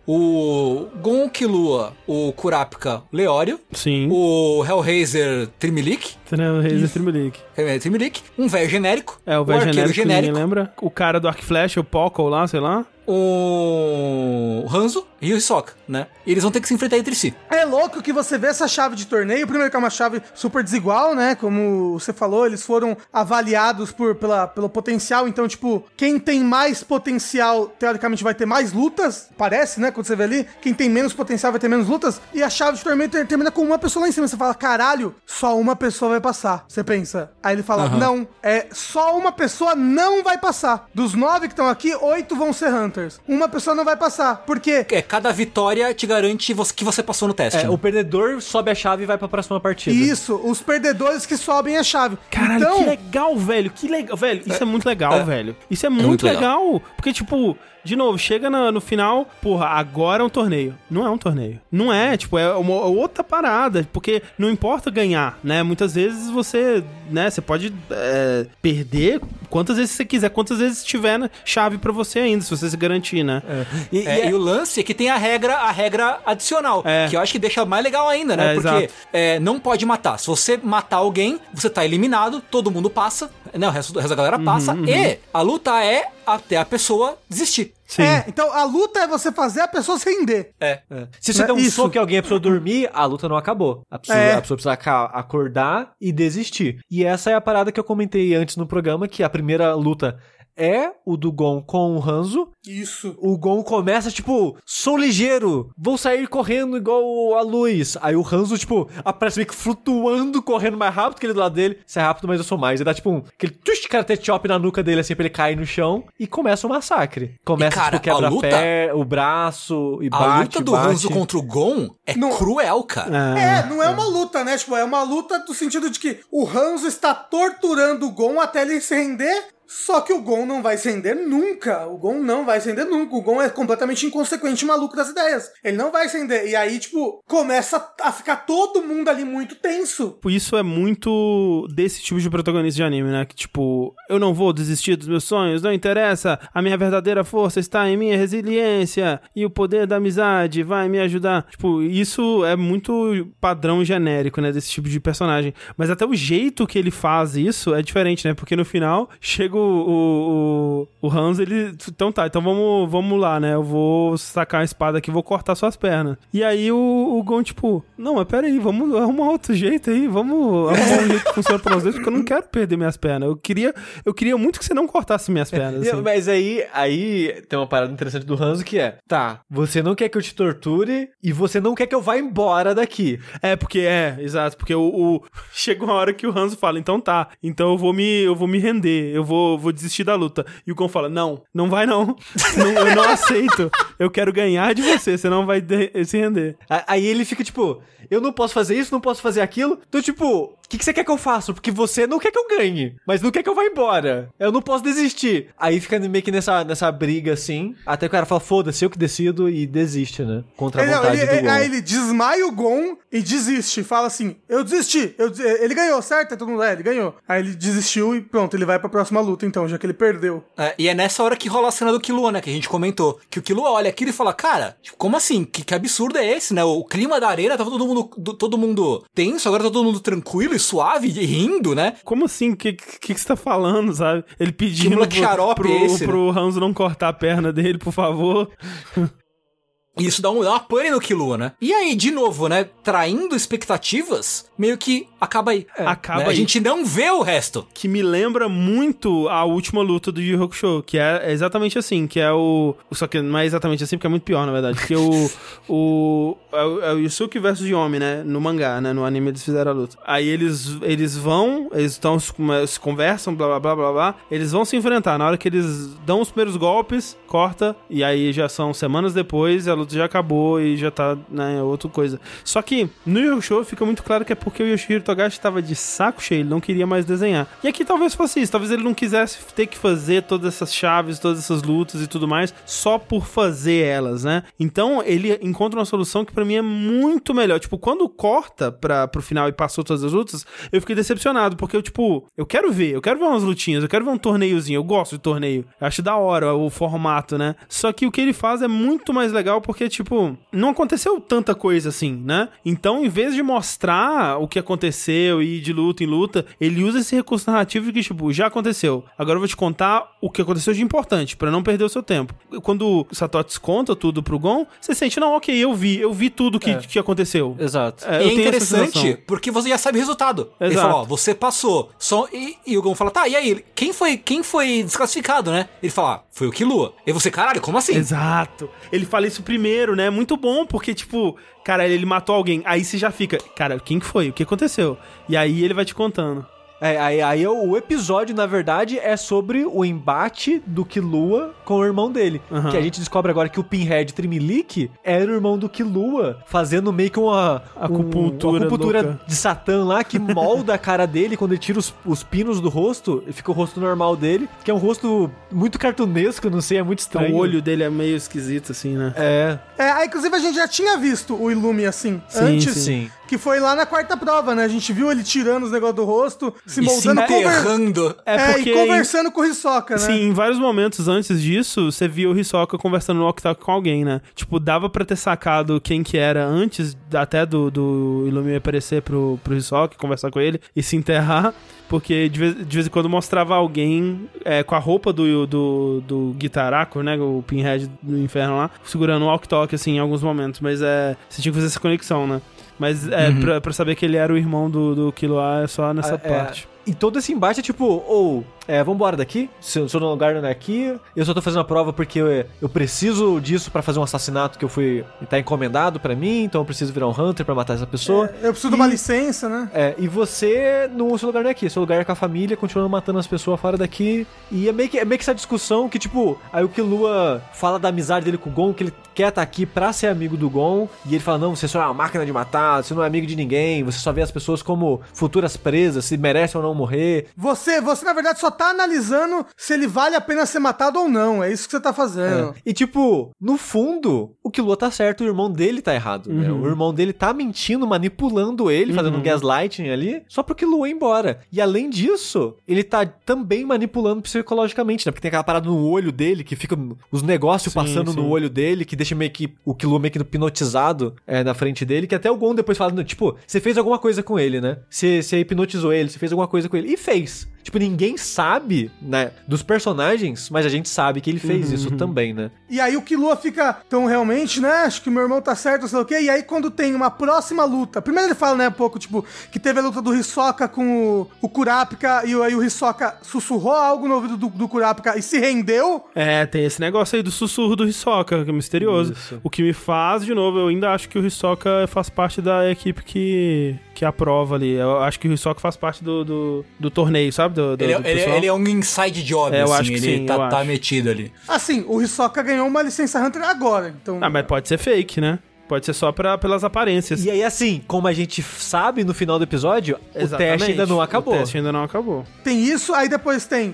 o Gon Killua, o Kurapika Leório, Sim. o Hellraiser Trimilik, um velho genérico, o velho genérico, ninguém lembra. O cara do Arc Flash, o Poco lá, sei lá. O Hanzo e o Hisoka, né? E eles vão ter que se enfrentar entre si. É louco que você vê essa chave de torneio. Primeiro que é uma chave super desigual, né? Como você falou, eles foram avaliados pelo potencial. Então, tipo, quem tem mais potencial, teoricamente, vai ter mais lutas. Parece, né? Quando você vê ali, quem tem menos potencial vai ter menos lutas. E a chave de torneio termina com uma pessoa lá em cima. Você fala, caralho, só uma pessoa vai passar. Você pensa. Aí ele fala, não, só uma pessoa não vai passar. Dos 9 que estão aqui, 8 vão ser Hunters. Uma pessoa não vai passar. Por quê? Cada vitória te garante que você passou no teste. O perdedor sobe a chave e vai pra próxima partida. Isso, os perdedores que sobem a chave. Caralho, então... que legal, velho. Que legal. Velho, isso é muito legal, velho. Isso é muito legal. Porque, tipo... De novo, chega no final, porra, agora é um torneio. Não é um torneio. Não é, tipo, é uma outra parada. Porque não importa ganhar, né? Muitas vezes você, né, você pode perder quantas vezes você quiser, quantas vezes tiver na chave pra você ainda, se você se garantir, né? E o lance é que tem a regra adicional, que eu acho que deixa mais legal ainda, né? Porque não pode matar. Se você matar alguém, você tá eliminado, todo mundo passa, né? O resto da galera passa, e a luta é até a pessoa desistir. Sim. Então a luta é você fazer a pessoa se render. Se você der um soco em alguém e a pessoa dormir, a luta não acabou. A pessoa precisa acordar e desistir. E essa é a parada que eu comentei antes no programa, que a primeira luta é o do Gon com o Hanzo. Isso. O Gon começa, tipo, sou ligeiro, vou sair correndo igual a luz. Aí o Hanzo, tipo, aparece meio que flutuando, correndo mais rápido que ele do lado dele. Você é rápido, mas eu sou mais. Ele dá, tipo, aquele karate chop na nuca dele, assim, pra ele cair no chão. E começa o massacre. Começa, cara, tipo, quebra o braço e bate. A luta do Hanzo contra o Gon é cruel, cara. Não é uma luta, né? Tipo, é uma luta do sentido de que o Hanzo está torturando o Gon até ele se render. Só que o Gon não vai se render nunca. O Gon não vai se render nunca. O Gon é completamente inconsequente e maluco das ideias. Ele não vai se render. E aí, tipo, começa a ficar todo mundo ali muito tenso. Isso é muito desse tipo de protagonista de anime, né? Que, tipo, eu não vou desistir dos meus sonhos, não interessa. A minha verdadeira força está em minha resiliência. E o poder da amizade vai me ajudar. Tipo, isso é muito padrão genérico, né? Desse tipo de personagem. Mas até o jeito que ele faz isso é diferente, né? Porque no final, chega o Hanzo, ele... Então tá, então vamos lá, né? Eu vou sacar a espada aqui e vou cortar suas pernas. E aí o Gon, tipo... Não, mas pera aí, vamos arrumar outro jeito aí. Vamos arrumar um jeito que funciona pra nós dois, porque eu não quero perder minhas pernas. Eu queria muito que você não cortasse minhas pernas. Assim. Mas aí tem uma parada interessante do Hanzo que é... Tá, você não quer que eu te torture e você não quer que eu vá embora daqui. Exato. Porque chega uma hora que o Hanzo fala, então tá, então eu vou me render, eu vou desistir da luta. E o Gon fala, não vai não. Eu não aceito. Eu quero ganhar de você não vai se render. Aí ele fica tipo, eu não posso fazer isso, não posso fazer aquilo. Então tipo, o que você quer que eu faça? Porque você não quer que eu ganhe, mas não quer que eu vá embora. Eu não posso desistir. Aí fica meio que nessa briga assim, até que o cara fala, foda-se, eu que decido e desiste, né? Contra a vontade do Gon. Aí ele desmaia o Gon e desiste. Fala assim, eu desisti. Ele ganhou, certo? Todo mundo, ele ganhou. Aí ele desistiu e pronto, ele vai pra próxima luta então, já que ele perdeu. E é nessa hora que rola a cena do Killua, né? Que a gente comentou. Que o Killua olha aquilo e fala, cara, como assim? Que absurdo é esse, né? O clima da arena tava todo mundo tenso, agora tá todo mundo tranquilo e suave e rindo, né? Como assim? O que você tá falando, sabe? Ele pedindo pro Hanzo não cortar a perna dele, por favor. E isso dá uma pane no Killua, né? E aí, de novo, né? Traindo expectativas, meio que acaba aí. Acaba aí. A gente não vê o resto. Que me lembra muito a última luta do Yu Yu Hakusho, que é exatamente assim, que é o... Só que não é exatamente assim, porque é muito pior, na verdade. Que é o Yusuke versus Yomi, né? No mangá, né? No anime eles fizeram a luta. Aí eles se conversam, blá, blá, blá, blá, blá. Eles vão se enfrentar. Na hora que eles dão os primeiros golpes, corta, e aí já são semanas depois, a luta já acabou e já tá, né, outra coisa. Só que no Yu Yu Hakusho fica muito claro que é porque o Yoshihiro Togashi tava de saco cheio, ele não queria mais desenhar. E aqui talvez fosse isso, talvez ele não quisesse ter que fazer todas essas chaves, todas essas lutas e tudo mais, só por fazer elas, né? Então ele encontra uma solução que pra mim é muito melhor. Tipo, quando corta pro final e passou todas as lutas, eu fiquei decepcionado, porque eu quero ver umas lutinhas, eu quero ver um torneiozinho, eu gosto de torneio, eu acho da hora o formato, né? Só que o que ele faz é muito mais legal, porque, tipo, não aconteceu tanta coisa assim, né? Então, em vez de mostrar o que aconteceu e ir de luta em luta, ele usa esse recurso narrativo de que, tipo, já aconteceu. Agora eu vou te contar o que aconteceu de importante, pra não perder o seu tempo. Quando o Satoshi conta tudo pro Gon, você sente, não, ok, eu vi tudo que aconteceu. Exato. É interessante, porque você já sabe o resultado. Exato. Ele fala, ó, você passou. E o Gon fala, tá, e aí? Quem foi desclassificado, né? Ele fala, foi o Killua. E você, caralho, como assim? Exato. Ele fala isso primeiro, né? Muito bom, porque, tipo, cara, ele matou alguém. Aí você já fica, cara, quem que foi? O que aconteceu? E aí ele vai te contando. Aí o episódio, na verdade, é sobre o embate do Killua com o irmão dele. Uhum. Que a gente descobre agora que o Pinhead Trimilik era o irmão do Killua, fazendo meio que uma acupuntura de Satã lá, que molda a cara dele quando ele tira os pinos do rosto, e fica o rosto normal dele, que é um rosto muito cartunesco, não sei, é muito estranho. O olho dele é meio esquisito, assim, né? Inclusive a gente já tinha visto o Illumi assim, antes. Sim. Que foi lá na quarta prova, né? A gente viu ele tirando os negócios do rosto, se moldando, enterrando. E conversando com o Hisoka, né? Sim, em vários momentos antes disso, você via o Hisoka conversando no walkie-talkie com alguém, né? Tipo, dava pra ter sacado quem que era antes até do Illumi aparecer pro Hisoka, conversar com ele e se enterrar. Porque de vez em quando mostrava alguém com a roupa do Guitaraco, né? O Pinhead do inferno lá, segurando o walkie-talkie, assim, em alguns momentos. Mas você tinha que fazer essa conexão, né? Mas pra saber que ele era o irmão do Killua é só nessa parte. E todo esse embate é tipo, vambora daqui, se eu sou no lugar não é aqui, eu só tô fazendo a prova porque eu preciso disso pra fazer um assassinato que tá encomendado pra mim, então eu preciso virar um Hunter pra matar essa pessoa. Eu preciso de uma licença, né? E você, no seu lugar não é aqui, seu lugar é com a família, continuando matando as pessoas fora daqui, e é meio que essa discussão que, tipo, aí o Killua fala da amizade dele com o Gon, que ele quer estar aqui pra ser amigo do Gon, e ele fala, não, você só é uma máquina de matar, você não é amigo de ninguém, você só vê as pessoas como futuras presas, se merecem ou não morrer. Você na verdade, só tá analisando se ele vale a pena ser matado ou não. É isso que você tá fazendo. E, tipo, no fundo, o Killua tá certo, o irmão dele tá errado, né? O irmão dele tá mentindo, manipulando ele, fazendo um gaslighting ali, só pro Killua ir embora. E, além disso, ele tá também manipulando psicologicamente, né? Porque tem aquela parada no olho dele, que fica os negócios passando no olho dele, que deixa meio que o Killua meio que hipnotizado na frente dele, que até o Gon depois fala, tipo, você fez alguma coisa com ele, né? Você hipnotizou ele, você fez alguma coisa com ele. E fez. Tipo, ninguém sabe sabe, né, dos personagens, mas a gente sabe que ele fez isso também, né? E aí o Killua fica, então realmente, né, acho que meu irmão tá certo, sei lá o quê, e aí quando tem uma próxima luta, primeiro ele fala, né, um pouco, tipo, que teve a luta do Hisoka com o Kurapika, e aí o Hisoka sussurrou algo no ouvido do Kurapika e se rendeu. Tem esse negócio aí do sussurro do Hisoka, que é misterioso. Isso. O que me faz, de novo, eu ainda acho que o Hisoka faz parte da equipe que aprova ali. Eu acho que o Hisoka faz parte do torneio, sabe? Ele é um inside job, eu assim, acho que ele sim, tá metido ali. Assim, o Hisoka ganhou uma licença Hunter agora, então... mas pode ser fake, né? Pode ser só pelas aparências. E aí, assim, como a gente sabe no final do episódio, o teste ainda não acabou. O teste ainda não acabou. Tem isso, aí depois tem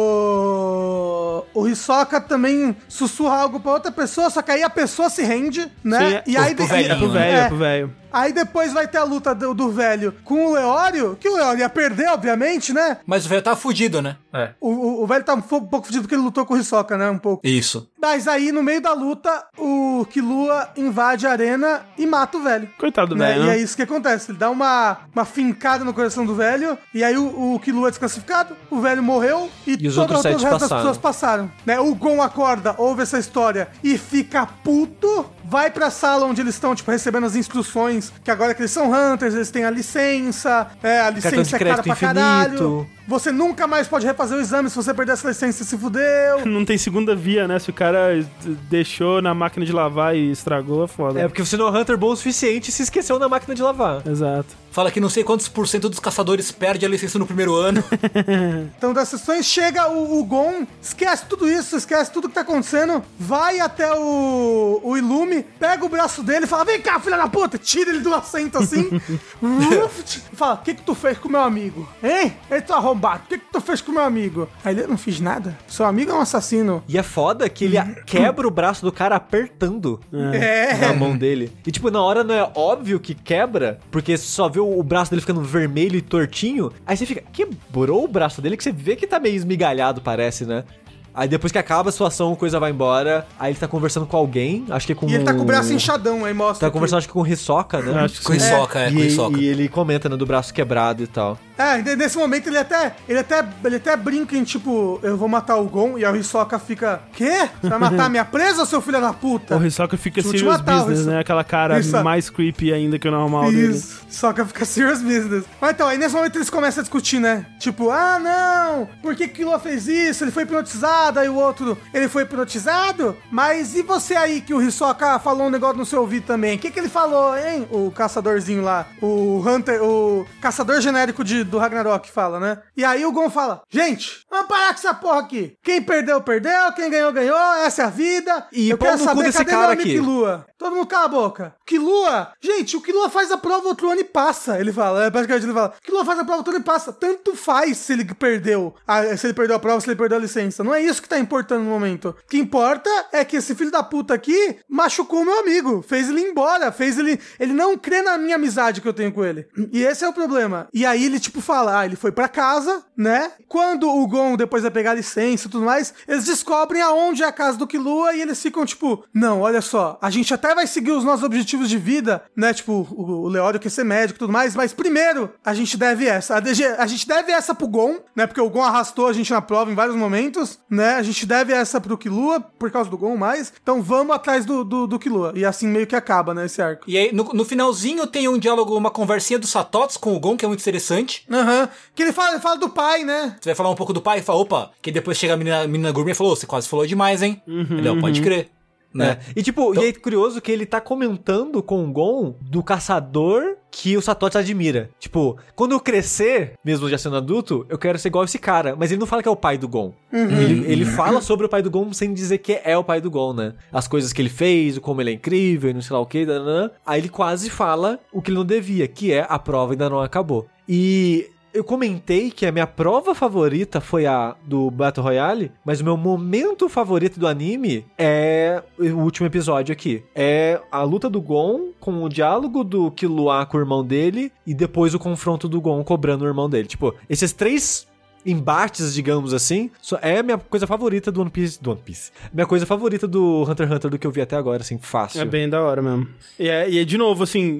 o Hisoka também sussurra algo pra outra pessoa, só que aí a pessoa se rende, né? Sim, e aí pro velhinho, é pro velho. Aí depois vai ter a luta do velho com o Leório, que o Leório ia perder, obviamente, né? Mas o velho tá fudido, né? É. O velho tá um pouco fudido porque ele lutou com o Hisoka, né? Um pouco. Isso. Mas aí, no meio da luta, o Killua invade a arena e mata o velho. Coitado do né? velho, E né? é isso que acontece. Ele dá uma fincada no coração do velho, e aí o Killua é desclassificado, o velho morreu, e os outros 7 o resto das passaram. pessoas passaram. Né? O Gon acorda, ouve essa história e fica puto, vai pra sala onde eles estão, tipo, recebendo as instruções, que agora que eles são Hunters, eles têm a licença é cara pra caralho. Você nunca mais pode refazer o exame se você perder essa licença, se fudeu. Não tem segunda via, né? Se o cara deixou na máquina de lavar e estragou, é foda. É, porque você não é um Hunter bom o suficiente e se esqueceu na máquina de lavar. Exato. Fala que não sei quantos % dos caçadores perde a licença no primeiro ano. Então, das sessões, chega o Gon, esquece tudo isso, esquece tudo que tá acontecendo, vai até o Illume, pega o braço dele e fala, vem cá, filha da puta, tira ele do assento assim, fala, o que tu fez com o meu amigo? Hein? Ele tá arrombado, o que tu fez com o meu amigo? Aí ele, não fiz nada, seu amigo é um assassino. E é foda que ele quebra o braço do cara apertando na mão dele. E tipo, na hora não é óbvio que quebra, porque só vê o braço dele ficando vermelho e tortinho, aí você fica, quebrou o braço dele, que você vê que tá meio esmigalhado, parece, né? Aí depois que acaba a situação, a coisa vai embora, aí ele tá conversando com alguém, acho que é com... E ele tá com o braço inchadão, aí mostra Tá conversando, acho que com o Hisoka, né? Acho que Com Hisoka, com Hisoka. E ele comenta, né, do braço quebrado e tal. Nesse momento ele até brinca em tipo, eu vou matar o Gon, e aí o Hisoka fica, quê? Você vai matar minha presa, seu filho da puta? O Hisoka fica Deixa eu te serious matar, business, né? Aquela cara mais creepy ainda que o normal dele. Isso, Hisoka fica serious business. Mas então, aí nesse momento eles começam a discutir, né? Tipo, não, por que Killua fez isso? Ele foi hipnotizado, aí o outro, ele foi hipnotizado? Mas e você aí que o Hisoka falou um negócio no seu ouvido também? O que ele falou, hein? O caçadorzinho lá, o Hunter, o caçador genérico do Ragnarok fala, né? E aí o Gon fala, gente, vamos parar com essa porra aqui. Quem perdeu, perdeu. Quem ganhou, ganhou. Essa é a vida. E eu quero saber, desse cadê cara meu amigo aqui? Killua? Todo mundo cala a boca. Killua, gente, o Killua faz a prova outro ano e passa. Ele fala, basicamente ele fala, Killua faz a prova outro ano e passa. Tanto faz se ele perdeu a prova, se ele perdeu a licença. Não é isso que tá importando no momento. O que importa é que esse filho da puta aqui machucou o meu amigo. Fez ele ir embora. Ele não crê na minha amizade que eu tenho com ele. E esse é o problema. E aí ele tipo fala, ele foi pra casa, né? Quando o Gon depois vai pegar a licença e tudo mais, eles descobrem aonde é a casa do Killua e eles ficam tipo, não, olha só, a gente até vai seguir os nossos objetivos de vida, né? Tipo, o Leório quer ser médico e tudo mais, mas primeiro a gente deve essa. A gente deve essa pro Gon, né? Porque o Gon arrastou a gente na prova em vários momentos, né? A gente deve essa pro Killua, por causa do Gon mais. Então vamos atrás do Killua. E assim meio que acaba, né? Esse arco. E aí, no finalzinho tem um diálogo, uma conversinha do Satots com o Gon, que é muito interessante. Que ele fala do pai, né? Você vai falar um pouco do pai e fala, opa, que depois chega a menina gourmet e falou, você quase falou demais, hein? Ele, pode crer. Né? E tipo, e é curioso que ele tá comentando com o Gon do caçador que o Satoshi admira. Tipo, quando eu crescer, mesmo já sendo adulto, eu quero ser igual esse cara. Mas ele não fala que é o pai do Gon. Ele fala sobre o pai do Gon sem dizer que é o pai do Gon, né? As coisas que ele fez, como ele é incrível e não sei lá o que. Aí ele quase fala o que ele não devia, que é a prova ainda não acabou. E eu comentei que a minha prova favorita foi a do Battle Royale, mas o meu momento favorito do anime é o último episódio aqui. É a luta do Gon com o diálogo do Killua com o irmão dele e depois o confronto do Gon cobrando o irmão dele. Tipo, esses três embates, digamos assim, é a minha coisa favorita do One Piece. Minha coisa favorita do Hunter x Hunter do que eu vi até agora, assim, fácil. É bem da hora mesmo. E de novo, assim,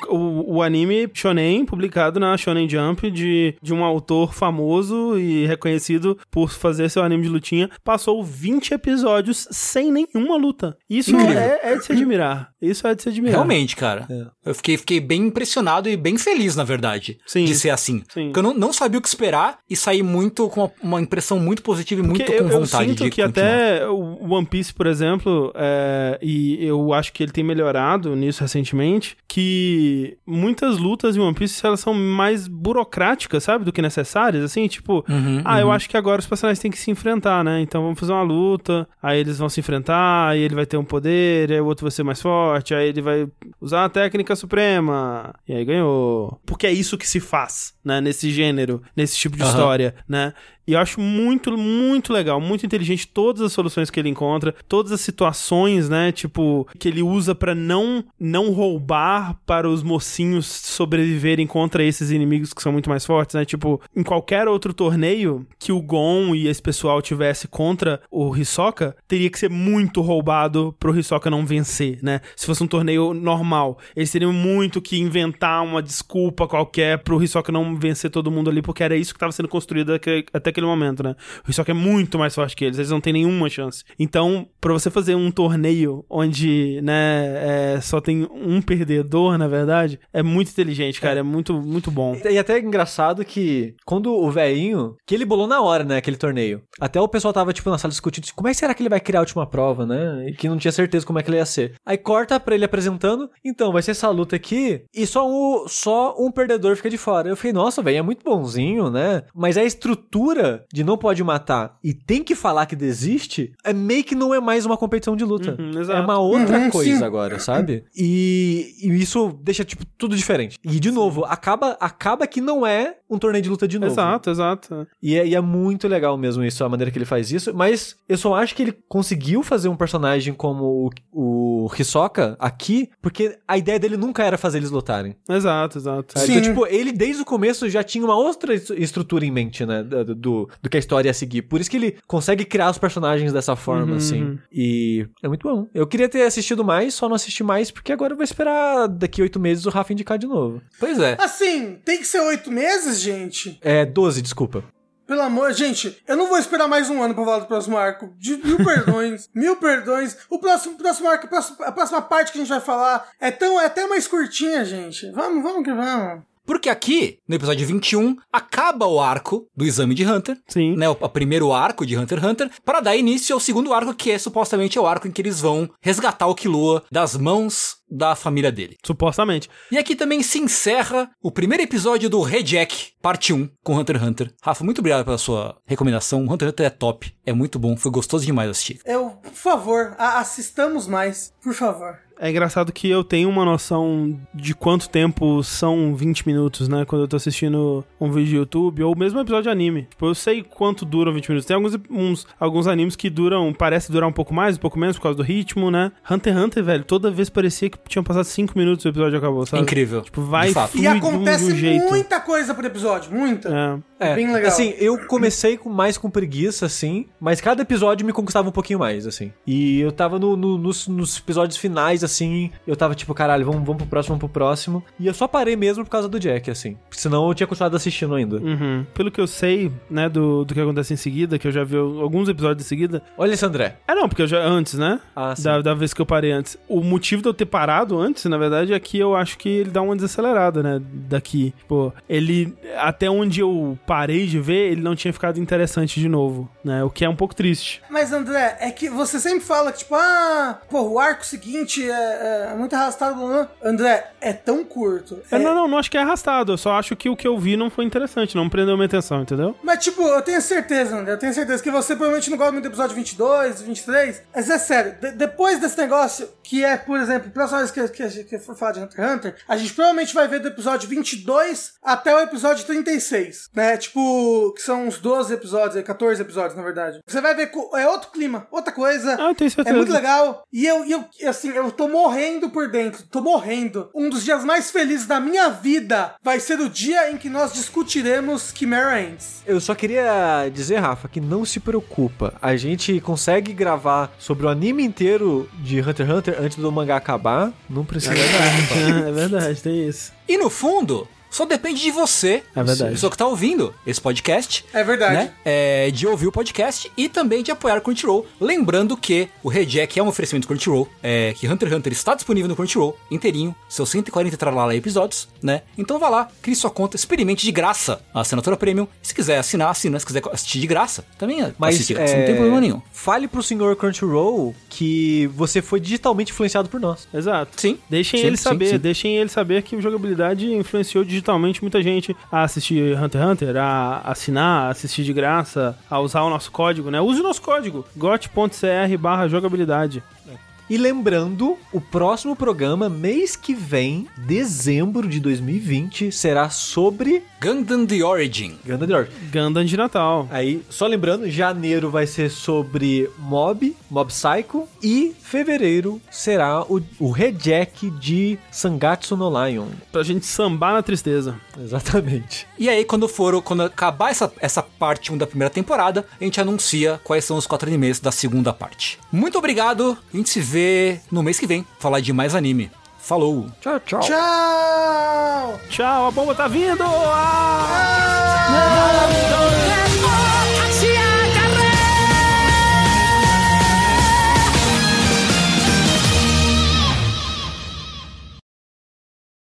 o anime shonen, publicado na Shonen Jump, de um autor famoso e reconhecido por fazer seu anime de lutinha, passou 20 episódios sem nenhuma luta. Isso é de se admirar. Isso é de se admirar. Realmente, cara. Eu fiquei bem impressionado e bem feliz, na verdade, de ser assim. Sim. Porque eu não sabia o que esperar e saí muito com uma impressão muito positiva e muito com vontade de eu sinto que continuar. até o One Piece, por exemplo, e eu acho que ele tem melhorado nisso recentemente, que muitas lutas em One Piece, elas são mais burocráticas, sabe, do que necessárias, assim, tipo, eu acho que agora os personagens têm que se enfrentar, né, então vamos fazer uma luta, aí eles vão se enfrentar, aí ele vai ter um poder, aí o outro vai ser mais forte, aí ele vai usar a técnica suprema, e aí ganhou. Porque é isso que se faz, né, nesse gênero, nesse tipo de história, né. E eu acho muito, muito legal, muito inteligente todas as soluções que ele encontra, todas as situações, né, tipo, que ele usa pra não roubar para os mocinhos sobreviverem contra esses inimigos que são muito mais fortes, né, tipo, em qualquer outro torneio que o Gon e esse pessoal tivesse contra o Hisoka, teria que ser muito roubado pro Hisoka não vencer, né, se fosse um torneio normal, eles teriam muito que inventar uma desculpa qualquer pro Hisoka não vencer todo mundo ali, porque era isso que estava sendo construído até aquele momento, né? O Hisoka é muito mais forte que eles não têm nenhuma chance. Então, pra você fazer um torneio onde, né, só tem um perdedor, na verdade, é muito inteligente, cara, é muito, muito bom. E até é engraçado que quando o velhinho, que ele bolou na hora, né, aquele torneio, até o pessoal tava, tipo, na sala discutindo, como é que será que ele vai criar a última prova, né? E que não tinha certeza como é que ele ia ser. Aí corta pra ele apresentando, então, vai ser essa luta aqui, e só um perdedor fica de fora. Eu falei, nossa, velho, é muito bonzinho, né? Mas a estrutura de não pode matar e tem que falar que desiste, meio que não é mais uma competição de luta. É uma outra coisa agora, sabe? E isso deixa, tipo, tudo diferente. E, de novo, acaba que não é um torneio de luta de novo. Exato. E é muito legal mesmo isso, a maneira que ele faz isso, mas eu só acho que ele conseguiu fazer um personagem como o Hisoka aqui, porque a ideia dele nunca era fazer eles lutarem. Exato. Então, tipo, ele desde o começo já tinha uma outra estrutura em mente, né, do que a história ia seguir. Por isso que ele consegue criar os personagens dessa forma, assim. E é muito bom. Eu queria ter assistido mais, só não assisti mais, porque agora eu vou esperar daqui 8 meses o Rafa indicar de novo. Pois é. Assim, tem que ser 8 meses, gente? 12, desculpa. Pelo amor, gente, eu não vou esperar mais um ano pra falar do próximo arco. De 1000 perdões. 1000 perdões. O próximo arco, a próxima parte que a gente vai falar é até mais curtinha, gente. Vamos que vamos. Porque aqui, no episódio 21, acaba o arco do exame de Hunter. Sim. Né, o primeiro arco de Hunter x Hunter, para dar início ao segundo arco, que é supostamente o arco em que eles vão resgatar o Killua das mãos da família dele. Supostamente. E aqui também se encerra o primeiro episódio do Rejack, parte 1, com Hunter x Hunter. Rafa, muito obrigado pela sua recomendação. Hunter x Hunter é top, é muito bom, foi gostoso demais assistir. Por favor, assistamos mais, por favor. É engraçado que eu tenho uma noção de quanto tempo são 20 minutos, né? Quando eu tô assistindo um vídeo de YouTube, ou mesmo um episódio de anime. Tipo, eu sei quanto duram 20 minutos. Tem alguns animes que parece durar um pouco mais, um pouco menos, por causa do ritmo, né? Hunter x Hunter, velho, toda vez parecia que tinham passado 5 minutos e o episódio acabou, sabe? Incrível. Tipo, vai E acontece muita coisa por episódio, muita. Bem legal. Assim, eu comecei mais com preguiça, assim, mas cada episódio me conquistava um pouquinho mais, assim. E eu tava nos episódios finais, assim, eu tava tipo, caralho, vamos pro próximo. E eu só parei mesmo por causa do Jack, assim. Porque senão eu tinha continuado assistindo ainda. Pelo que eu sei, né, do que acontece em seguida, que eu já vi alguns episódios em seguida. Olha esse André. Não, porque eu já antes, né? Sim. Da vez que eu parei antes. O motivo de eu ter parado antes, na verdade, é que eu acho que ele dá uma desacelerada, né? Daqui. Pô, ele, até onde eu parei de ver, ele não tinha ficado interessante de novo, né? O que é um pouco triste. Mas, André, é que você sempre fala que, tipo, o arco seguinte é muito arrastado. André, é tão curto. Não acho que é arrastado. Eu só acho que o que eu vi não foi interessante, não prendeu minha atenção, entendeu? Mas, tipo, eu tenho certeza, André, que você provavelmente não gosta muito do episódio 22, 23. Mas é sério, depois desse negócio, que é, por exemplo, próxima vez que for falar de Hunter x Hunter, a gente provavelmente vai ver do episódio 22 até o episódio 36, né? Tipo, que são uns 12 episódios, 14 episódios episódios, na verdade. Você vai ver, é outro clima, outra coisa. Eu tenho certeza. É muito legal. E eu tô morrendo por dentro. Tô morrendo. Um dos dias mais felizes da minha vida vai ser o dia em que nós discutiremos Chimera Ants. Eu só queria dizer, Rafa, que não se preocupa. A gente consegue gravar sobre o anime inteiro de Hunter x Hunter antes do mangá acabar. Não precisa nada. É verdade, tem isso. E no fundo, só depende de você, É verdade. pessoa que tá ouvindo esse podcast. É verdade. Né? De ouvir o podcast e também de apoiar o Crunchyroll. Lembrando que o Reject é um oferecimento do Crunchyroll, que Hunter x Hunter está disponível no Crunchyroll, inteirinho, seus 140 tralala episódios, né? Então vá lá, crie sua conta, experimente de graça a assinatura Premium. Se quiser assinar, assina. Se quiser assistir de graça, também assiste de graça, não tem problema nenhum. Fale pro senhor Crunchyroll que você foi digitalmente influenciado por nós. Exato. Sim. Deixem ele saber que a jogabilidade influenciou digitalmente muita gente a assistir Hunter x Hunter, a assinar, a assistir de graça, a usar o nosso código, né? Use o nosso código, got.cr/jogabilidade. E lembrando, o próximo programa, mês que vem, dezembro de 2020, será sobre Gundam The Origin. Gundam The Origin. Gundam de Natal. Aí, só lembrando, janeiro vai ser sobre Mob Psycho, e fevereiro será o Reject de Sangatsu no Lion. Pra gente sambar na tristeza. Exatamente. E aí, quando acabar essa parte 1 da primeira temporada, a gente anuncia quais são os 4 animes da segunda parte. Muito obrigado, a gente se vê no mês que vem, falar de mais anime. Falou! Tchau, tchau. Tchau! Tchau, a bomba tá vindo! Ah!